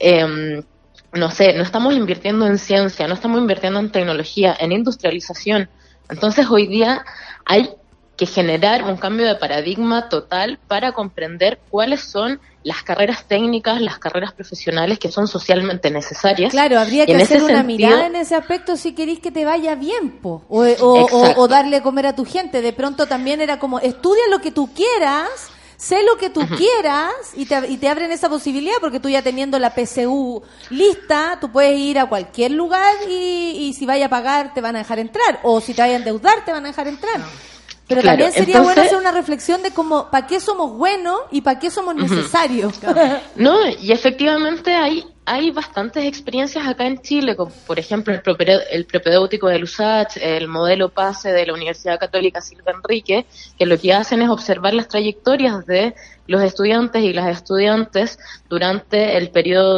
no estamos invirtiendo en ciencia, no estamos invirtiendo en tecnología, en industrialización. Entonces, hoy día hay que generar un cambio de paradigma total para comprender cuáles son las carreras técnicas, las carreras profesionales que son socialmente necesarias. Claro, habría que hacer una mirada en ese aspecto si querís que te vaya bien, o darle a comer a tu gente. De pronto también era como, estudia lo que tú quieras, sé lo que tú quieras, y te abren esa posibilidad, porque tú ya teniendo la PSU lista, tú puedes ir a cualquier lugar y si vaya a pagar te van a dejar entrar, o si te vaya a endeudar te van a dejar entrar. Pero claro, también sería bueno hacer una reflexión de cómo, ¿para qué somos buenos y para qué somos necesarios? No, y efectivamente hay bastantes experiencias acá en Chile, como por ejemplo el propedéutico del USACH, el modelo PASE de la Universidad Católica Silva Enrique, que lo que hacen es observar las trayectorias de los estudiantes y las estudiantes durante el periodo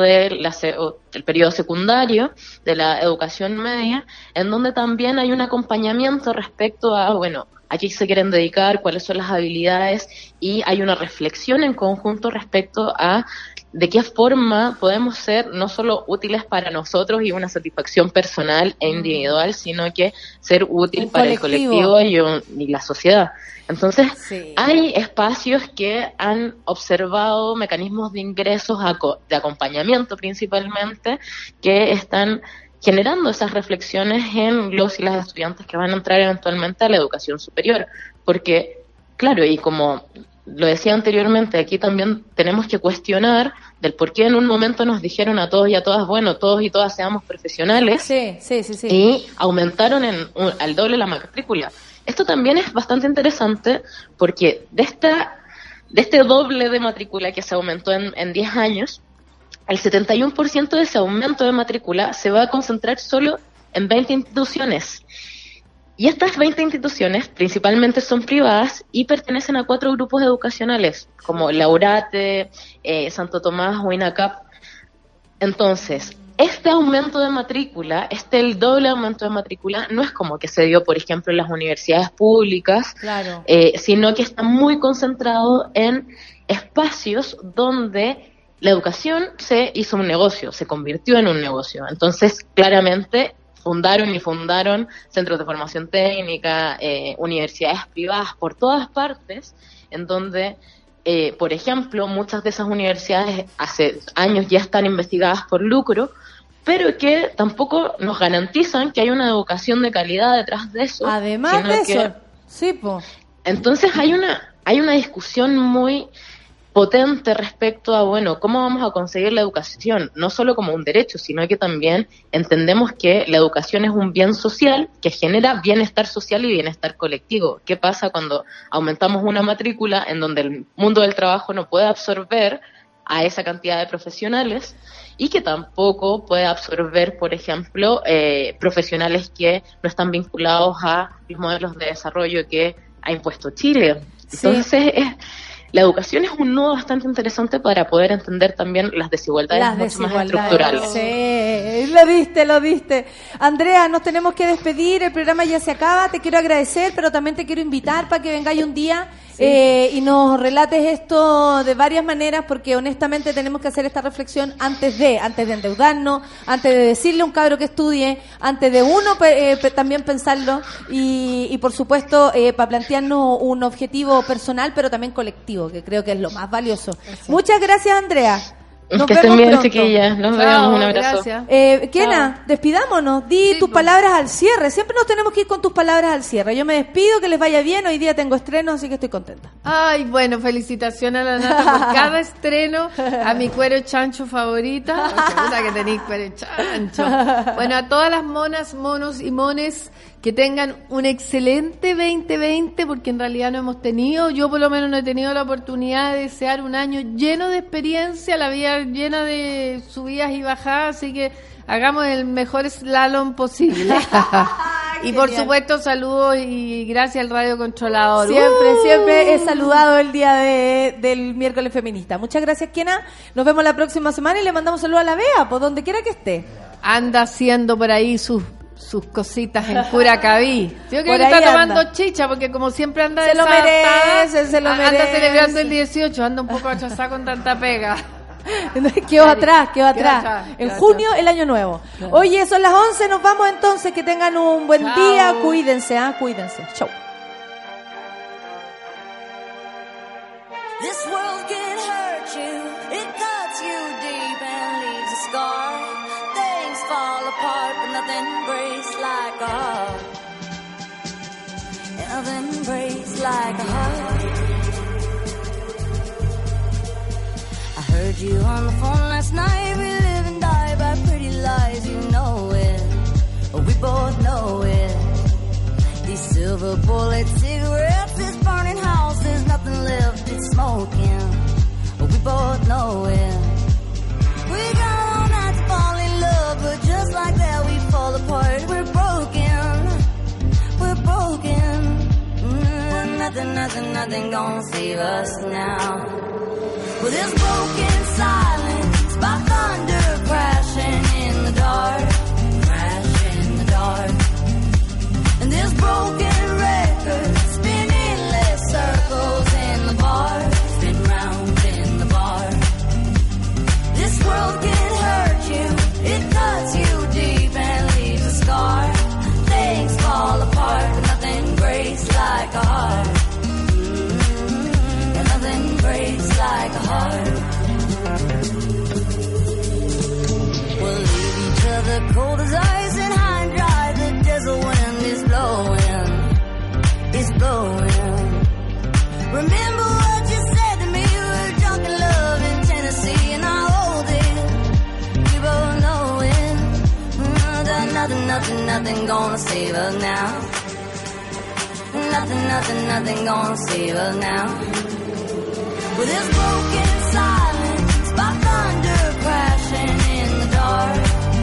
el periodo secundario de la educación media, en donde también hay un acompañamiento respecto a, bueno, a qué se quieren dedicar, cuáles son las habilidades, y hay una reflexión en conjunto respecto a de qué forma podemos ser no solo útiles para nosotros y una satisfacción personal e individual, sino que ser útil para el colectivo y la sociedad. Entonces, hay espacios que han observado mecanismos de ingresos, de acompañamiento principalmente, que están generando esas reflexiones en los y las estudiantes que van a entrar eventualmente a la educación superior. Porque, claro, y como lo decía anteriormente, aquí también tenemos que cuestionar del por qué en un momento nos dijeron a todos y a todas, bueno, todos y todas seamos profesionales, y aumentaron al doble la matrícula. Esto también es bastante interesante porque de este doble de matrícula que se aumentó en 10 años, el 71% de ese aumento de matrícula se va a concentrar solo en 20 instituciones. Y estas 20 instituciones principalmente son privadas y pertenecen a 4 grupos educacionales, como Laurate, Santo Tomás o INACAP. Entonces, este aumento de matrícula, el doble aumento de matrícula, no es como que se dio, por ejemplo, en las universidades públicas, sino que está muy concentrado en espacios donde la educación se hizo un negocio, se convirtió en un negocio. Entonces, claramente, fundaron centros de formación técnica, universidades privadas por todas partes, en donde, por ejemplo, muchas de esas universidades hace años ya están investigadas por lucro, pero que tampoco nos garantizan que hay una educación de calidad detrás de eso. Además de eso, sí, po. Entonces hay una discusión muy potente respecto a, bueno, cómo vamos a conseguir la educación, no solo como un derecho, sino que también entendemos que la educación es un bien social que genera bienestar social y bienestar colectivo. ¿Qué pasa cuando aumentamos una matrícula en donde el mundo del trabajo no puede absorber a esa cantidad de profesionales y que tampoco puede absorber, por ejemplo, profesionales que no están vinculados a los modelos de desarrollo que ha impuesto Chile? Entonces, la educación es un nudo bastante interesante para poder entender también las desigualdades mucho más estructurales. Sí, lo diste. Andrea, nos tenemos que despedir, el programa ya se acaba, te quiero agradecer, pero también te quiero invitar para que vengáis un día y nos relates esto de varias maneras, porque honestamente tenemos que hacer esta reflexión antes de endeudarnos, antes de decirle a un cabro que estudie, antes de uno también pensarlo y por supuesto para plantearnos un objetivo personal, pero también colectivo, que creo que es lo más valioso. Exacto. Muchas gracias, Andrea. Nos que estén bien, chiquillas. Nos vemos, un abrazo. Kena, despidámonos. Di tus palabras al cierre. Siempre nos tenemos que ir con tus palabras al cierre. Yo me despido, que les vaya bien. Hoy día tengo estreno, así que estoy contenta. Ay, bueno, felicitaciones a la Nata por cada estreno. A mi cuero chancho favorita. Puta que tenéis cuero chancho. Bueno, a todas las monas, monos y mones, que tengan un excelente 2020, porque en realidad no hemos tenido, yo por lo menos no he tenido la oportunidad de desear un año lleno de experiencia, la vida llena de subidas y bajadas, así que hagamos el mejor slalom posible. Y por supuesto, saludos y gracias al Radio Controlador. Siempre he saludado el día del miércoles feminista. Muchas gracias, Kena. Nos vemos la próxima semana y le mandamos saludos a la Bea, por donde quiera que esté. Anda haciendo por ahí sus cositas en Curacaví. Yo creo que está tomando chicha, porque como siempre anda se lo merece. Anda celebrando el 18, anda un poco atrasada con tanta pega. Quedó atrás. En junio, el año nuevo. Claro. Oye, son las 11, nos vamos entonces. Que tengan un buen día. Cuídense, cuídense. Chau. This world can hurt you. It cuts you deep and leaves a scar. Things fall apart, but nothing breaks like a heart. Nothing breaks like a heart. I heard you on the phone last night. We live and die by pretty lies, you know it. We both know it. These silver bullet cigarettes, this burning house, there's nothing left, it's smoking. We both know it. We got all night to fall in love, but just like that we fall apart. We're broken. Nothing gonna save us now. Well, there's broken silence by thunder crashing in the dark. And there's broken records spinning less circles in the bar. Spin round in the bar. This world can hurt you. It cuts you deep and leaves a scar. Things fall apart, but nothing breaks like a heart. And nothing breaks like a heart. We'll leave each other cold as ice and high and dry. The desert wind is blowing. It's blowing. Remember what you said to me. We were drunk in love in Tennessee, and I hold it. We both know it. Nothing gonna save us now. Nothing gonna save us now. Well, there's broken silence by thunder crashing in the dark.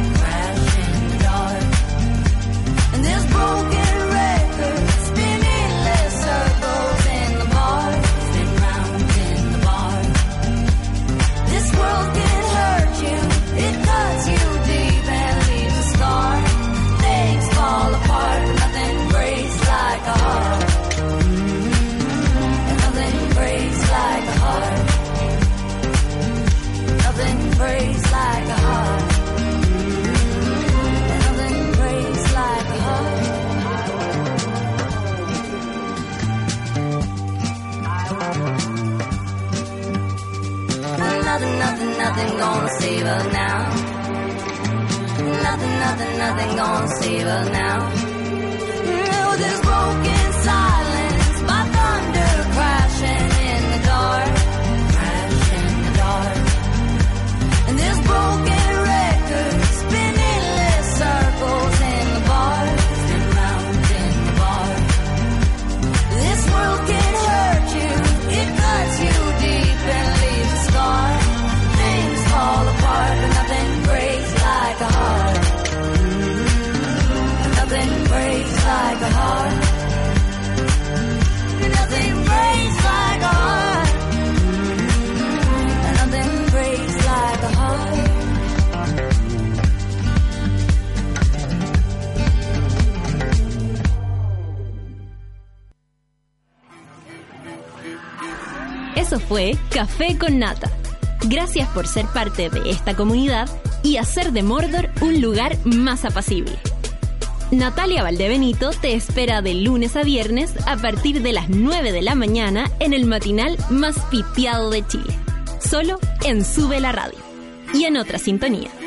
And there's broken records spinning less circles in the bar. Spin round in the bar. This world can hurt you. It cuts you deep and leaves a scar. Things fall apart, but nothing breaks like a heart. And nothing breaks like a heart. nothing gonna save us now. Nothing gonna save us now. Oh, this broken silence, my thunder crashing in the dark, crashing in the dark. And this broken record spinning endless circles in the bar, spin round in the bar. This world can hurt you, it cuts you deep and leaves a scar. Things fall apart, but nothing breaks like a heart. Nothing breaks like a heart. Nothing breaks like a heart. Nothing breaks like a heart. Eso fue Café con Nata. Gracias por ser parte de esta comunidad y hacer de Mordor un lugar más apacible. Natalia Valdebenito te espera de lunes a viernes a partir de las 9 de la mañana en el matinal más piteado de Chile. Solo en Sube la Radio y en otra sintonía.